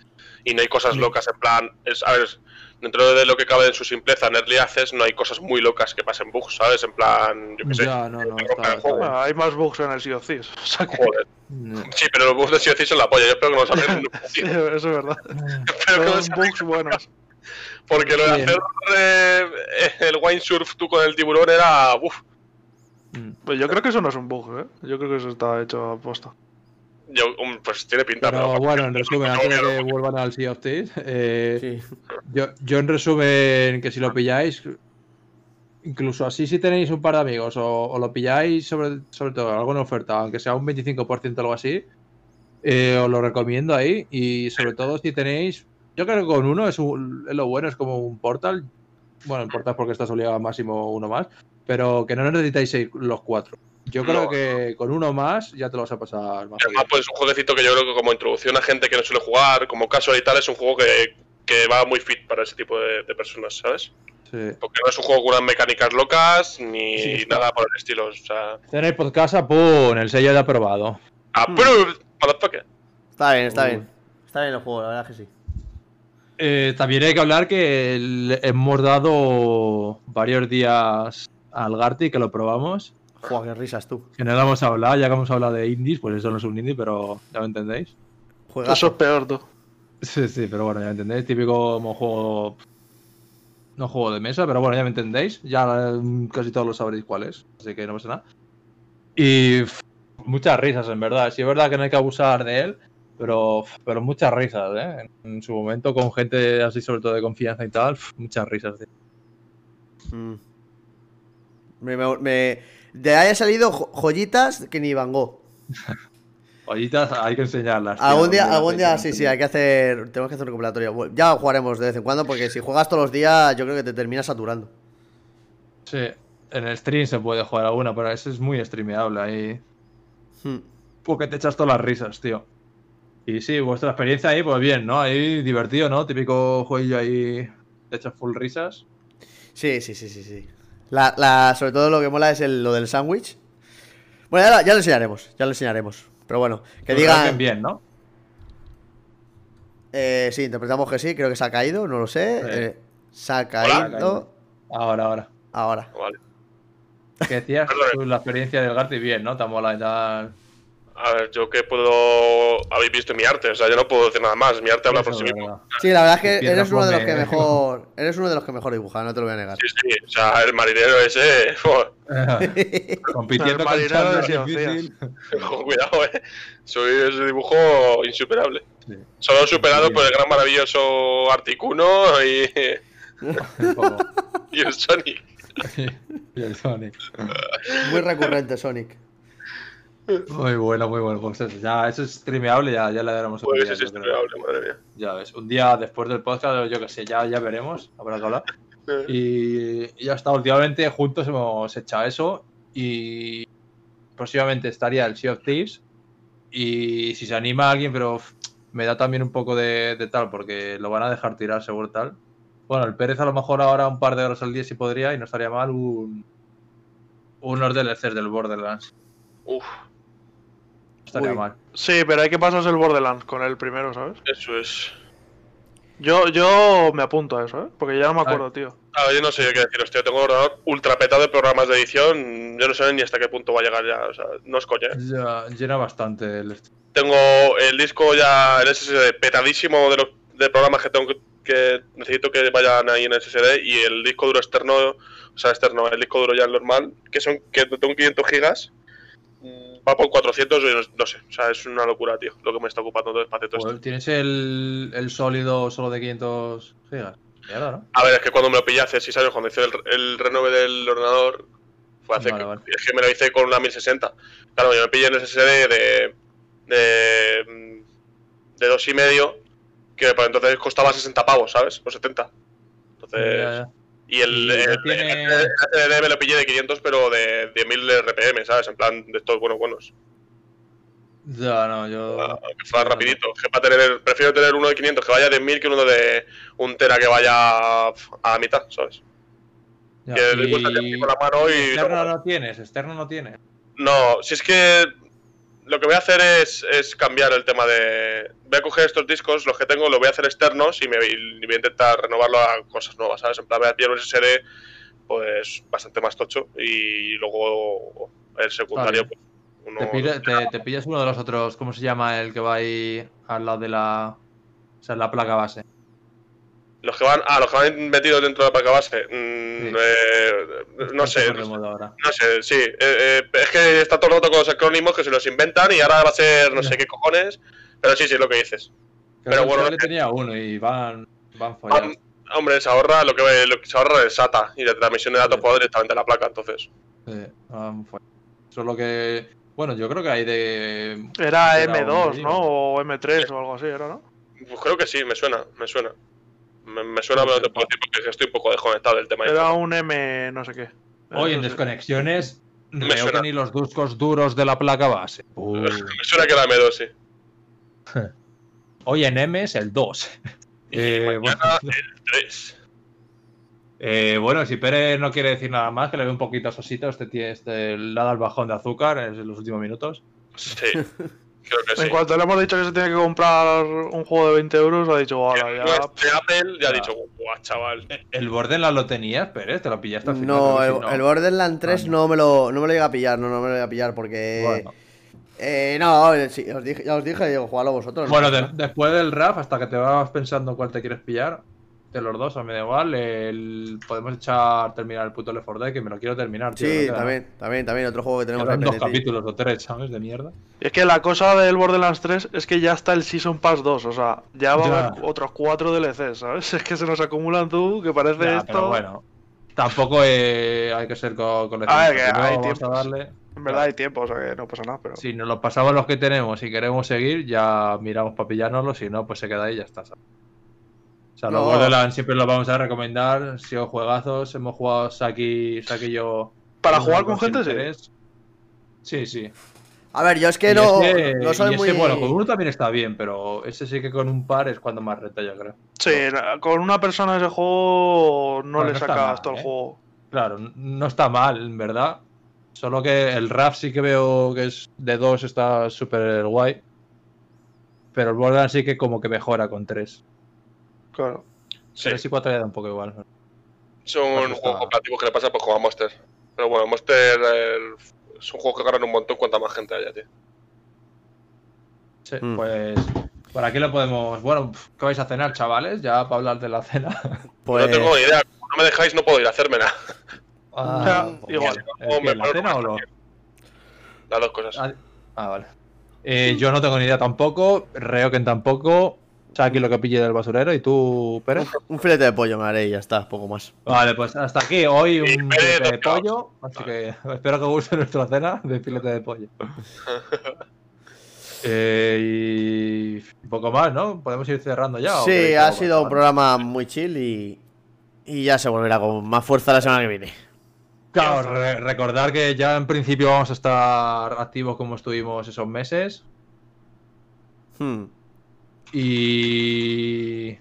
y no hay cosas locas en plan, a ver, dentro de lo que cabe en su simpleza en Early Access no hay cosas muy locas que pasen bugs, ¿sabes? En plan, yo qué sé. Ya, no, el juego. Bueno, hay más bugs en el Sea of Thieves. O sea que... Joder. Sí, pero los bugs de Sea of Thieves son la polla, yo espero que no los arreglen. Sí, eso es verdad. Pero que no Son bugs buenos. porque lo de hacer el windsurf tú con el tiburón era... Uf. Pues yo creo que eso no es un bug, ¿eh? Yo creo que eso está hecho a posta. Pues tiene pinta, pero bueno, en resumen, antes de que vuelvan al Sea of Thieves, yo en resumen, que si lo pilláis, incluso así si tenéis un par de amigos o lo pilláis sobre todo alguna oferta, aunque sea un 25% o algo así, os lo recomiendo ahí. Y sobre todo si tenéis, yo creo que con uno es lo bueno, es como un Portal. Bueno, el Portal porque estás obligado al máximo uno más, pero que no necesitáis ir los 4. Yo creo que con uno más ya te lo vas a pasar más. Además, pues es un jueguecito que yo creo que como introducción a gente que no suele jugar, como casual y tal, es un juego que va muy fit para ese tipo de personas, ¿sabes? Sí. Porque no es un juego con unas mecánicas locas ni nada por el estilo. O sea... Tenéis podcast, ¡pum! El sello de aprobado. ¡Approved! Motherfucker. Está bien, está bien. Está bien el juego, la verdad que sí. También hay que hablar que hemos dado varios días al Gartic que lo probamos. Joder, qué risas tú. Que no lo hemos hablado, ya que hemos hablado de indies, pues eso no es un indie, pero ya lo entendéis. Juegazo. Eso es peor, tú. Sí, pero bueno, ya me entendéis. Típico como juego. No juego de mesa, pero bueno, ya me entendéis. Ya casi todos lo sabréis cuál es, así que no pasa nada. Y muchas risas, en verdad. Sí, es verdad que no hay que abusar de él, pero muchas risas, ¿eh? En su momento, con gente así, sobre todo de confianza y tal, muchas risas. De ahí han salido joyitas que ni Van Gogh. Joyitas hay que enseñarlas. Algún día, sí, hay que tenemos que hacer un recopilatorio. Ya jugaremos de vez en cuando, porque si juegas todos los días, yo creo que te terminas saturando. Sí, en el stream se puede jugar alguna, pero eso es muy streameable ahí. Porque te echas todas las risas, tío. Y sí, vuestra experiencia ahí, pues bien, ¿no? Ahí divertido, ¿no? Típico jueguillo ahí, te echas full risas. Sí. Sobre todo lo que mola es lo del sándwich. Bueno, ya lo enseñaremos. Pero bueno, que digan bien, ¿no? Sí, interpretamos que sí, creo que se ha caído, no lo sé. Se ha caído. Ahora. Vale. ¿Qué decías? La experiencia del Gartic bien, ¿no? Te mola y tal. A ver, yo que puedo... Habéis visto mi arte, o sea, yo no puedo decir nada más. Mi arte habla por sí mismo. Sí, la verdad es que eres uno de los que mejor dibuja, no te lo voy a negar. Sí, o sea, el marinero ese... Compitiendo con Charles es difícil. Cuidado, soy ese dibujo insuperable. Sí. Solo superado por el gran maravilloso Articuno y el Sonic. Y el Sonic. Muy recurrente, Sonic. Muy bueno. Pues eso es streameable, ya le daremos un día. Pues es streameable, madre mía. Ya ves, un día después del podcast, yo que sé, ya veremos, habrá que hablar. Y ya está, últimamente juntos hemos echado eso. Y próximamente estaría el Sea of Thieves. Y si se anima alguien, pero me da también un poco de tal, porque lo van a dejar tirar seguro tal. Bueno, el Pérez a lo mejor ahora un par de horas al día si podría, y no estaría mal unos DLCs del Borderlands. Uf. Estaría mal. Sí, pero hay que pasarse el Borderlands con el primero, ¿sabes? Eso es. Yo me apunto a eso, ¿eh? Porque ya no me acuerdo, tío. Yo no sé qué deciros, tío. Tengo un ordenador ultra petado de programas de edición. Yo no sé ni hasta qué punto va a llegar ya. O sea, no es coña. Ya, llena bastante Tengo el disco ya, el SSD petadísimo de programas que necesito que vayan ahí en el SSD. Y el disco duro externo, el disco duro ya normal, que tengo 500 gigas. Va por 400, no sé, o sea, es una locura, tío, lo que me está ocupando todo el espacio. Pues ¿tienes el sólido solo de 500 gigas? Mierda, ¿no? A ver, es que cuando me lo pillé hace 6 años, cuando hice el renove del ordenador, fue hace vale. Es que me lo hice con una 1060. Claro, yo me pillé en el SSD de 2,5, que por entonces costaba 60 pavos, ¿sabes? O 70. Entonces... Ya. Y el SSD me lo pillé de 500, pero de 1000 RPM, ¿sabes? En plan, de estos buenos. Ya, no, yo... que fuera rapidito. Que prefiero tener uno de 500 que vaya de 1000 que uno de 1 tera que vaya a la mitad, ¿sabes? Ya, que le cuesta con la mano y... ¿Externo no tienes? No, si es que... lo que voy a hacer es cambiar el tema de... Voy a coger estos discos, los que tengo, los voy a hacer externos y voy a intentar renovarlo a cosas nuevas, ¿sabes? En plan, voy a pillar un SSD pues bastante más tocho y luego el secundario... Vale. Pues, Te pillas uno de los otros, ¿cómo se llama el que va ahí al lado de la... O sea, la placa base? los que van metidos dentro de la placa base. No sé. No sé, sí. Es que está todo el rato con los acrónimos que se los inventan y ahora va a ser no sé qué cojones. Pero sí, es lo que dices. Pero bueno, le tenía uno y van follados. Hombre, se ahorra lo que se ahorra es SATA y la transmisión de datos por directamente a la placa, entonces. Sí, solo que... Bueno, yo creo que hay de... Era M2, ¿no? O M3 o algo así, ¿era, no? Pues creo que sí, me suena. Me suena, pero no te puedo decir porque estoy un poco desconectado del tema. Era un M no sé qué. Hoy en desconexiones veo que ni los discos duros de la placa base. Me suena que era M2, sí. Hoy en M es el 2. Mañana el 3. Bueno, si Pérez no quiere decir nada más, que le ve un poquito sosito, le ha dado el bajón de azúcar en los últimos minutos. Sí, creo que sí. En cuanto le hemos dicho que se tiene que comprar un juego de 20 euros, ha dicho, hola, ya. De Apple ya ha dicho, guau, chaval. ¿El Borderlands lo tenías, Pérez? ¿Te lo pillaste al final? No, el Borderlands 3 no me lo iba a pillar, no me lo iba a pillar porque... Bueno. No, sí, ya os dije, digo, jugadlo vosotros. Bueno, después del RAF, hasta que te vas pensando cuál te quieres pillar, de los dos, a mí me da igual, podemos terminar el puto Left 4 Dead, que me lo quiero terminar, tío. Sí, también, otro juego que tenemos ahí. 2 capítulos o 3, ¿sabes? De mierda. Es que la cosa del Borderlands 3 es que ya está el Season Pass 2, o sea, ya va a haber otros 4 DLCs, ¿sabes? Es que se nos acumulan tú, que parece esto... Pero bueno, tampoco hay que ser con A ver, que hay tiempo. En verdad hay tiempo, o sea que no pasa nada, pero... Si nos lo pasamos los que tenemos y queremos seguir, ya miramos para pillárnoslo, si no, pues se queda ahí y ya está, ¿sabes? O sea, los Borderlands siempre los vamos a recomendar, han sido juegazos, hemos jugado Saki y yo... ¿Para jugar con gente, sí? Sí. A ver, yo es que no soy muy... Bueno, con uno también está bien, pero ese sí que con un par es cuando más renta, yo creo. Sí, con una persona ese juego no le sacas todo el juego. Claro, no está mal, en verdad. Solo que el RAF sí que veo que es de 2, está súper guay. Pero el Borderlands sí que como que mejora con 3. Claro. 3 y 4 ya da un poco igual. Es un juego cooperativo que le pasa pues como a Monster. Pero bueno, Monster es un juego que ganan un montón cuanta más gente haya, tío. Sí, pues por aquí lo podemos... Bueno, ¿qué vais a cenar, chavales? Ya para hablar de la cena. Pues... No tengo ni idea. Como no me dejáis no puedo ir a hacerme nada. Igual. ¿La cena o no? Las dos cosas. Vale. Yo no tengo ni idea tampoco. Ryoken tampoco. O sea, aquí lo que pille del basurero. ¿Y tú, Pérez? Un filete de pollo me haré y ya está, poco más. Vale, pues hasta aquí. Hoy un filete de pollo. Así que espero que os guste nuestra cena de filete de pollo. Y poco más, ¿no? Podemos ir cerrando ya. Sí, ha sido un programa muy chill y ya se volverá con más fuerza la semana que viene. Claro, recordar que ya en principio vamos a estar activos como estuvimos esos meses. ¿Qué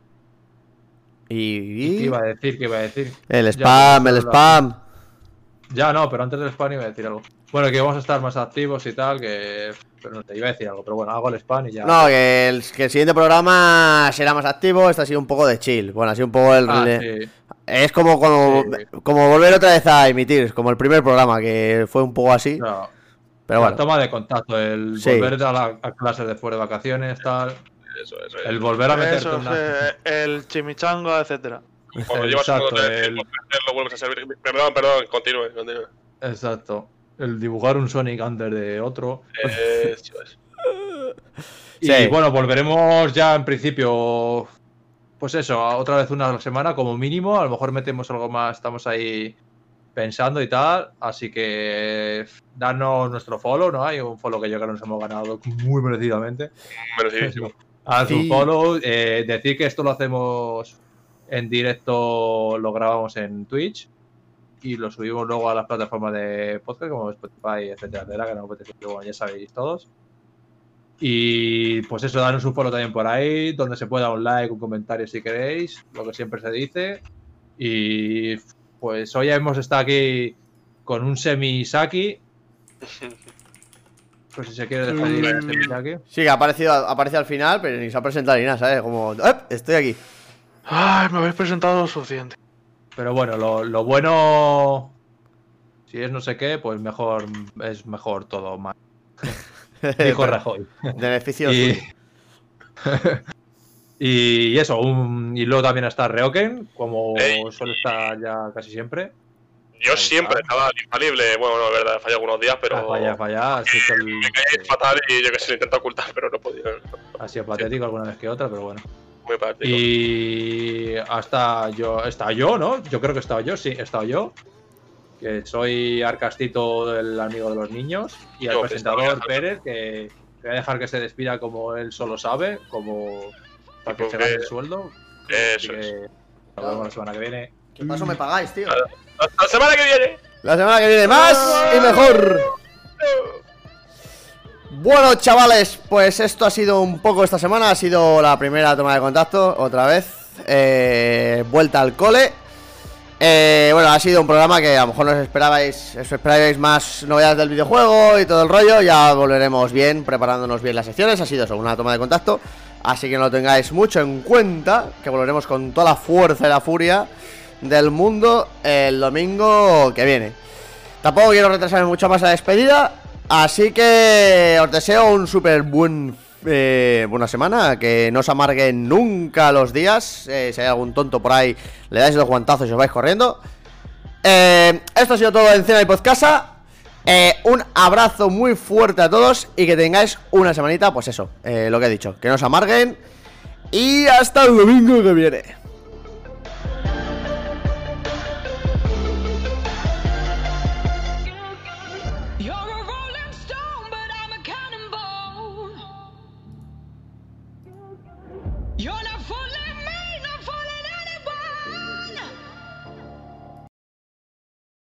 iba a decir? El spam. Ya no, pero antes del spam iba a decir algo. Bueno, que vamos a estar más activos y tal, pero no te iba a decir algo, pero bueno, hago el spam y ya. No, que el siguiente programa será más activo, este ha sido un poco de chill. Bueno, ha sido un poco sí. Es como volver otra vez a emitir, como el primer programa, que fue un poco así. No. Pero bueno. La toma de contacto, el volver a clases después de vacaciones, tal. Eso. El volver a meterte el chimichanga, etcétera. Cuando llevas un montón de tiempo lo vuelves a servir. Perdón, continúe. Exacto. El dibujar un Sonic antes de otro. Eso es. Y bueno, volveremos ya en principio. Pues eso, otra vez una semana como mínimo. A lo mejor metemos algo más, estamos ahí pensando y tal. Así que danos nuestro follow, ¿no? Hay un follow que yo creo que nos hemos ganado muy merecidamente. Merecidísimo. Haz un follow. Decir que esto lo hacemos en directo, lo grabamos en Twitch y lo subimos luego a las plataformas de podcast como Spotify, etcétera, que no, bueno, ya sabéis todos. Y pues eso, danos un follow también por ahí, donde se pueda un like, un comentario si queréis, lo que siempre se dice. Y pues hoy hemos estado aquí con un semi-Saki. Pues si se quiere despedir aquí. Sí, que ha aparecido al final, pero ni se ha presentado ni nada, ¿sabes? Como, estoy aquí. Ay, me habéis presentado lo suficiente. Pero bueno, lo bueno, si es no sé qué, pues mejor es mejor todo más. Dijo Rajoy. Beneficio y eso, y luego también está Reoken, como suele estar ya casi siempre. Yo siempre estaba infalible. Bueno, no, es verdad, falla algunos días, pero. Falla. Así que me caí fatal y yo que sé, lo intento ocultar, pero no podía. Ha sido patético alguna vez que otra, pero bueno. Muy patético. Y hasta yo, ¿no? Yo creo que he estado yo, sí, he estado yo. Que soy Arcastito, el amigo de los niños. Y el presentador Pérez, que voy a dejar que se despida como él solo sabe, como para que se gane el sueldo. Eso es. Nos vemos la semana que viene. ¿Qué paso me pagáis, tío? La semana que viene. La semana que viene más y mejor. Bueno, chavales, pues esto ha sido un poco esta semana. Ha sido la primera toma de contacto, otra vez. Vuelta al cole. Bueno, ha sido un programa que a lo mejor os esperabais más novedades del videojuego y todo el rollo. Ya volveremos bien, preparándonos bien las secciones. Ha sido eso, una toma de contacto. Así que no lo tengáis mucho en cuenta, que volveremos con toda la fuerza y la furia del mundo el domingo que viene. Tampoco quiero retrasarme mucho más la despedida, así que os deseo un súper buena semana, que no os amarguen nunca los días. Si hay algún tonto por ahí, le dais los guantazos y os vais corriendo. Esto ha sido todo en Cena y Podcasa. Un abrazo muy fuerte a todos y que tengáis una semanita, pues eso, lo que he dicho, que no os amarguen y hasta el domingo que viene.